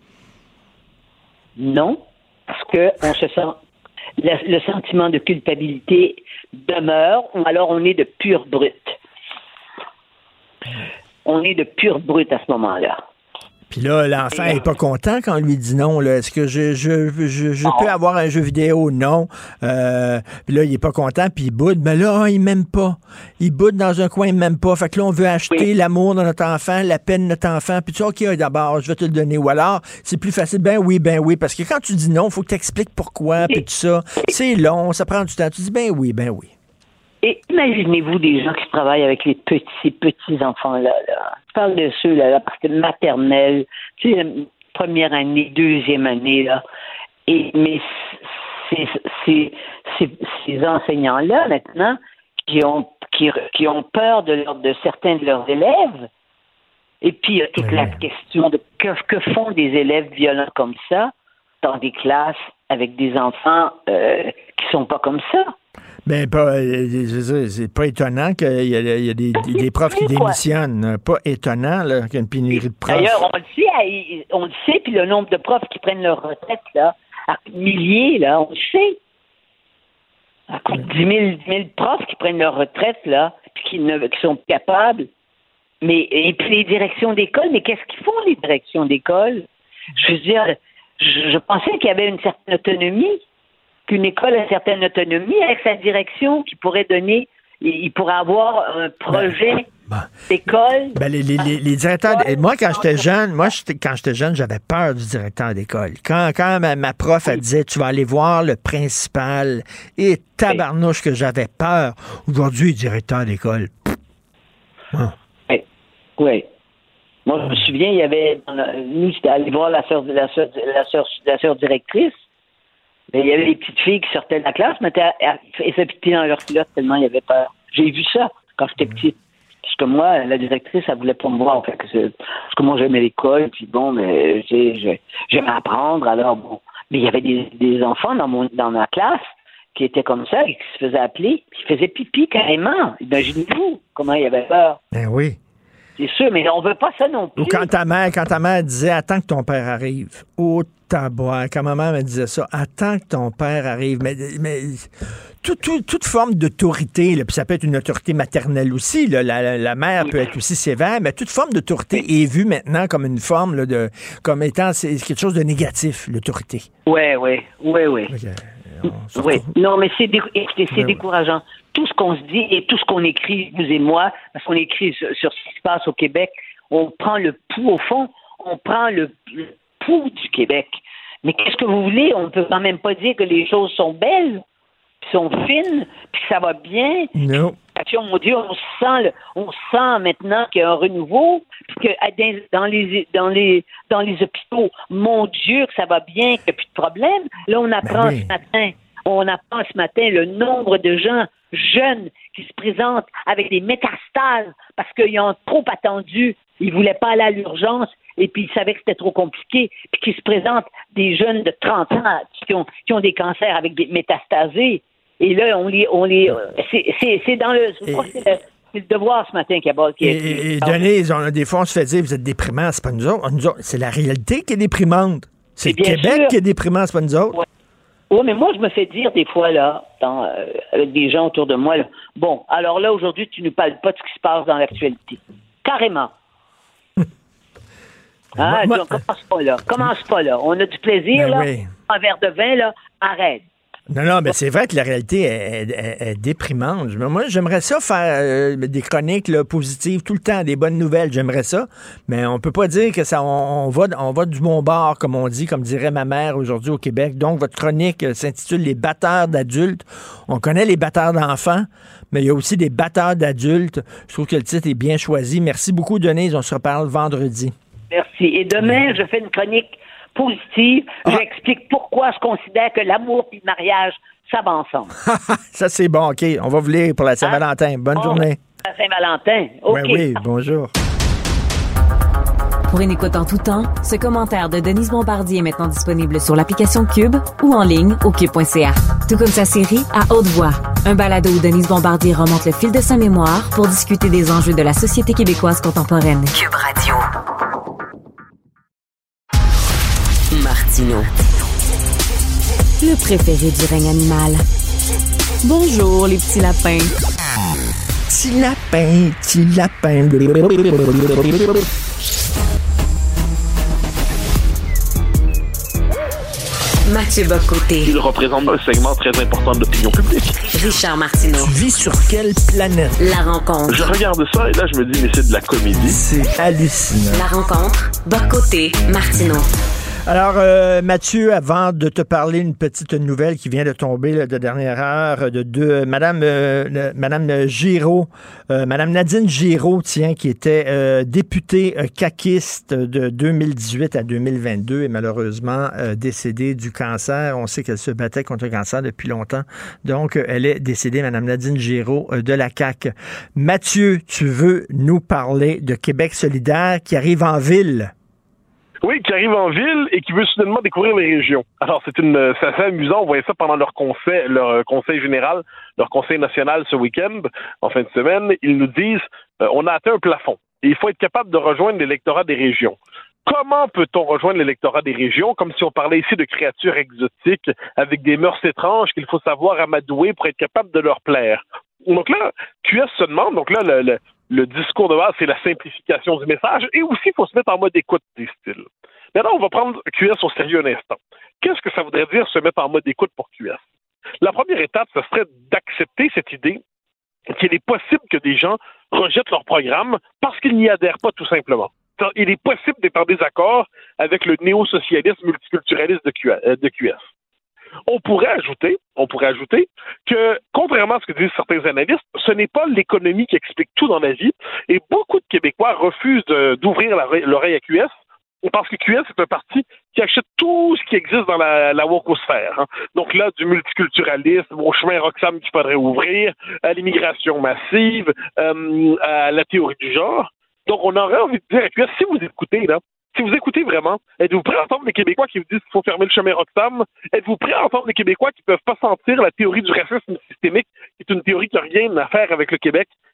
Speaker 14: Non, parce que on se sent le, le sentiment de culpabilité demeure, ou alors on est de pure brute. On est de pure brute à ce moment-là.
Speaker 3: Puis là, l'enfant n'est pas content quand on lui dit non. Là. Est-ce que je, je, je, je peux avoir un jeu vidéo? Non. Euh, puis là, il n'est pas content, puis il boude. Mais là, il m'aime pas. Il boude dans un coin, il m'aime pas. Fait que là, on veut acheter oui. l'amour de notre enfant, la peine de notre enfant. Puis tu dis, OK, d'abord, je vais te le donner. Ou alors, c'est plus facile. Ben oui, ben oui. Parce que quand tu dis non, il faut que tu expliques pourquoi, puis tout ça. C'est long, ça prend du temps. Tu dis, ben oui, ben oui.
Speaker 14: Et imaginez-vous des gens qui travaillent avec les petits, petits enfants-là. Là. Je parle de ceux, là, la partie maternelle, tu sais, première année, deuxième année, là. Et, mais c'est, c'est, c'est, ces enseignants-là, maintenant, qui ont, qui, qui ont peur de, leur, de certains de leurs élèves, et puis il y a toute oui. la question de que, que font des élèves violents comme ça dans des classes avec des enfants euh, qui sont pas comme ça.
Speaker 3: Ben, pas, c'est pas étonnant qu'il y a, il y a des, des, des profs qui démissionnent. Pas étonnant là, qu'il y a une pénurie de profs.
Speaker 14: D'ailleurs, on le sait, on le sait, puis le nombre de profs qui prennent leur retraite, là, à milliers, là, on le sait. À coup de dix mille profs qui prennent leur retraite, là, puis qui, ne, qui sont capables. Mais, et puis les directions d'école, mais qu'est-ce qu'ils font, les directions d'école? Je veux dire, je, je pensais qu'il y avait une certaine autonomie. Qu'une école a une certaine autonomie avec sa direction qui pourrait donner, il pourrait avoir un projet ben, ben, d'école.
Speaker 3: Ben les, les, les, les directeurs, de, moi quand j'étais jeune, moi j'étais, quand j'étais jeune, j'avais peur du directeur d'école. Quand, quand ma, ma prof elle disait, tu vas aller voir le principal, et tabarnouche que j'avais peur. Aujourd'hui, le directeur d'école.
Speaker 14: Oui. Oui. Oui. Moi, je me souviens, il y avait, nous, c'était aller voir la sœur, la sœur, la sœur, la sœur directrice. Mais il y avait des petites filles qui sortaient de la classe, mais elles se pitaient dans leur culotte tellement il y avait peur. J'ai vu ça quand j'étais petite. Parce que moi, la directrice, elle voulait pas me voir. En fait, parce que moi, j'aimais l'école, puis bon, mais j'aimais apprendre, alors bon. Mais il y avait des, des enfants dans, mon, dans ma classe qui étaient comme ça, et qui se faisaient appeler, qui faisaient pipi carrément. Imaginez-vous comment il y avait peur.
Speaker 3: Ben oui.
Speaker 14: C'est sûr, mais on veut pas ça non plus.
Speaker 3: Ou quand ta mère, quand ta mère disait « Attends que ton père arrive ». Oh, taboire. Quand ma mère me disait ça, « Attends que ton père arrive ». Mais, mais tout, tout, toute forme d'autorité, là, puis ça peut être une autorité maternelle aussi, là, la, la, la mère oui. peut être aussi sévère, mais toute forme d'autorité oui. est vue maintenant comme une forme là, de, comme étant c'est quelque chose de négatif, l'autorité.
Speaker 14: Oui, oui, oui, oui. Okay. Oui, non, mais c'est, dé... Écoutez, c'est oui. décourageant. Tout ce qu'on se dit et tout ce qu'on écrit, vous et moi, parce qu'on écrit sur, sur ce qui se passe au Québec, on prend le pouls, au fond, on prend le, le pouls du Québec. Mais qu'est-ce que vous voulez? On ne peut quand même pas dire que les choses sont belles, puis sont fines, puis que ça va bien.
Speaker 3: Non.
Speaker 14: Puis, mon Dieu, on sent, le, on sent maintenant qu'il y a un renouveau, puis que dans les, dans les, dans les hôpitaux, mon Dieu, que ça va bien, qu'il n'y a plus de problème. Là, on apprend ben oui. ce matin, on apprend ce matin le nombre de gens jeunes qui se présentent avec des métastases parce qu'ils ont trop attendu, ils ne voulaient pas aller à l'urgence et puis ils savaient que c'était trop compliqué, puis qui se présentent des jeunes de trente ans qui ont, qui ont des cancers avec des métastasés. Et là, on les, on les, c'est, c'est, c'est dans le, je crois que c'est le, c'est le devoir ce matin qui a qui
Speaker 3: Et, et, et Denise, on a des fois, on se fait dire, vous êtes déprimants, c'est pas nous autres. Nous autres c'est la réalité qui est déprimante. C'est et le Québec sûr. qui est déprimant, c'est pas nous autres.
Speaker 14: Ouais. Oui, mais moi, je me fais dire des fois, là, dans, euh, avec des gens autour de moi, là, bon, alors là, aujourd'hui, tu ne parles pas de ce qui se passe dans l'actualité. Carrément. Ah, moi, moi... commence pas là. Commence pas là. On a du plaisir, ben là. Oui. Un verre de vin, là. Arrête.
Speaker 3: Non, non, mais c'est vrai que la réalité est, est, est déprimante. Moi, j'aimerais ça faire euh, des chroniques là, positives tout le temps, des bonnes nouvelles. J'aimerais ça, mais on peut pas dire que ça, on, on va, on va du bon bord, comme on dit, comme dirait ma mère aujourd'hui au Québec. Donc, votre chronique s'intitule « Les batteurs d'adultes ». On connaît les batteurs d'enfants, mais il y a aussi des batteurs d'adultes. Je trouve que le titre est bien choisi. Merci beaucoup, Denise. On se reparle vendredi.
Speaker 14: Merci. Et demain, je fais une chronique positive. Ah. J'explique pourquoi je considère que l'amour et le mariage, ça va ensemble.
Speaker 3: Ça, c'est bon. OK. On va vous lire pour la Saint-Valentin. Bonne
Speaker 14: bon,
Speaker 3: journée.
Speaker 14: La Saint-Valentin. OK.
Speaker 3: Oui, oui. Bonjour.
Speaker 15: Pour une écoute en tout temps, ce commentaire de Denise Bombardier est maintenant disponible sur l'application Cube ou en ligne au cube point c a. Tout comme sa série À haute voix, un balado où Denise Bombardier remonte le fil de sa mémoire pour discuter des enjeux de la société québécoise contemporaine.
Speaker 1: Cube Radio. Martineau.
Speaker 15: Le préféré du règne animal. Bonjour, les petits lapins.
Speaker 3: Petit lapin, petit lapin.
Speaker 1: Mathieu Bock-Côté.
Speaker 16: Il représente un segment très important de l'opinion publique.
Speaker 1: Richard Martineau.
Speaker 3: Tu vis sur quelle planète?
Speaker 1: La rencontre.
Speaker 16: Je regarde ça et là, je me dis, mais c'est de la comédie.
Speaker 3: C'est hallucinant.
Speaker 1: La rencontre. Bock-Côté, Martineau.
Speaker 3: Alors, euh, Mathieu, avant de te parler une petite nouvelle qui vient de tomber là, de dernière heure de deux, Madame, euh, Madame Giraud, euh, Madame Nadine Giraud, tiens, qui était euh, députée euh, caquiste de deux mille dix-huit à deux mille vingt-deux et malheureusement euh, décédée du cancer. On sait qu'elle se battait contre le cancer depuis longtemps. Donc, euh, elle est décédée, Madame Nadine Giraud euh, de la C A Q. Mathieu, tu veux nous parler de Québec solidaire qui arrive en ville?
Speaker 16: Oui, qui arrive en ville et qui veut soudainement découvrir les régions. Alors, c'est une, c'est assez amusant. On voyait ça pendant leur conseil, leur conseil général, leur conseil national ce week-end, en fin de semaine. Ils nous disent, euh, on a atteint un plafond et il faut être capable de rejoindre l'électorat des régions. Comment peut-on rejoindre l'électorat des régions? Comme si on parlait ici de créatures exotiques avec des mœurs étranges qu'il faut savoir amadouer pour être capable de leur plaire. Donc là, Q S se demande, donc là, le, le Le discours de base, c'est la simplification du message. Et aussi, il faut se mettre en mode écoute, disent-ils. Maintenant, on va prendre Q S au sérieux un instant. Qu'est-ce que ça voudrait dire se mettre en mode écoute pour Q S? La première étape, ce serait d'accepter cette idée qu'il est possible que des gens rejettent leur programme parce qu'ils n'y adhèrent pas tout simplement. Il est possible d'être en désaccord avec le néo-socialisme multiculturaliste de Q S. On pourrait ajouter, on pourrait ajouter que, contrairement à ce que disent certains analystes, ce n'est pas l'économie qui explique tout dans la vie, et beaucoup de Québécois refusent de, d'ouvrir la, l'oreille à Q S, parce que Q S est un parti qui achète tout ce qui existe dans la, la wokosphère. Hein. Donc là, du multiculturalisme, au chemin Roxham qu'il faudrait ouvrir, à l'immigration massive, euh, à la théorie du genre. Donc on aurait envie de dire à Q S, si vous écoutez, là, si vous écoutez vraiment, êtes-vous prêt à entendre des Québécois qui vous disent qu'il faut fermer le chemin Roxham? Êtes-vous prêt à entendre des Québécois qui ne peuvent pas sentir la théorie du racisme systémique, qui est une théorie qui n'a rien à faire avec le Québec,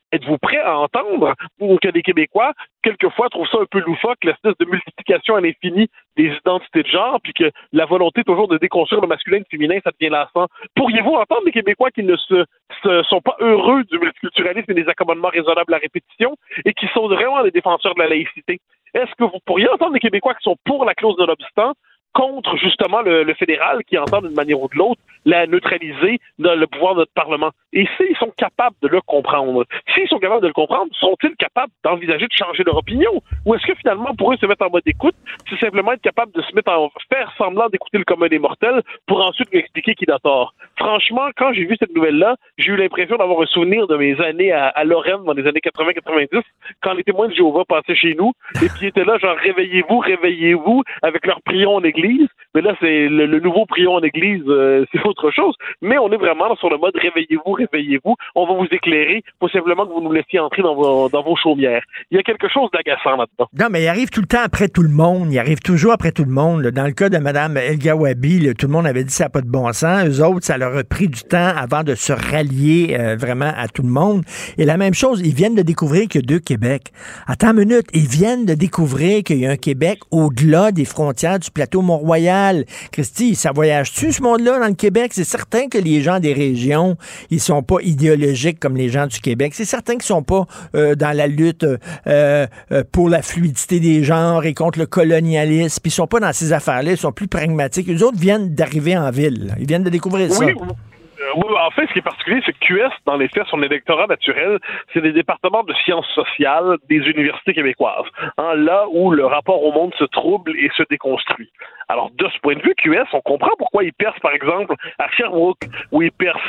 Speaker 16: êtes-vous prêt à entendre que les Québécois, quelquefois, trouvent ça un peu loufoque, l'espèce de multiplication à l'infini des identités de genre, puis que la volonté toujours de déconstruire le masculin et le féminin, ça devient lassant. Pourriez-vous entendre les Québécois qui ne se, se sont pas heureux du multiculturalisme et des accommodements raisonnables à répétition et qui sont vraiment les défenseurs de la laïcité? Est-ce que vous pourriez entendre les Québécois qui sont pour la clause de l'obstant contre, justement, le, le fédéral qui entend d'une manière ou de l'autre la neutraliser dans le pouvoir de notre Parlement? Et s'ils sont capables de le comprendre, s'ils sont capables de le comprendre, sont-ils capables d'envisager de changer leur opinion? Ou est-ce que finalement, pour eux, se mettre en mode écoute, c'est simplement être capable de se mettre en faire semblant d'écouter le commun des mortels pour ensuite lui expliquer qu'il a tort? Franchement, quand j'ai vu cette nouvelle-là, j'ai eu l'impression d'avoir un souvenir de mes années à, à Lorraine dans les années quatre-vingts quatre-vingt-dix, quand les témoins de Jéhovah passaient chez nous, et puis ils étaient là, genre, réveillez-vous, réveillez-vous, avec leur prions en église. Mais là, c'est le, le nouveau prions en église, euh, c'est autre chose. Mais on est vraiment sur le mode réveillez-vous, réveillez-vous, on va vous éclairer, faut simplement que vous nous laissiez entrer dans vos, dans vos chaumières. Il y a quelque chose d'agaçant là-dedans.
Speaker 3: Non, mais il arrive tout le temps après tout le monde. Il arrive toujours après tout le monde. Dans le cas de Mme El-Gawabi, là, tout le monde avait dit ça n'a pas de bon sens. Eux autres, ça leur a pris du temps avant de se rallier euh, vraiment à tout le monde. Et la même chose, ils viennent de découvrir qu'il y a deux Québec. Attends une minute, ils viennent de découvrir qu'il y a un Québec au-delà des frontières du plateau Mont-Royal. Christy, ça voyage-tu, ce monde-là, dans le Québec? C'est certain que les gens des régions, ils sont pas idéologiques comme les gens du Québec. C'est certain qu'ils sont pas euh, dans la lutte euh, euh, pour la fluidité des genres et contre le colonialisme. Puis ils sont pas dans ces affaires-là. Ils sont plus pragmatiques. Eux autres viennent d'arriver en ville. Ils viennent de découvrir ça.
Speaker 16: Oui, oui. Oui, en fait, ce qui est particulier, c'est que Q S, dans les faits, son électorat naturel, c'est des départements de sciences sociales des universités québécoises. Hein, là où le rapport au monde se trouble et se déconstruit. Alors, de ce point de vue, Q S, on comprend pourquoi ils percent, par exemple, à Sherbrooke, où ils percent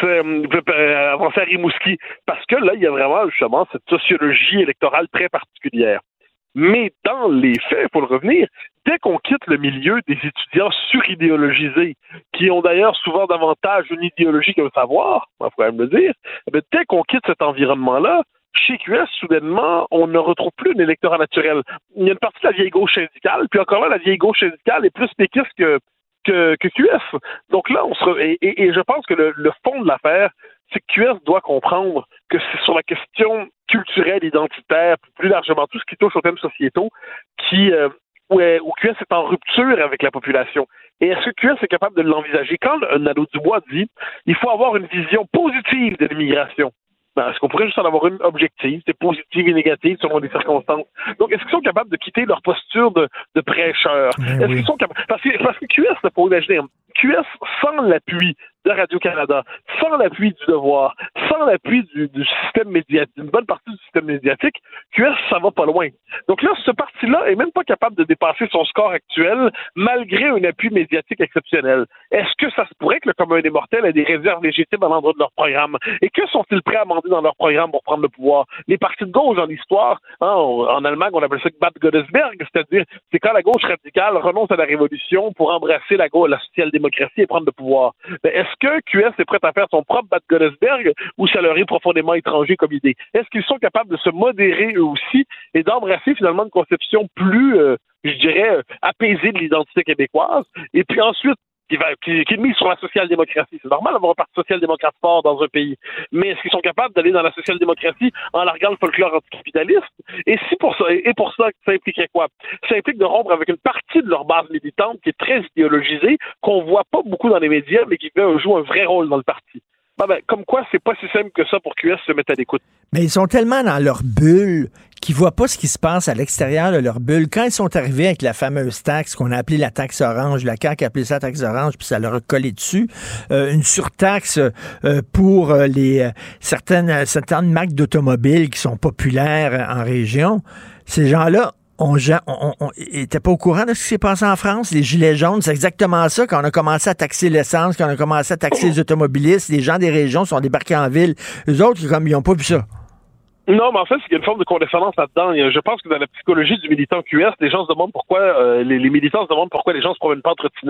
Speaker 16: euh, avancer à Rimouski. Parce que là, il y a vraiment, justement, cette sociologie électorale très particulière. Mais dans les faits, pour le revenir, dès qu'on quitte le milieu des étudiants suridéologisés, qui ont d'ailleurs souvent davantage une idéologie qu'un savoir, il faut quand même le dire, mais dès qu'on quitte cet environnement-là, chez Q S, soudainement, on ne retrouve plus un électorat naturel. Il y a une partie de la vieille gauche syndicale, puis encore là, la vieille gauche syndicale est plus péquiste que, que, que Q S. Donc là, on se re... et, et, et je pense que le, le fond de l'affaire, c'est que Q S doit comprendre que c'est sur la question culturelle, identitaire, plus largement tout ce qui touche aux thèmes sociétaux, qui, euh, où, est, où Q S est en rupture avec la population. Et est-ce que Q S est capable de l'envisager? Quand Nadeau-Dubois dit il faut avoir une vision positive de l'immigration, ben, est-ce qu'on pourrait juste en avoir une objective, c'est positive et négative selon les circonstances? Donc, est-ce qu'ils sont capables de quitter leur posture de, de prêcheur?
Speaker 3: Ben
Speaker 16: est-ce
Speaker 3: oui.
Speaker 16: qu'ils sont capables... Parce que, parce que Q S, il faut imaginer, Q S, sans l'appui de Radio-Canada, sans l'appui du Devoir, sans l'appui du, du système médiatique, d'une bonne partie du système médiatique, Q S, ça va pas loin. Donc là, ce parti-là est même pas capable de dépasser son score actuel malgré un appui médiatique exceptionnel. Est-ce que ça se pourrait que le commun des mortels ait des réserves légitimes à l'endroit de leur programme? Et que sont-ils prêts à amender dans leur programme pour prendre le pouvoir? Les partis de gauche dans l'histoire, hein, on, en Allemagne, on appelle ça Bad Godesberg, c'est-à-dire c'est quand la gauche radicale renonce à la révolution pour embrasser la gauche, la social-démocratie et prendre le pouvoir. Mais est-ce que Q S est prêt à faire son propre Bad Godesberg ou ça leur est profondément étranger comme idée? Est-ce qu'ils sont capables de se modérer eux aussi et d'embrasser finalement une conception plus, euh, je dirais, euh, apaisée de l'identité québécoise? Et puis ensuite, qui, va, qui, qui est mise sur la social-démocratie. C'est normal d'avoir un parti social-démocrate fort dans un pays. Mais est-ce qu'ils sont capables d'aller dans la social-démocratie en larguant le folklore anticapitaliste? Et si pour ça, et pour ça, ça impliquerait quoi? Ça implique de rompre avec une partie de leur base militante qui est très idéologisée, qu'on voit pas beaucoup dans les médias, mais qui joue un vrai rôle dans le parti. Ben, ben, comme quoi, c'est pas si simple que ça pour Q S se mettre à l'écoute.
Speaker 3: Mais ils sont tellement dans leur bulle qu'ils voient pas ce qui se passe à l'extérieur de leur bulle. Quand ils sont arrivés avec la fameuse taxe qu'on a appelée la taxe orange, la C A Q a appelé ça la taxe orange, puis ça leur a collé dessus, euh, une surtaxe euh, pour euh, les euh, certaines, certaines marques d'automobiles qui sont populaires en région, ces gens-là on n'était pas au courant de ce qui s'est passé en France. Les gilets jaunes, c'est exactement ça. Quand on a commencé à taxer l'essence, quand on a commencé à taxer les automobilistes, les gens des régions sont débarqués en ville. Eux autres, comme ils n'ont pas vu ça.
Speaker 16: Non, mais en fait, il y a une forme de condescendance là-dedans. Je pense que dans la psychologie du militant Q S, les gens se demandent pourquoi, euh, les, les militants se demandent pourquoi les gens se promènent pas en trottinette.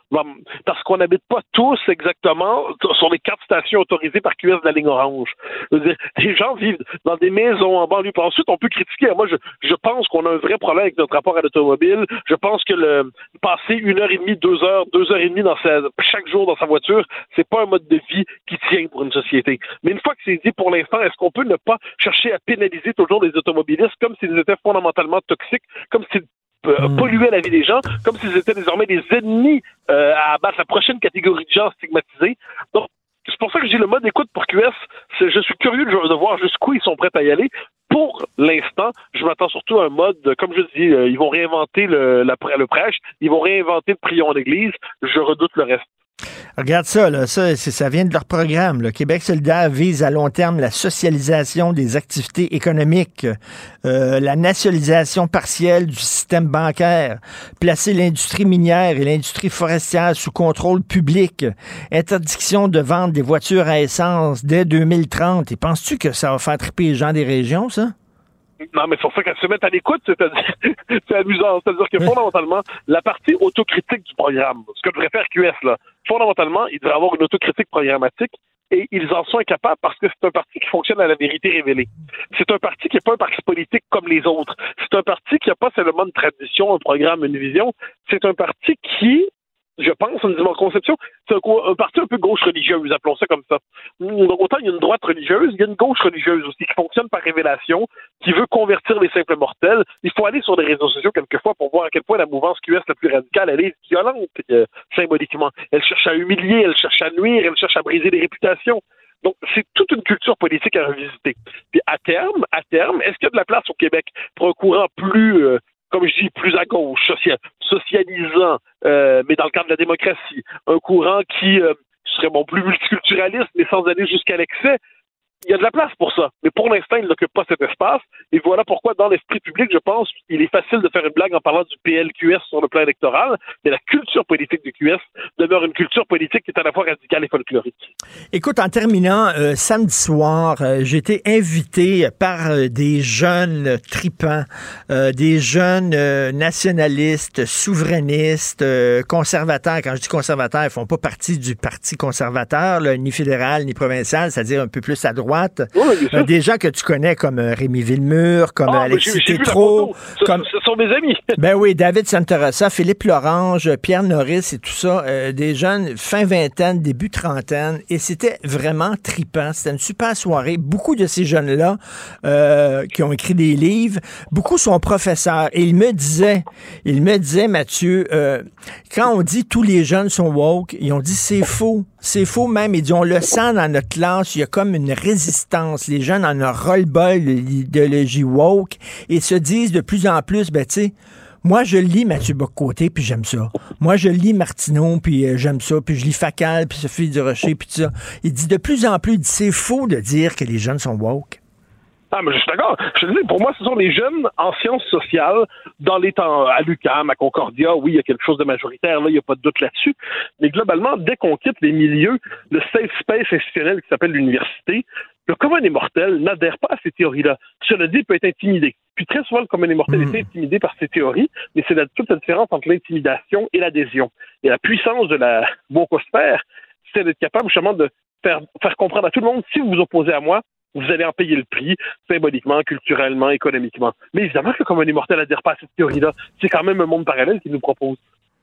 Speaker 16: parce qu'on n'habite pas tous exactement sur les quatre stations autorisées par Q S de la ligne orange. Je veux dire, les gens vivent dans des maisons en banlieue. Puis ensuite, on peut critiquer. Moi, je, je pense qu'on a un vrai problème avec notre rapport à l'automobile. Je pense que le passer une heure et demie, deux heures, deux heures et demie dans sa, chaque jour dans sa voiture, c'est pas un mode de vie qui tient pour une société. Mais une fois que c'est dit, pour l'instant, est-ce qu'on peut ne pas chercher à pénaliser toujours les automobilistes comme s'ils étaient fondamentalement toxiques, comme s'ils euh, mmh. polluaient la vie des gens, comme s'ils étaient désormais des ennemis euh, à abattre la prochaine catégorie de gens stigmatisés? Donc, c'est pour ça que j'ai le mode écoute pour Q S. C'est, je suis curieux de, de voir jusqu'où ils sont prêts à y aller. Pour l'instant, je m'attends surtout à un mode, comme je dis, euh, ils vont réinventer le, la, le prêche, ils vont réinventer le prion en église. Je redoute le reste.
Speaker 3: Regarde ça, là, ça, c'est, ça vient de leur programme. Là. Québec solidaire vise à long terme la socialisation des activités économiques, euh, la nationalisation partielle du système bancaire, placer l'industrie minière et l'industrie forestière sous contrôle public, interdiction de vente des voitures à essence dès deux mille trente. Et penses-tu que ça va faire triper les gens des régions, ça?
Speaker 16: Non, mais c'est pour ça qu'elle se met à l'écoute, c'est-à-dire, c'est amusant. C'est-à-dire que fondamentalement, la partie autocritique du programme, ce que devrait faire Q S, là, fondamentalement, il devrait avoir une autocritique programmatique et ils en sont incapables parce que c'est un parti qui fonctionne à la vérité révélée. C'est un parti qui n'est pas un parti politique comme les autres. C'est un parti qui n'a pas seulement une tradition, un programme, une vision. C'est un parti qui, je pense, une conception, c'est un, un parti un peu gauche religieuse, appelons ça comme ça. Donc, autant il y a une droite religieuse, il y a une gauche religieuse aussi qui fonctionne par révélation, qui veut convertir les simples mortels. Il faut aller sur les réseaux sociaux quelquefois pour voir à quel point la mouvance Q S la plus radicale, elle est violente euh, symboliquement. Elle cherche à humilier, elle cherche à nuire, elle cherche à briser les réputations. Donc, c'est toute une culture politique à revisiter. Puis à terme, à terme, est-ce qu'il y a de la place au Québec pour un courant plus... Euh, comme je dis, plus à gauche, social, socialisant, euh, mais dans le cadre de la démocratie, un courant qui euh, serait bon plus multiculturaliste, mais sans aller jusqu'à l'excès? Il y a de la place pour ça, mais pour l'instant, il n'occupe pas cet espace, et voilà pourquoi, dans l'esprit public, je pense, il est facile de faire une blague en parlant du P L Q S sur le plan électoral, mais la culture politique du Q S demeure une culture politique qui est à la fois radicale et folklorique.
Speaker 3: Écoute, en terminant, euh, samedi soir, euh, j'ai été invité par euh, des jeunes tripants, euh, des jeunes euh, nationalistes, souverainistes, euh, conservateurs. Quand je dis conservateurs, ils font pas partie du parti conservateur, là, ni fédéral, ni provincial, c'est-à-dire un peu plus à droite. Oui, euh, des gens que tu connais comme euh, Rémi Villemur, comme
Speaker 16: ah,
Speaker 3: Alexis
Speaker 16: j'ai, j'ai
Speaker 3: Tétrault.
Speaker 16: Ce,
Speaker 3: comme...
Speaker 16: ce sont mes amis.
Speaker 3: Ben oui, David Santarossa, Philippe Lorange, Pierre Norris et tout ça. Euh, des jeunes fin vingtaine, début trentaine. Et c'était vraiment trippant. C'était une super soirée. Beaucoup de ces jeunes-là euh, qui ont écrit des livres, beaucoup sont professeurs. Et ils me disaient, ils me disaient, Mathieu, euh, quand on dit tous les jeunes sont woke, ils ont dit c'est faux. C'est faux même. Ils disent, on le sent dans notre classe, il y a comme une résistance. Les jeunes en ont ras-le-bol de l'idéologie woke et se disent de plus en plus, ben tu sais, moi je lis Mathieu Bock-Côté, puis j'aime ça. Moi je lis Martineau, puis euh, j'aime ça, puis je lis Facal, puis Sophie Durocher, puis tout ça. Il dit de plus en plus, il dit, c'est faux de dire que les jeunes sont woke.
Speaker 16: Ah, mais je suis d'accord. Je te dis, pour moi, ce sont les jeunes en sciences sociales, dans les temps, à l'U Q A M, à Concordia, oui, il y a quelque chose de majoritaire, là, il n'y a pas de doute là-dessus. Mais globalement, dès qu'on quitte les milieux, le safe space institutionnel qui s'appelle l'université, le commun des mortels n'adhère pas à ces théories-là. Cela dit, il peut être intimidé. Puis très souvent, le commun des mortels mmh. est intimidé par ces théories, mais c'est la, toute la différence entre l'intimidation et l'adhésion. Et la puissance de la wokosphère, c'est d'être capable justement de faire, faire comprendre à tout le monde, si vous vous opposez à moi, vous allez en payer le prix, symboliquement, culturellement, économiquement. Mais évidemment que le commun des mortels n'adhère pas à cette théorie-là. C'est quand même un monde parallèle qu'il nous propose.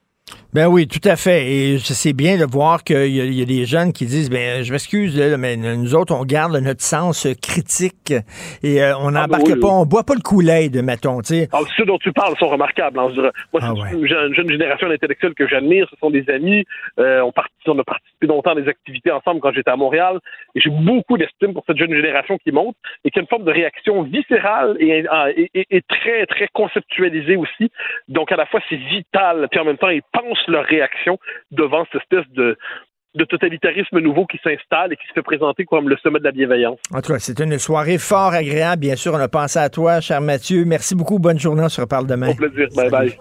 Speaker 3: Ben oui, tout à fait. Et c'est bien de voir qu'il y, y a des jeunes qui disent, ben je m'excuse, là, mais nous autres, on garde là, notre sens critique et euh, on n'embarque ah, oui, pas, oui. on boit pas le Kool-Aid, mettons, tu sais.
Speaker 16: Alors, ceux dont tu parles sont remarquables. Hein, je Moi, ah, c'est ouais. une jeune, jeune génération d'intellectuels que j'admire. Ce sont des amis. Euh, on, part, on a participé longtemps à des activités ensemble quand j'étais à Montréal. Et j'ai beaucoup d'estime pour cette jeune génération qui monte et qui a une forme de réaction viscérale et, et, et, et très, très conceptualisée aussi. Donc, à la fois, c'est vital, puis en même temps, ils pensent leur réaction devant cette espèce de, de totalitarisme nouveau qui s'installe et qui se fait présenter comme le sommet de la bienveillance.
Speaker 3: En tout cas, c'est une soirée fort agréable. Bien sûr, on a pensé à toi, cher Mathieu. Merci beaucoup. Bonne journée. On se reparle demain.
Speaker 16: Au plaisir. Bye bye.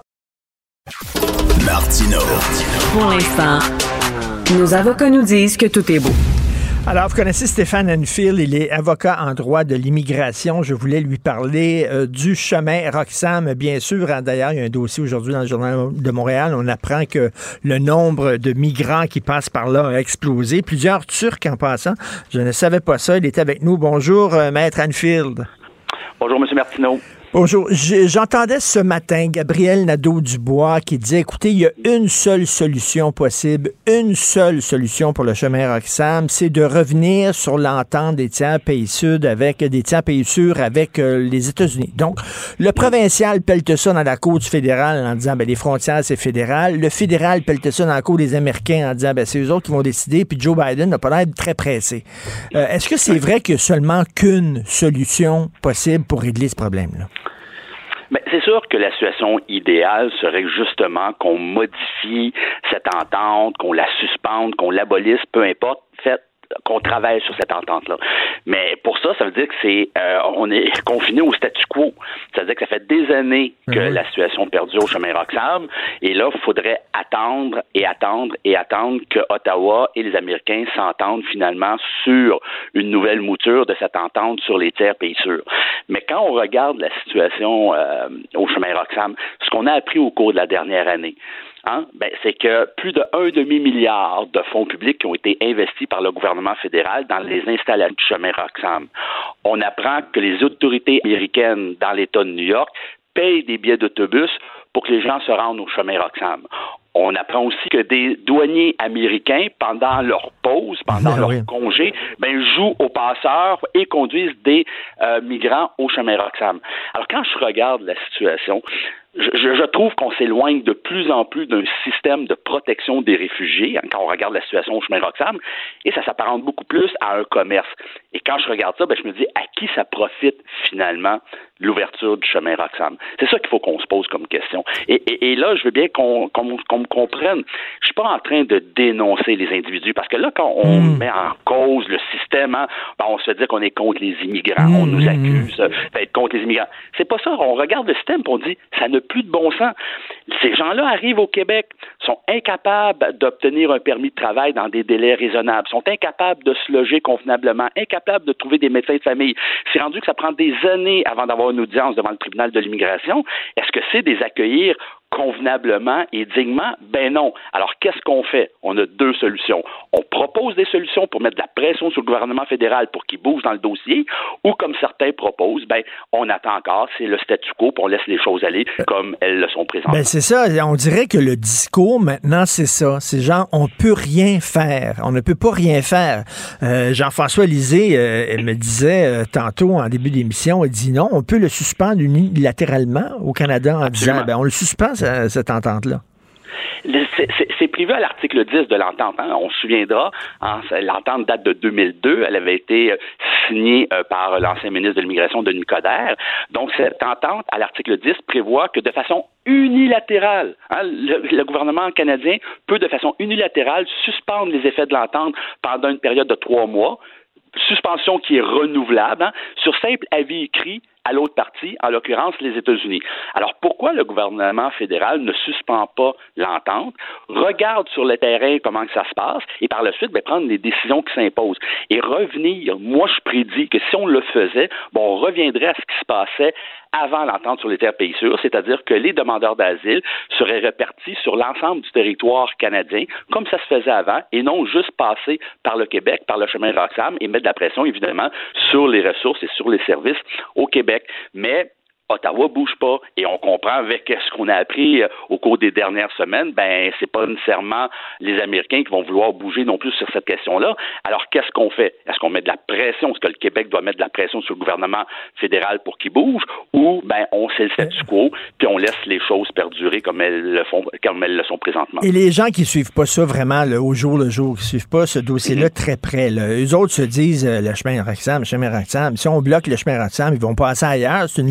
Speaker 2: Martino.
Speaker 15: Pour l'instant, nos avocats nous disent que tout est beau.
Speaker 3: Alors, vous connaissez Stéphane Enfield, il est avocat en droit de l'immigration. Je voulais lui parler euh, du chemin Roxham, bien sûr. Hein, d'ailleurs, il y a un dossier aujourd'hui dans le Journal de Montréal. On apprend que le nombre de migrants qui passent par là a explosé. Plusieurs Turcs en passant. Je ne savais pas ça. Il est avec nous. Bonjour, euh, Maître Enfield.
Speaker 17: Bonjour, M. Martineau.
Speaker 3: Bonjour. J'entendais ce matin Gabriel Nadeau-Dubois qui disait, écoutez, il y a une seule solution possible, une seule solution pour le chemin Roxham, c'est de revenir sur l'entente des tiers pays sud avec des tiers pays sûrs avec euh, les États-Unis. Donc, le provincial pelte ça dans la cour du fédéral en disant, ben les frontières, c'est fédéral. Le fédéral pelte ça dans la cour des Américains en disant, ben c'est eux autres qui vont décider, puis Joe Biden n'a pas l'air très pressé. Euh, est-ce que c'est vrai qu'il y a seulement qu'une solution possible pour régler ce problème-là?
Speaker 17: Mais c'est sûr que la situation idéale serait justement qu'on modifie cette entente, qu'on la suspende, qu'on l'abolisse, peu importe, fait qu'on travaille sur cette entente-là. Mais pour ça, ça veut dire que c'est euh, on est confiné au statu quo. Ça veut dire que ça fait des années que mm-hmm. la situation perdure au chemin Roxham, et là, il faudrait attendre et attendre et attendre que Ottawa et les Américains s'entendent finalement sur une nouvelle mouture de cette entente sur les tiers pays sûrs. Mais quand on regarde la situation euh, au chemin Roxham, ce qu'on a appris au cours de la dernière année, Hein? Ben, c'est que plus de un demi-milliard de fonds publics qui ont été investis par le gouvernement fédéral dans les installations du chemin Roxham. On apprend que les autorités américaines dans l'État de New York payent des billets d'autobus pour que les gens se rendent au chemin Roxham. On apprend aussi que des douaniers américains, pendant leur pause, pendant ah, leur oui. congé, ben, jouent aux passeurs et conduisent des euh, migrants au chemin Roxham. Alors, quand je regarde la situation, je, je trouve qu'on s'éloigne de plus en plus d'un système de protection des réfugiés, hein, quand on regarde la situation au chemin Roxham, et ça s'apparente beaucoup plus à un commerce. Et quand je regarde ça, ben, je me dis, à qui ça profite finalement l'ouverture du chemin Roxham? C'est ça qu'il faut qu'on se pose comme question. Et, et, et là, je veux bien qu'on, qu'on, qu'on me comprenne. Je suis pas en train de dénoncer les individus, parce que là, quand on mmh. met en cause le système, hein, ben, on se fait dire qu'on est contre les immigrants, mmh. on nous accuse d'être contre les immigrants. C'est pas ça. On regarde le système et on dit, ça n'a plus de bon sens. Ces gens-là arrivent au Québec, sont incapables d'obtenir un permis de travail dans des délais raisonnables, sont incapables de se loger convenablement, incapables de trouver des médecins de famille. C'est rendu que ça prend des années avant d'avoir une audience devant le tribunal de l'immigration. Est-ce que c'est des accueillir convenablement et dignement? Ben non. Alors, qu'est-ce qu'on fait? On a deux solutions. On propose des solutions pour mettre de la pression sur le gouvernement fédéral pour qu'il bouge dans le dossier, ou comme certains proposent, ben, on attend encore, c'est le statu quo, puis on laisse les choses aller comme elles le sont présentes.
Speaker 3: Ben, c'est ça. On dirait que le discours, maintenant, c'est ça. C'est genre, on peut rien faire. On ne peut pas rien faire. Euh, Jean-François Lisée euh, me disait euh, tantôt, en début d'émission, il dit non, on peut le suspendre unilatéralement au Canada en Absolument. disant, ben, on le suspend, cette entente-là.
Speaker 17: C'est, c'est, c'est prévu à l'article dix de l'entente. Hein. On se souviendra, hein, l'entente date de deux mille deux. Elle avait été signée euh, par l'ancien ministre de l'Immigration, Denis Coderre. Donc, cette entente, à l'article dix, prévoit que de façon unilatérale, hein, le, le gouvernement canadien peut, de façon unilatérale, suspendre les effets de l'entente pendant une période de trois mois. Suspension qui est renouvelable, hein, sur simple avis écrit à l'autre partie, en l'occurrence les États-Unis. Alors pourquoi le gouvernement fédéral ne suspend pas l'entente, regarde sur le terrain comment que ça se passe, et par la suite, ben, prendre les décisions qui s'imposent. Et revenir, moi je prédis que si on le faisait, bon, on reviendrait à ce qui se passait avant l'entente sur les terres pays sûrs, c'est-à-dire que les demandeurs d'asile seraient répartis sur l'ensemble du territoire canadien, comme ça se faisait avant, et non juste passer par le Québec, par le chemin Roxham, et mettre de la pression, évidemment, sur les ressources et sur les services au Québec. Mais Ottawa bouge pas, et on comprend avec ce qu'on a appris au cours des dernières semaines, ben c'est pas nécessairement les Américains qui vont vouloir bouger non plus sur cette question-là. Alors qu'est-ce qu'on fait? Est-ce qu'on met de la pression? Est-ce que le Québec doit mettre de la pression sur le gouvernement fédéral pour qu'il bouge? Ou ben on sait le statu quo, puis on laisse les choses perdurer comme elles le font, comme elles le sont présentement.
Speaker 3: Et les gens qui suivent pas ça vraiment là, au jour le jour, qui suivent pas ce dossier-là mm-hmm. très près, là, eux autres se disent euh, le chemin Roxham, le chemin Roxham. Si on bloque le chemin Roxham, ils vont passer ailleurs. C'est une longue frontière.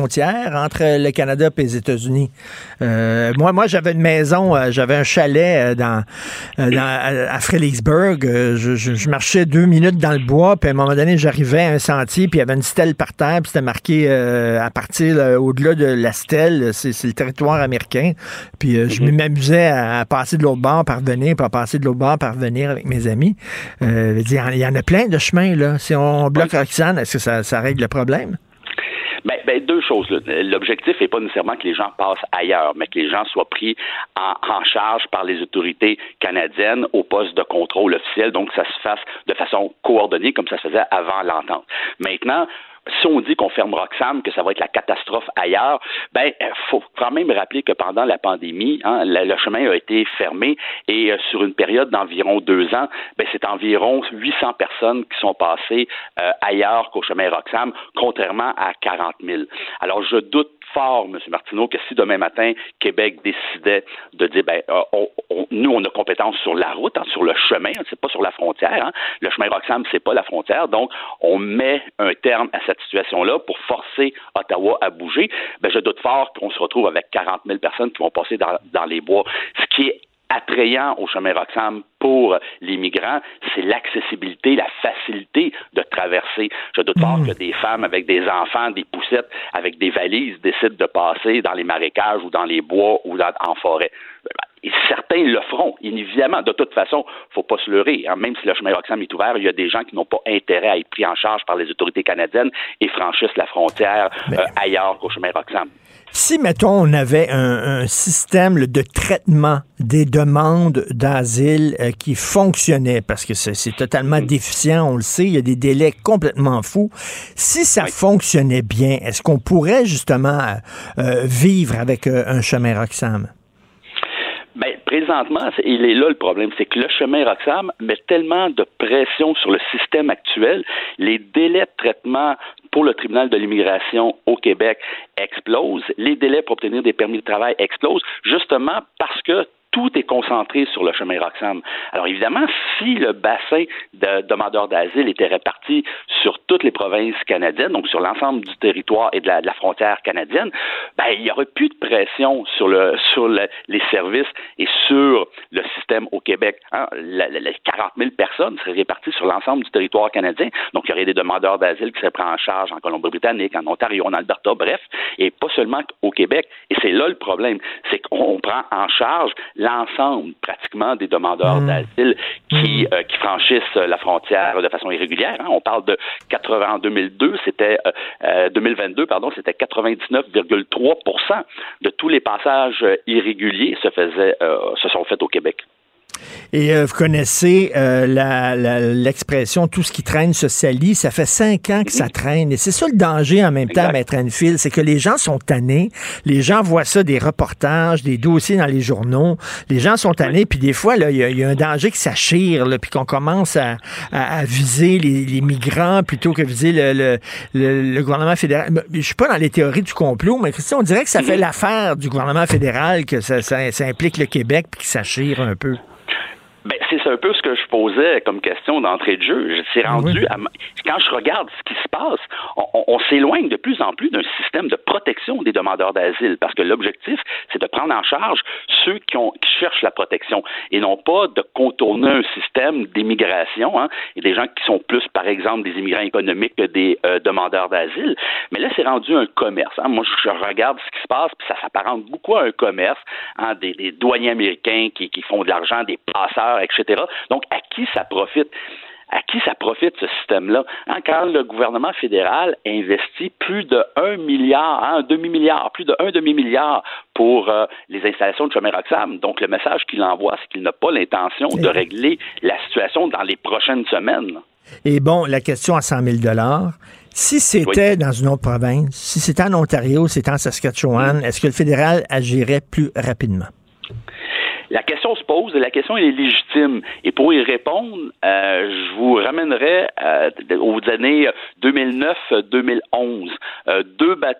Speaker 3: frontière entre le Canada et les États-Unis. Euh, moi, moi, j'avais une maison, euh, j'avais un chalet euh, dans, euh, dans à, à Fredericksburg. Euh, je, je, je marchais deux minutes dans le bois, puis à un moment donné, j'arrivais à un sentier, puis il y avait une stèle par terre, puis c'était marqué euh, à partir là, au-delà de la stèle, c'est, c'est le territoire américain. Puis euh, mm-hmm. je m'amusais à, à passer de l'autre bord, par venir, puis à passer de l'autre bord, par venir avec mes amis. Euh, il y en a plein de chemins, là. Si on bloque oui. Roxane, est-ce que ça, ça règle le problème?
Speaker 17: Ben, ben, deux choses. Là. L'objectif n'est pas nécessairement que les gens passent ailleurs, mais que les gens soient pris en, en charge par les autorités canadiennes au poste de contrôle officiel, donc que ça se fasse de façon coordonnée comme ça se faisait avant l'entente. Maintenant, si on dit qu'on ferme Roxham, que ça va être la catastrophe ailleurs, ben faut quand même rappeler que pendant la pandémie, hein, le, le chemin a été fermé et euh, sur une période d'environ deux ans, ben c'est environ huit cents personnes qui sont passées euh, ailleurs qu'au chemin Roxham, contrairement à quarante mille. Alors je doute fort, M. Martineau, que si demain matin, Québec décidait de dire, ben, on, on, nous, on a compétence sur la route, hein, sur le chemin, hein, c'est pas sur la frontière. Hein. Le chemin Roxham, c'est pas la frontière. Donc, on met un terme à cette situation-là pour forcer Ottawa à bouger. Ben, je doute fort qu'on se retrouve avec quarante mille personnes qui vont passer dans, dans les bois. Ce qui est attrayant au chemin Roxham pour les migrants, c'est l'accessibilité, la facilité de traverser. Je doute fort que des femmes avec des enfants, des poussettes, avec des valises décident de passer dans les marécages ou dans les bois ou dans, en forêt. Et certains le feront, évidemment. De toute façon, il ne faut pas se leurrer. Hein. Même si le chemin Roxham est ouvert, il y a des gens qui n'ont pas intérêt à être pris en charge par les autorités canadiennes et franchissent la frontière Mais... euh, ailleurs qu'au chemin Roxham.
Speaker 3: Si, mettons, on avait un, un système là, de traitement des demandes d'asile euh, qui fonctionnait, parce que c'est, c'est totalement mmh. déficient, on le sait, il y a des délais complètement fous. Si ça oui. fonctionnait bien, est-ce qu'on pourrait justement euh, vivre avec euh, un chemin Roxham?
Speaker 17: Ben, présentement, il est là le problème, c'est que le chemin Roxham met tellement de pression sur le système actuel, les délais de traitement pour le tribunal de l'immigration au Québec explosent, les délais pour obtenir des permis de travail explosent, justement parce que tout est concentré sur le chemin Roxham. Alors évidemment, si le bassin de demandeurs d'asile était réparti sur toutes les provinces canadiennes, donc sur l'ensemble du territoire et de la, de la frontière canadienne, ben il n'y aurait plus de pression sur le sur le, les services et sur le système au Québec. Hein? La, la, les quarante mille personnes seraient réparties sur l'ensemble du territoire canadien. Donc il y aurait des demandeurs d'asile qui seraient pris en charge en Colombie-Britannique, en Ontario, en Alberta, bref, et pas seulement au Québec. Et c'est là le problème, c'est qu'on prend en charge l'ensemble, pratiquement, des demandeurs mmh. d'asile qui, euh, qui franchissent la frontière de façon irrégulière. Hein. On parle de quatre-vingts en deux mille deux, c'était euh, deux mille vingt-deux, pardon, c'était quatre-vingt-dix-neuf virgule trois pour cent de tous les passages irréguliers se faisaient, euh, se sont faits au Québec.
Speaker 3: Et euh, vous connaissez euh, la, la, l'expression « tout ce qui traîne se salit ». Ça fait cinq ans que ça traîne. Et c'est ça le danger en même temps, Maître Anfield, c'est que les gens sont tannés. Les gens voient ça, des reportages, des dossiers dans les journaux. Les gens sont tannés, puis des fois, il y, y a un danger que ça chire, là, puis qu'on commence à, à, à viser les, les migrants plutôt que viser le, le, le, le gouvernement fédéral. Je suis pas dans les théories du complot, mais on dirait que ça fait l'affaire du gouvernement fédéral, que ça, ça, ça implique le Québec, puis que ça chire un peu.
Speaker 17: Ben, c'est un peu ce que je posais comme question d'entrée de jeu. Je suis rendu oui. à... Quand je regarde ce qui se passe, on, on, on s'éloigne de plus en plus d'un système de protection des demandeurs d'asile, parce que l'objectif, c'est de prendre en charge ceux qui, ont, qui cherchent la protection et non pas de contourner un système d'immigration. Hein, et des gens qui sont plus, par exemple, des immigrants économiques que des euh, demandeurs d'asile. Mais là, c'est rendu un commerce. Hein. Moi, je regarde ce qui se passe, puis ça s'apparente beaucoup à un commerce. Hein, des, des douaniers américains qui, qui font de l'argent, des passeurs, et cetera. Donc, à qui ça profite? À qui ça profite, ce système-là? Hein, quand le gouvernement fédéral investit plus de un milliard, hein, un demi-milliard, plus de un demi-milliard pour euh, les installations de chemin Roxham. Donc, le message qu'il envoie, c'est qu'il n'a pas l'intention de régler la situation dans les prochaines semaines.
Speaker 3: Et bon, la question à cent mille dollars, si c'était oui. dans une autre province, si c'était en Ontario, c'était en Saskatchewan, mmh. est-ce que le fédéral agirait plus rapidement?
Speaker 17: La question se pose et la question elle est légitime. Et pour y répondre, euh, je vous ramènerai euh, aux années deux mille neuf deux mille onze. Euh, deux bateaux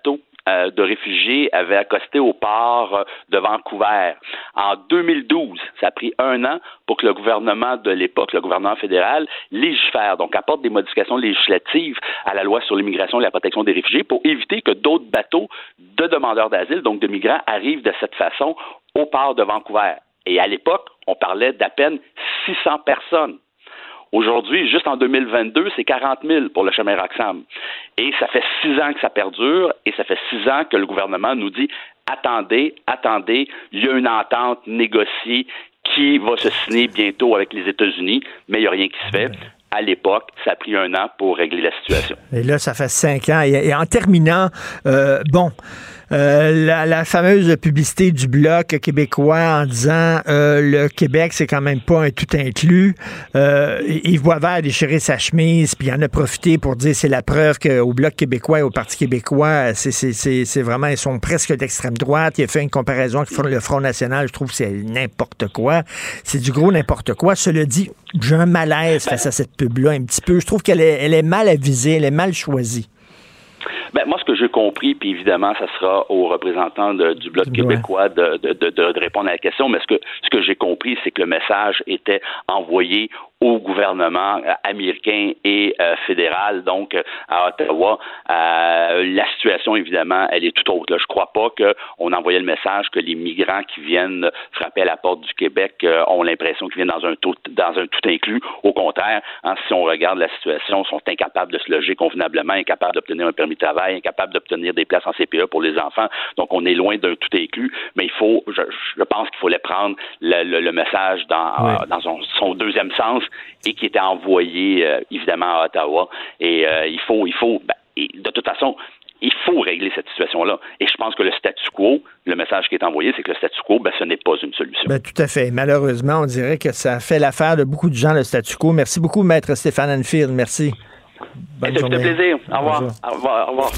Speaker 17: euh, de réfugiés avaient accosté au port de Vancouver. En deux mille douze, ça a pris un an pour que le gouvernement de l'époque, le gouvernement fédéral, légifère, donc apporte des modifications législatives à la loi sur l'immigration et la protection des réfugiés pour éviter que d'autres bateaux de demandeurs d'asile, donc de migrants, arrivent de cette façon au port de Vancouver. Et à l'époque, on parlait d'à peine six cents personnes. Aujourd'hui, juste en deux mille vingt-deux, c'est quarante mille pour le chemin Roxham. Et ça fait six ans que ça perdure et ça fait six ans que le gouvernement nous dit « Attendez, attendez, il y a une entente négociée qui va se signer bientôt avec les États-Unis, mais il n'y a rien qui se fait. » À l'époque, ça a pris un an pour régler la situation.
Speaker 3: Et là, ça fait cinq ans. Et, et en terminant, euh, bon... Euh, la, la fameuse publicité du Bloc québécois en disant euh, le Québec, c'est quand même pas un tout inclus. Euh, Yves Boisvert a déchiré sa chemise, puis il en a profité pour dire c'est la preuve qu'au Bloc québécois et au Parti québécois, c'est, c'est, c'est, c'est vraiment, ils sont presque d'extrême droite. Il a fait une comparaison avec le Front national. Je trouve que c'est n'importe quoi. C'est du gros n'importe quoi. Cela dit, j'ai un malaise face à cette pub-là un petit peu. Je trouve qu'elle est, elle est mal avisée, elle est mal choisie.
Speaker 17: Ben, moi, ce que j'ai compris, puis évidemment, ça sera aux représentants de, du Bloc québécois de, de, de, de répondre à la question, mais ce que, ce que j'ai compris, c'est que le message était envoyé au gouvernement américain et euh, fédéral, donc à Ottawa. Euh, la situation, évidemment, elle est tout autre. Là. Je crois pas qu'on envoyait le message que les migrants qui viennent frapper à la porte du Québec euh, ont l'impression qu'ils viennent dans un tout, dans un tout inclus. Au contraire, hein, si on regarde la situation, ils sont incapables de se loger convenablement, incapables d'obtenir un permis de travail, incapables d'obtenir des places en C P E pour les enfants. Donc, on est loin d'un tout inclus, mais il faut, je, je pense qu'il fallait prendre le, le, le message dans, oui. euh, dans son, son deuxième sens et qui était envoyé, euh, évidemment, à Ottawa. Et euh, il faut, il faut, ben, et de toute façon, il faut régler cette situation-là. Et je pense que le statu quo, le message qui est envoyé, c'est que le statu quo, ben, ce n'est pas une solution.
Speaker 3: Ben, tout à fait. Malheureusement, on dirait que ça fait l'affaire de beaucoup de gens, le statu quo. Merci beaucoup, Maître Stéphane Enfield. Merci.
Speaker 17: Bonne journée. C'est un plaisir. Au revoir. Au revoir. Au revoir.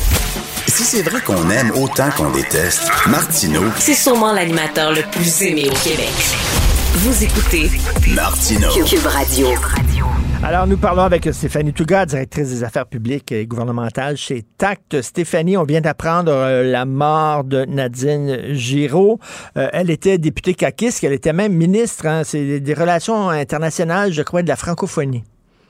Speaker 2: Si c'est vrai qu'on aime autant qu'on déteste, Martineau,
Speaker 1: c'est sûrement l'animateur le plus aimé au Québec. Vous écoutez
Speaker 2: Martineau.
Speaker 1: Cube Radio.
Speaker 3: Alors, nous parlons avec Stéphanie Touga, directrice des affaires publiques et gouvernementales chez T A C T. Stéphanie, on vient d'apprendre euh, la mort de Nadine Giraud. Euh, elle était députée caquiste, elle était même ministre, hein, c'est des relations internationales, je crois, de la francophonie.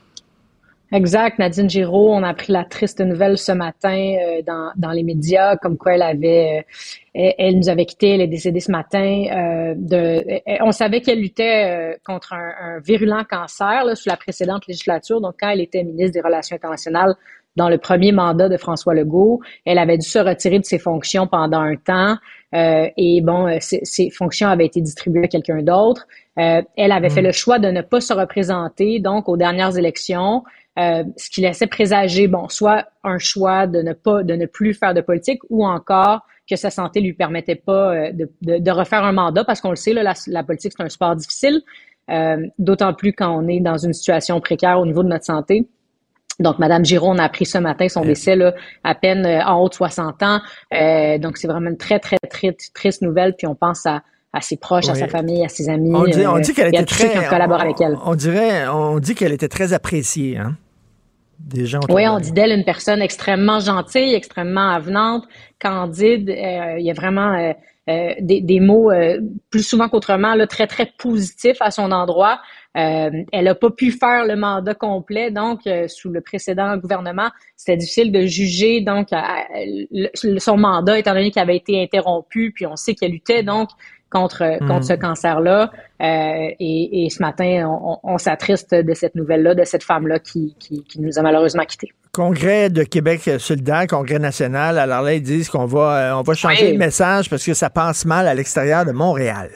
Speaker 18: Exact. Nadine Giraud, on a appris la triste nouvelle ce matin euh, dans, dans les médias, comme quoi elle avait, euh, elle, elle nous avait quittés, elle est décédée ce matin. Euh, de, on savait qu'elle luttait euh, contre un, un virulent cancer là, sous la précédente législature, donc quand elle était ministre des Relations internationales dans le premier mandat de François Legault, elle avait dû se retirer de ses fonctions pendant un temps euh, et bon, ses, ses fonctions avaient été distribuées à quelqu'un d'autre. Euh, elle avait mmh. fait le choix de ne pas se représenter donc aux dernières élections. Euh, ce qui laissait présager, bon, soit un choix de ne pas, de ne plus faire de politique, ou encore que sa santé lui permettait pas euh, de, de, de refaire un mandat, parce qu'on le sait, là, la, la politique c'est un sport difficile, euh, d'autant plus quand on est dans une situation précaire au niveau de notre santé. Donc, Madame Giraud, on a appris ce matin son décès là, à peine euh, en haut de soixante ans. Euh, donc, c'est vraiment une très, très, très triste nouvelle. Puis on pense à à ses proches, oui. à sa famille, à ses amis.
Speaker 3: On dit, on dit qu'elle
Speaker 18: euh,
Speaker 3: était très,
Speaker 18: qui collaborent avec elle.
Speaker 3: On dirait, on dit qu'elle était très appréciée, hein. Des gens.
Speaker 18: Oui, on dit d'elle une personne extrêmement gentille, extrêmement avenante, candide. Euh, il y a vraiment euh, euh, des, des mots euh, plus souvent qu'autrement là, très très positifs à son endroit. Euh, elle n'a pas pu faire le mandat complet, donc euh, sous le précédent gouvernement, c'était difficile de juger donc à, à, le, son mandat étant donné qu'il avait été interrompu, puis on sait qu'elle luttait donc contre mmh. contre ce cancer-là. Euh, et, et ce matin, on, on s'attriste de cette nouvelle-là, de cette femme-là qui, qui, qui nous a malheureusement quittés.
Speaker 3: Congrès de Québec solidaire, Congrès national. Alors là, ils disent qu'on va, on va changer oui. le message parce que ça passe mal à l'extérieur de Montréal.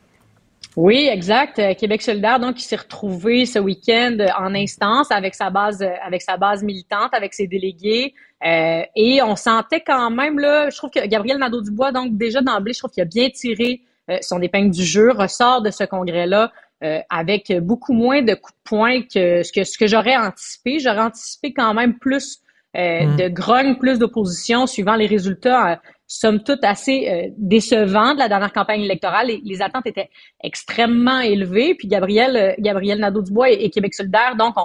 Speaker 18: Oui, exact. Québec solidaire, donc, qui s'est retrouvé ce week-end en instance avec sa base, avec sa base militante, avec ses délégués. Euh, et on sentait quand même, là, je trouve que Gabriel Nadeau-Dubois, donc, déjà d'emblée, je trouve qu'il a bien tiré euh, son épingle du jeu, ressort de ce congrès-là euh, avec beaucoup moins de coups de poing que ce que, ce que j'aurais anticipé. J'aurais anticipé quand même plus euh, mmh. de grogne, plus d'opposition, suivant les résultats, euh, somme toute assez euh, décevants de la dernière campagne électorale. Les, les attentes étaient extrêmement élevées. Puis Gabriel, euh, Gabriel Nadeau-Dubois et, et Québec solidaire, donc, on,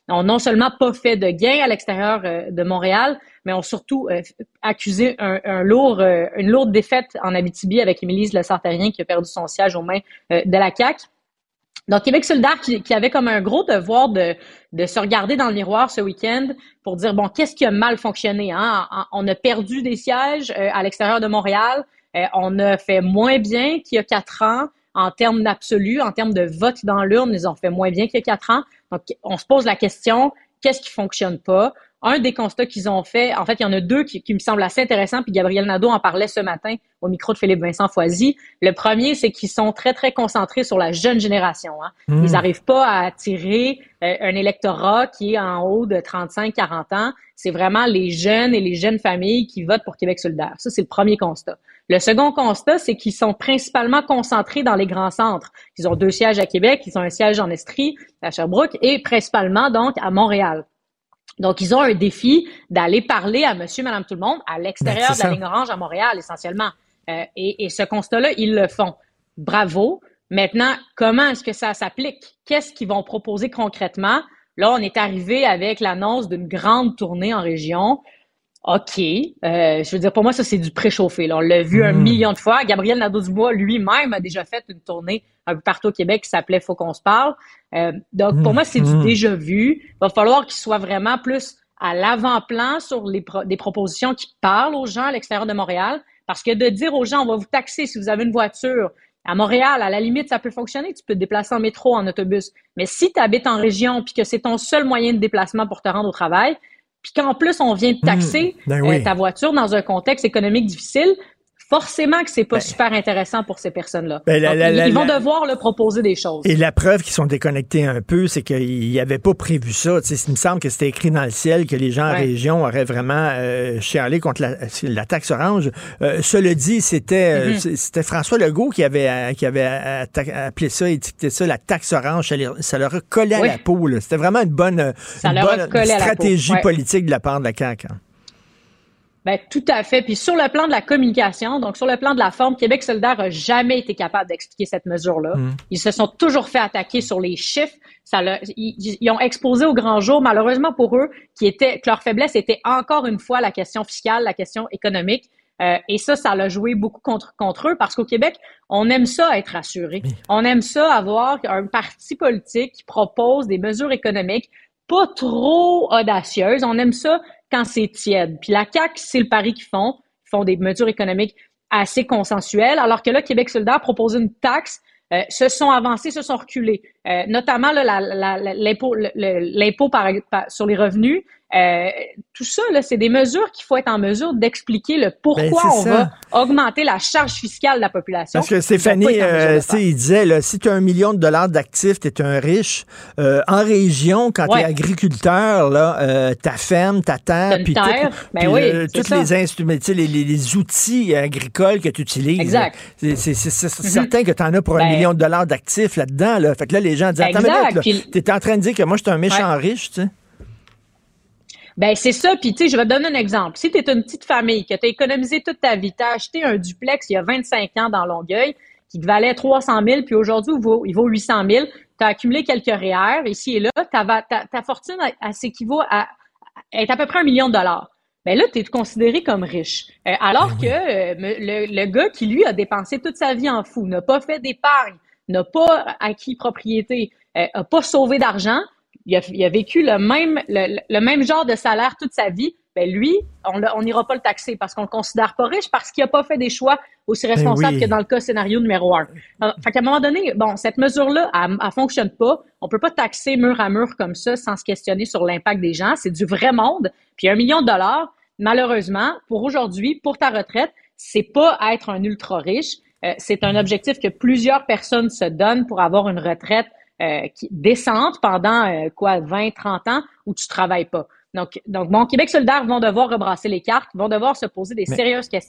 Speaker 18: ont non seulement pas fait de gains à l'extérieur euh, de Montréal, mais ont surtout euh, accusé un, un lourd, euh, une lourde défaite en Abitibi avec Émilie Le Sartérien qui a perdu son siège aux mains euh, de la C A Q. Donc, Québec solidaire qui, qui avait comme un gros devoir de, de se regarder dans le miroir ce week-end pour dire, bon, qu'est-ce qui a mal fonctionné? Hein? On a perdu des sièges euh, à l'extérieur de Montréal. Euh, on a fait moins bien qu'il y a quatre ans en termes d'absolu, en termes de vote dans l'urne. Ils ont fait moins bien qu'il y a quatre ans. Donc, on se pose la question, qu'est-ce qui fonctionne pas? Un des constats qu'ils ont fait, en fait, il y en a deux qui, qui me semblent assez intéressants, puis Gabriel Nadeau en parlait ce matin au micro de Philippe-Vincent Foisy. Le premier, c'est qu'ils sont très, très concentrés sur la jeune génération. Hein. Mmh. Ils n'arrivent pas à attirer euh, un électorat qui est en haut de trente-cinq à quarante ans. C'est vraiment les jeunes et les jeunes familles qui votent pour Québec solidaire. Ça, c'est le premier constat. Le second constat, c'est qu'ils sont principalement concentrés dans les grands centres. Ils ont deux sièges à Québec, ils ont un siège en Estrie, à Sherbrooke, et principalement, donc, à Montréal. Donc, ils ont un défi d'aller parler à monsieur, madame, tout le monde à l'extérieur ben, de la ligne orange à Montréal, essentiellement. Euh, et, et ce constat-là, ils le font. Bravo. Maintenant, comment est-ce que ça s'applique? Qu'est-ce qu'ils vont proposer concrètement? Là, on est arrivé avec l'annonce d'une grande tournée en région. OK. Euh, je veux dire, pour moi, ça, c'est du préchauffé. Là. On l'a vu mmh. un million de fois. Gabriel Nadeau-Dubois, lui-même, a déjà fait une tournée un peu partout au Québec qui s'appelait « Faut qu'on se parle euh, ». Donc, mmh. pour moi, c'est mmh. du déjà vu. Il va falloir qu'il soit vraiment plus à l'avant-plan sur les pro- des propositions qui parlent aux gens à l'extérieur de Montréal. Parce que de dire aux gens, on va vous taxer si vous avez une voiture à Montréal, à la limite, ça peut fonctionner. Tu peux te déplacer en métro, en autobus. Mais si tu habites en région puis que c'est ton seul moyen de déplacement pour te rendre au travail, puis qu'en plus, on vient de taxer mmh, ben oui. euh, ta voiture dans un contexte économique difficile, forcément que c'est pas ben, super intéressant pour ces personnes-là. Ben, la, Donc, la, ils, la, ils vont la, devoir le proposer des choses.
Speaker 3: Et la preuve qu'ils sont déconnectés un peu, c'est qu'ils n'avaient pas prévu ça. T'sais, il me semble que c'était écrit dans le ciel que les gens ouais. en région auraient vraiment euh, chialé contre la, la taxe orange. Euh, cela dit, c'était, mm-hmm. c'était François Legault qui avait, qui avait appelé ça, étiqueté ça, la taxe orange. Ça, les, ça leur collait oui. à la peau. Là. C'était vraiment une bonne, une bonne stratégie ouais. politique de la part de la C A Q. Hein.
Speaker 18: Ben, tout à fait. Puis sur le plan de la communication, donc sur le plan de la forme, Québec solidaire a jamais été capable d'expliquer cette mesure-là. Mmh. Ils se sont toujours fait attaquer sur les chiffres. Ça l'a, ils, ils ont exposé au grand jour, malheureusement pour eux, qui était, que leur faiblesse était encore une fois la question fiscale, la question économique. Euh, et ça, ça l'a joué beaucoup contre, contre eux parce qu'au Québec, on aime ça être assuré. Mmh. On aime ça avoir un parti politique qui propose des mesures économiques pas trop audacieuses. On aime ça quand c'est tiède. Puis la C A Q, c'est le pari qu'ils font. Ils font des mesures économiques assez consensuelles, alors que là, Québec solidaire propose une taxe, euh, se sont avancés, se sont reculés. Euh, notamment là, la, la, la, l'impôt, le, l'impôt par, par, sur les revenus. Euh, tout ça, là, c'est des mesures qu'il faut être en mesure d'expliquer le pourquoi ben, on ça. va augmenter la charge fiscale de la population.
Speaker 3: Parce que Stéphanie, euh, il disait, là, si tu as un million de dollars d'actifs, tu es un riche. Euh, en région, quand ouais. tu es agriculteur, là, euh, ta ferme, ta terre, puis tout, ben oui, euh, tous les instruments, les, les, les outils agricoles que tu utilises.
Speaker 18: Exact.
Speaker 3: C'est, c'est, c'est, c'est mm-hmm. certain que tu en as pour ben, un million de dollars d'actifs là-dedans. Là. Fait que là, les gens disent, attends, minute, puis... tu es en train de dire que moi, je suis un méchant ouais. riche, tu sais.
Speaker 18: Ben c'est ça, puis tu sais, je vais te donner un exemple. Si tu es une petite famille, que tu as économisé toute ta vie, tu as acheté un duplex il y a vingt-cinq ans dans Longueuil, qui te valait trois cent mille, puis aujourd'hui, il vaut, il vaut huit cent mille, tu as accumulé quelques R E E R, ici et là, ta, ta, ta fortune, elle s'équivaut à, est à peu près un million de dollars. Ben là, tu es considéré comme riche. Euh, alors que euh, le, le gars qui, lui, a dépensé toute sa vie en fou, n'a pas fait d'épargne, n'a pas acquis propriété, euh, n'a pas sauvé d'argent, Il a, il a vécu le même, le, le même genre de salaire toute sa vie, ben lui, on n'ira pas le taxer parce qu'on le considère pas riche parce qu'il a pas fait des choix aussi responsables oui. que dans le cas scénario numéro un. Alors, fait qu'à un moment donné, bon, cette mesure-là, elle, elle fonctionne pas. On peut pas taxer mur à mur comme ça sans se questionner sur l'impact des gens. C'est du vrai monde. Puis un million de dollars, malheureusement, pour aujourd'hui, pour ta retraite, c'est pas être un ultra riche. Euh, c'est un objectif que plusieurs personnes se donnent pour avoir une retraite Euh, qui descente pendant euh, quoi vingt trente ans où tu travailles pas. Donc donc bon, Québec solidaire vont devoir rebrasser les cartes, vont devoir se poser des Mais... sérieuses questions.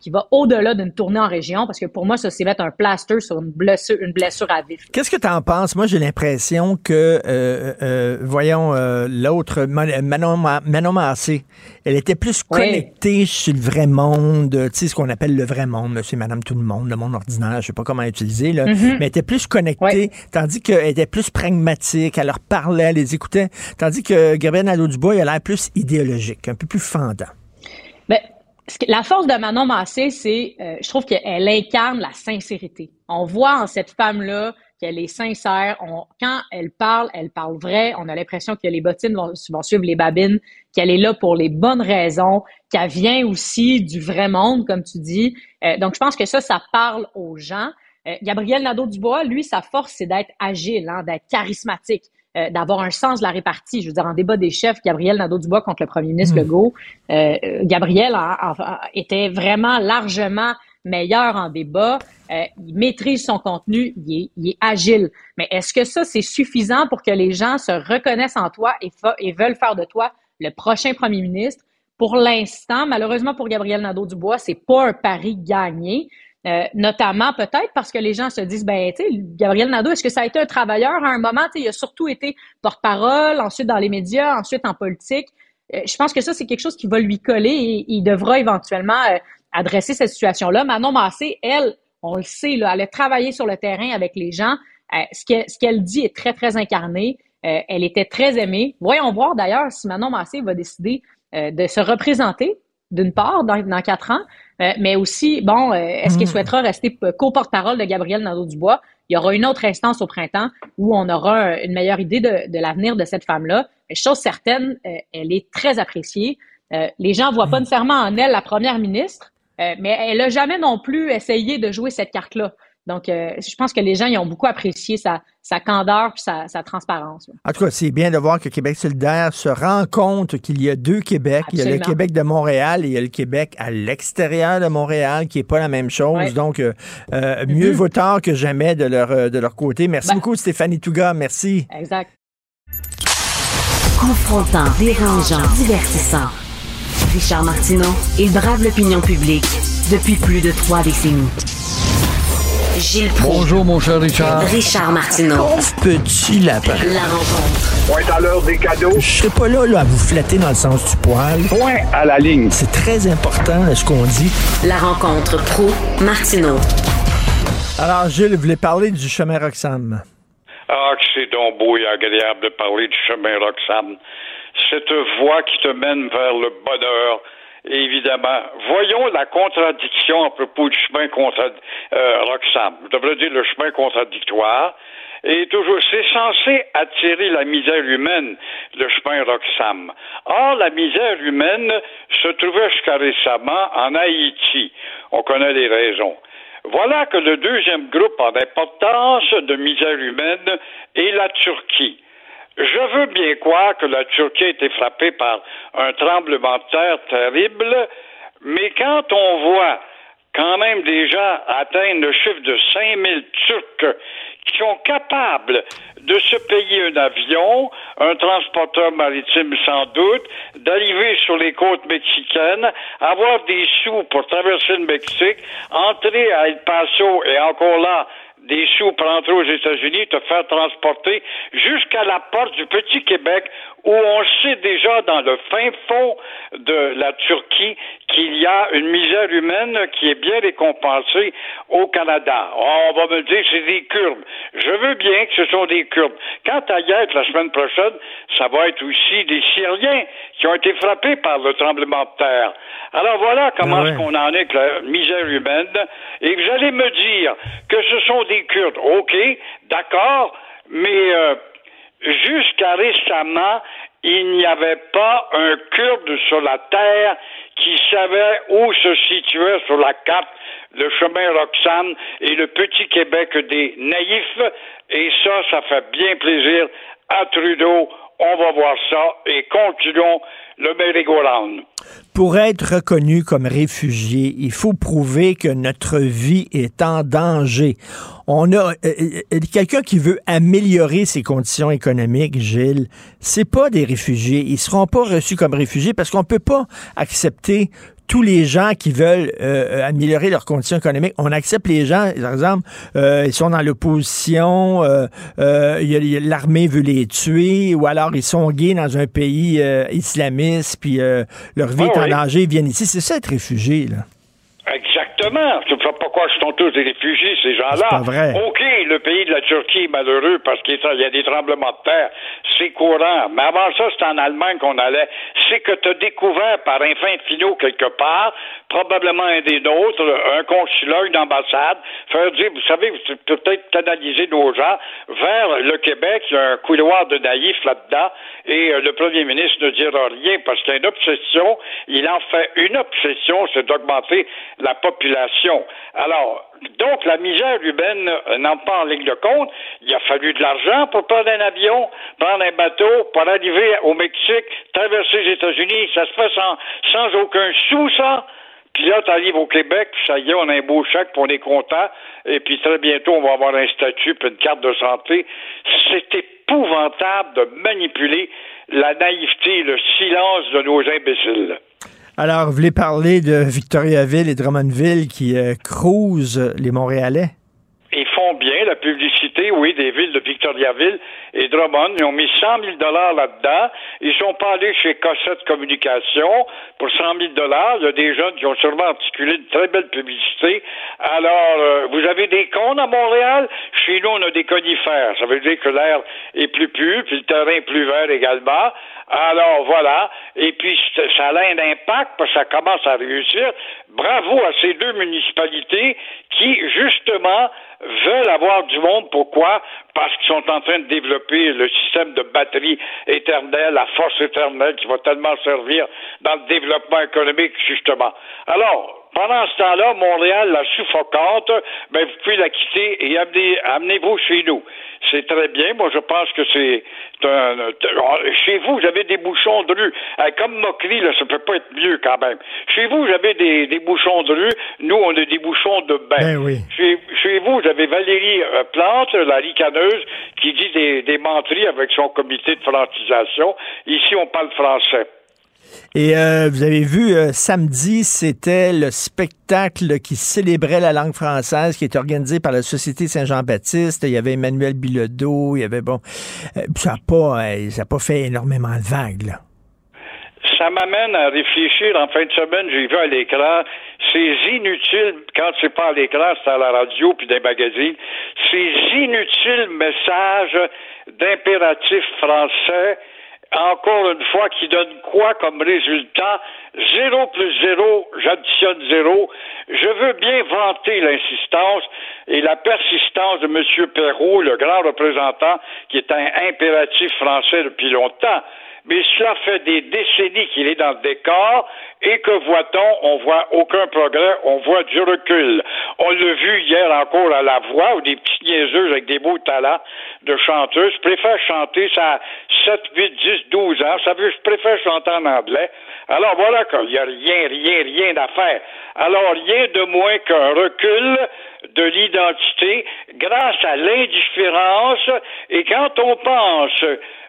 Speaker 18: qui va au-delà d'une tournée en région, parce que pour moi, ça, c'est mettre un plaster sur une blessure, une blessure à vif.
Speaker 3: Qu'est-ce que tu en penses? Moi, j'ai l'impression que, euh, euh, voyons, euh, l'autre, Manon, Manon Massé, elle était plus connectée oui. sur le vrai monde, tu sais, ce qu'on appelle le vrai monde, monsieur, madame, tout le monde, le monde ordinaire, je sais pas comment utiliser, là, mm-hmm. mais elle était plus connectée, oui. tandis qu'elle était plus pragmatique, elle leur parlait, elle les écoutait, tandis que Gabriel Nadeau-Dubois, il a l'air plus idéologique, un peu plus fendant.
Speaker 18: Ben, la force de Manon Massé, c'est, euh, je trouve qu'elle incarne la sincérité. On voit en cette femme-là qu'elle est sincère. On, quand elle parle, elle parle vrai. On a l'impression que les bottines vont, vont suivre les babines, qu'elle est là pour les bonnes raisons, qu'elle vient aussi du vrai monde, comme tu dis. Euh, donc, je pense que ça, ça parle aux gens. Euh, Gabriel Nadeau-Dubois, lui, sa force, c'est d'être agile, hein, d'être charismatique. Euh, d'avoir un sens de la répartie. Je veux dire, en débat des chefs, Gabriel Nadeau-Dubois contre le premier ministre mmh. Legault, euh, Gabriel a, a, a, était vraiment largement meilleur en débat. Euh, il maîtrise son contenu, il est, il est agile. Mais est-ce que ça, c'est suffisant pour que les gens se reconnaissent en toi et, fa- et veulent faire de toi le prochain premier ministre? Pour l'instant, malheureusement pour Gabriel Nadeau-Dubois, c'est pas un pari gagné. Euh, notamment peut-être parce que les gens se disent, ben, tu sais, Gabriel Nadeau, est-ce que ça a été un travailleur à un moment? Tu sais, il a surtout été porte-parole, ensuite dans les médias, ensuite en politique. Euh, je pense que ça, c'est quelque chose qui va lui coller et il devra éventuellement euh, adresser cette situation-là. Manon Massé, elle, on le sait, là, elle a travaillé sur le terrain avec les gens. Euh, ce, qu'elle, ce qu'elle dit est très, très incarné. Euh, elle était très aimée. Voyons voir d'ailleurs si Manon Massé va décider euh, de se représenter, d'une part, dans, dans quatre ans, euh, mais aussi, bon, euh, est-ce mmh. qu'il souhaitera rester co-porte-parole de Gabriel Nadeau-Dubois? Il y aura une autre instance au printemps où on aura une meilleure idée de, de l'avenir de cette femme-là. Mais chose certaine, euh, elle est très appréciée. Euh, les gens voient mmh. pas nécessairement en elle la première ministre, euh, mais elle a jamais non plus essayé de jouer cette carte-là. Donc, euh, je pense que les gens ils ont beaucoup apprécié sa, sa candeur puis sa, sa transparence. Là.
Speaker 3: En tout cas, c'est bien de voir que Québec solidaire se rend compte qu'il y a deux Québec. Absolument. Il y a le Québec de Montréal et il y a le Québec à l'extérieur de Montréal, qui n'est pas la même chose. Ouais. Donc, euh, euh, mieux mm-hmm. vaut tard que jamais de leur, de leur côté. Merci ben, beaucoup, Stéphanie Touga. Merci.
Speaker 18: Exact.
Speaker 15: Confrontant, dérangeant, divertissant. Richard Martineau, il brave l'opinion publique depuis plus de trois décennies. Gilles Proulx.
Speaker 19: Bonjour, mon cher Richard.
Speaker 15: Richard Martineau.
Speaker 3: Pauvre petit lapin.
Speaker 15: La rencontre.
Speaker 20: Point à l'heure des cadeaux.
Speaker 3: Je serai pas là, là à vous flatter dans le sens du poil.
Speaker 20: Point à la ligne.
Speaker 3: C'est très important, là, ce qu'on dit.
Speaker 15: La rencontre Proulx-Martineau.
Speaker 3: Alors, Gilles, vous voulez parler du chemin Roxham?
Speaker 21: Ah, que c'est donc beau et agréable de parler du chemin Roxham. Cette voie qui te mène vers le bonheur. Évidemment. Voyons la contradiction à propos du chemin contra- euh, Roxham. Je devrais dire le chemin contradictoire. Et toujours, c'est censé attirer la misère humaine, le chemin Roxham. Or, la misère humaine se trouvait jusqu'à récemment en Haïti. On connaît les raisons. Voilà que le deuxième groupe en importance de misère humaine est la Turquie. Je veux bien croire que la Turquie a été frappée par un tremblement de terre terrible, mais quand on voit quand même des gens atteindre le chiffre de cinq mille Turcs qui sont capables de se payer un avion, un transporteur maritime sans doute, d'arriver sur les côtes mexicaines, avoir des sous pour traverser le Mexique, entrer à El Paso et encore là, des sous pour entrer aux États-Unis, te faire transporter jusqu'à la porte du petit Québec où on sait déjà dans le fin fond de la Turquie qu'il y a une misère humaine qui est bien récompensée au Canada. Oh, on va me dire que c'est des Kurdes. Je veux bien que ce sont des Kurdes. Quant à hier, la semaine prochaine, ça va être aussi des Syriens qui ont été frappés par le tremblement de terre. Alors voilà comment ah ouais. est-ce qu'on en est avec la misère humaine. Et vous allez me dire que ce sont des Kurdes. OK, d'accord, mais euh, jusqu'à récemment, il n'y avait pas un Kurde sur la terre qui savait où se situait sur la carte le chemin Roxham et le petit Québec des naïfs. Et ça, ça fait bien plaisir à Trudeau. On va voir ça et continuons le merry-go-round.
Speaker 3: Pour être reconnu comme réfugié, il faut prouver que notre vie est en danger. On a euh, quelqu'un qui veut améliorer ses conditions économiques, Gilles. C'est pas des réfugiés. Ils seront pas reçus comme réfugiés parce qu'on peut pas accepter tous les gens qui veulent euh, améliorer leurs conditions économiques. On accepte les gens, par exemple, euh, ils sont dans l'opposition, euh, euh, y a, y a, l'armée veut les tuer, ou alors ils sont gays dans un pays euh, islamiste, puis euh, leur vie oh, est en oui. danger, ils viennent ici. C'est ça, être réfugié, là.
Speaker 21: Exactement. Je ne sais pas pourquoi ils sont tous des réfugiés, ces gens-là.
Speaker 3: C'est pas vrai.
Speaker 21: OK, le pays de la Turquie est malheureux parce qu'il y a des tremblements de terre. C'est courant. Mais avant ça, c'est en Allemagne qu'on allait. C'est que tu as découvert par un fin filot quelque part, probablement un des nôtres, un consulat, une ambassade, faire dire, vous savez, vous peut-être canaliser nos gens vers le Québec. Il y a un couloir de naïfs là-dedans et euh, le premier ministre ne dira rien parce qu'il y a une obsession. Il en fait une obsession, c'est d'augmenter la population. Alors, donc, la misère humaine euh, n'entre pas en ligne de compte. Il a fallu de l'argent pour prendre un avion, prendre un bateau, pour arriver au Mexique, traverser les États-Unis. Ça se fait sans, sans aucun sou, ça. Puis là, tu arrives au Québec, puis ça y est, on a un beau chèque, puis on est content. Et puis très bientôt, on va avoir un statut, puis une carte de santé. C'est épouvantable de manipuler la naïveté, le silence de nos imbéciles.
Speaker 3: Alors, vous voulez parler de Victoriaville et Drummondville qui euh, cruisent les Montréalais?
Speaker 21: Ils font bien la publicité, oui, des villes de Victoriaville et Drummond. Ils ont mis cent mille dollars là-dedans. Ils sont pas allés chez Cossette Communication pour cent mille dollars. Il y a des jeunes qui ont sûrement articulé une très belle publicité. Alors, euh, vous avez des cônes à Montréal? Chez nous, on a des conifères. Ça veut dire que l'air est plus pur, puis le terrain est plus vert également. Alors, voilà. Et puis, ça a un impact, parce que ça commence à réussir. Bravo à ces deux municipalités qui, justement, veulent avoir du monde. Pourquoi? Parce qu'ils sont en train de développer le système de batterie éternelle, la force éternelle qui va tellement servir dans le développement économique, justement. Alors, pendant ce temps-là, Montréal, la suffocante, ben, vous pouvez la quitter et amenez, amenez-vous chez nous. C'est très bien. Moi, je pense que c'est un, chez vous, vous avez des bouchons de rue. Comme moquerie, là, ça peut pas être mieux quand même. Chez vous, vous avez des, des bouchons de rue. Nous, on a des bouchons de bain.
Speaker 3: Ben oui.
Speaker 21: Chez, chez vous, vous avez Valérie euh, Plante, la ricaneuse, qui dit des, des menteries avec son comité de francisation. Ici, on parle français.
Speaker 3: Et euh, vous avez vu, euh, samedi, c'était le spectacle qui célébrait la langue française qui est organisé par la Société Saint-Jean-Baptiste. Il y avait Emmanuel Bilodeau, il y avait, bon... Euh, ça n'a pas, euh, ça a pas fait énormément de vagues, là.
Speaker 21: Ça m'amène à réfléchir. En fin de semaine, j'ai vu à l'écran, c'est inutile, quand c'est pas à l'écran, c'est à la radio puis des magazines, ces inutiles messages d'impératifs français, encore une fois, qui donne quoi comme résultat? Zéro plus zéro, j'additionne zéro. Je veux bien vanter l'insistance et la persistance de M. Perrault, le grand représentant, qui est un impératif français depuis longtemps. Mais cela fait des décennies qu'il est dans le décor et que voit-on? On voit aucun progrès, on voit du recul. On l'a vu hier encore à la voix, où des petites niaiseuses avec des beaux talents de chanteuses. Je préfère chanter ça à sept, huit, dix, douze ans. Ça veut, je préfère chanter en anglais. Alors voilà qu'il n'y a rien, rien, rien à faire. Alors rien de moins qu'un recul de l'identité grâce à l'indifférence. Et quand on pense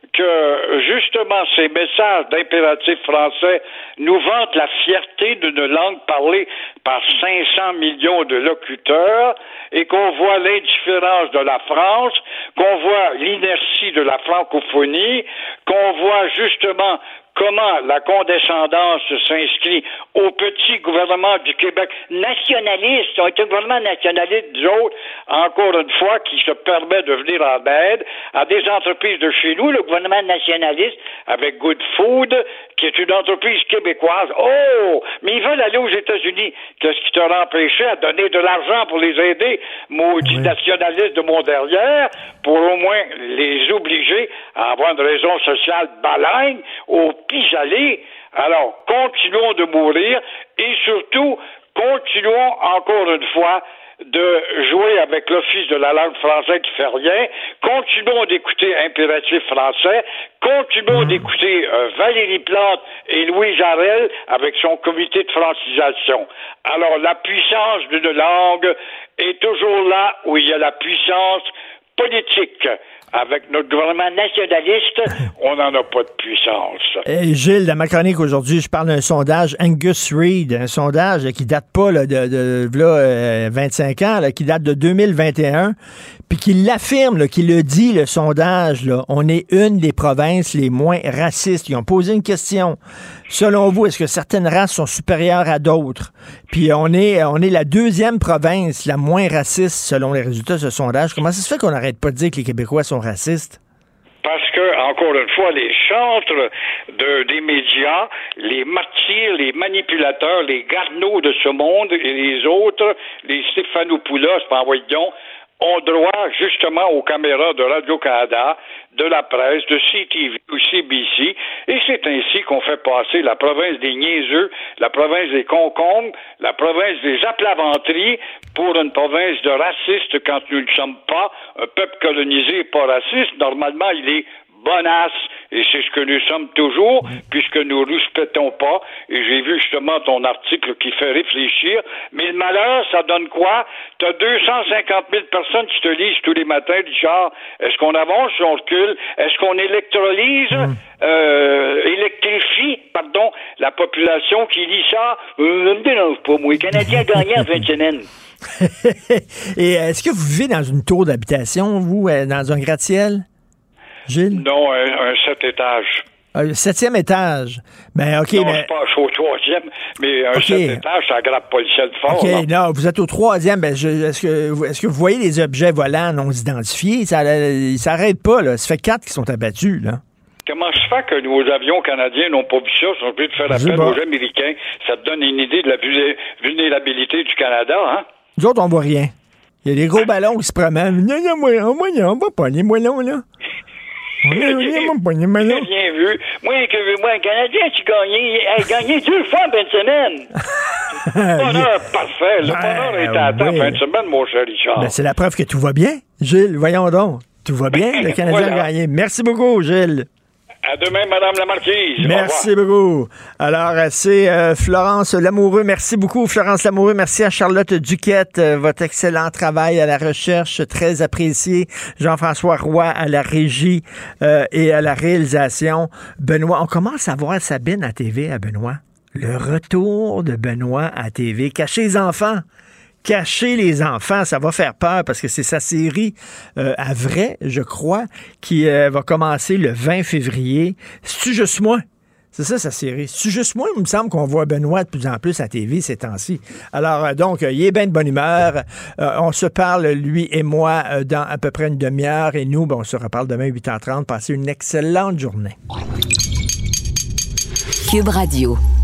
Speaker 21: que, justement, ces messages d'impératifs français nous vantent la fierté d'une langue parlée par cinq cents millions de locuteurs et qu'on voit l'indifférence de la France, qu'on voit l'inertie de la francophonie, qu'on voit justement comment la condescendance s'inscrit au petit gouvernement du Québec nationaliste. On est un gouvernement nationaliste, nous autres, encore une fois, qui se permet de venir en aide à des entreprises de chez nous, le gouvernement nationaliste, avec Good Food, qui est une entreprise québécoise. Oh! Mais ils veulent aller aux États-Unis. Qu'est-ce qui t'aura empêché à donner de l'argent pour les aider, maudits oui. nationalistes de mon derrière, pour au moins les obliger à avoir une raison sociale balagne au pis-aller. Alors, continuons de mourir et surtout, continuons encore une fois de jouer avec l'Office de la langue française qui fait rien. Continuons d'écouter Impératif français. Continuons mmh. d'écouter euh, Valérie Plante et Louis Jarel avec son comité de francisation. Alors, la puissance d'une langue est toujours là où il y a la puissance politique. avec notre gouvernement nationaliste, on n'en a pas de puissance.
Speaker 3: Et Gilles, dans ma chronique aujourd'hui, je parle d'un sondage Angus Reid, un sondage qui date pas là, de, de, de là, euh, vingt-cinq ans, là, qui date de deux mille vingt et un, puis qui l'affirme, là, qui le dit, le sondage, là, on est une des provinces les moins racistes. Ils ont posé une question. Selon vous, est-ce que certaines races sont supérieures à d'autres? Puis on est, on est la deuxième province la moins raciste selon les résultats de ce sondage. Comment ça se fait qu'on n'arrête pas de dire que les Québécois sont racistes?
Speaker 21: Parce que, encore une fois, les chantres de, des médias, les martyrs, les manipulateurs, les Garneaux de ce monde et les autres, les Stéphanopoulos, par voyons, ont droit justement aux caméras de Radio-Canada, de la presse, de C T V ou C B C, et c'est ainsi qu'on fait passer la province des niaiseux, la province des concombres, la province des aplaventeries pour une province de racistes quand nous ne sommes pas un peuple colonisé et pas raciste. Normalement, il est bonasse, et c'est ce que nous sommes toujours, puisque nous ne respectons pas, et j'ai vu justement ton article qui fait réfléchir, mais le malheur, ça donne quoi? Tu as deux cent cinquante mille personnes qui te lisent tous les matins, Richard. Est-ce qu'on avance ou on recule? Est-ce qu'on électrolyse, mmh. euh, électrifie, pardon, la population qui lit ça? Euh, me dérange pas, moi. Les Canadiens gagnent en fin de semaine.
Speaker 3: Et est-ce que vous vivez dans une tour d'habitation, vous, dans un gratte-ciel? Gilles?
Speaker 21: Non, un, un sept étages.
Speaker 3: Un septième étage. Ben, OK.
Speaker 21: Non,
Speaker 3: mais...
Speaker 21: je suis pas je suis au troisième, mais un
Speaker 3: okay.
Speaker 21: sept étages, ça grappe pas le ciel fort.
Speaker 3: OK,
Speaker 21: non,
Speaker 3: non vous êtes au troisième. Ben, je, est-ce, que, est-ce que vous voyez les objets volants non identifiés? Ça, ils s'arrêtent pas, là. Ça fait quatre qui sont abattus, là.
Speaker 21: Comment se fait que nos avions canadiens n'ont pas vu ça? Ils sont obligés de faire appel aux Américains. Ça te donne une idée de la vulnérabilité du Canada, hein?
Speaker 3: Nous autres, on voit rien. Il y a des gros ballons qui se promènent. Non, non, moi, moi, on va pas les moellons, là.
Speaker 21: J'ai rien vu. Moi, que, moi, un Canadien, tu gagnais, a gagné deux fois en fin de semaine. Le bonheur parfait. Le bonheur est à temps en fin de semaine, mon cher Richard.
Speaker 3: Ben, c'est la preuve que tout va bien, Gilles. Voyons donc. Tout va bien. Le Canadien voilà. a gagné. Merci beaucoup, Gilles.
Speaker 21: À demain, Madame la Marquise.
Speaker 3: Merci beaucoup. Alors, c'est euh, Florence Lamoureux. Merci beaucoup, Florence Lamoureux. Merci à Charlotte Duquette. Euh, votre excellent travail à la recherche, très apprécié. Jean-François Roy à la régie euh, et à la réalisation. Benoît, on commence à voir Sabine à T V, à Benoît. Le retour de Benoît à T V. Cachez les enfants. Cacher les enfants, ça va faire peur parce que c'est sa série euh, à vrai, je crois, qui euh, va commencer le vingt février. C'est-tu juste moi? C'est ça, sa série. C'est-tu juste moi? Il me semble qu'on voit Benoît de plus en plus à T V ces temps-ci. Alors, euh, donc, euh, il est bien de bonne humeur. Euh, on se parle, lui et moi, euh, dans à peu près une demi-heure. Et nous, ben, on se reparle demain huit heures trente. Passez une excellente journée.
Speaker 1: Cube Radio.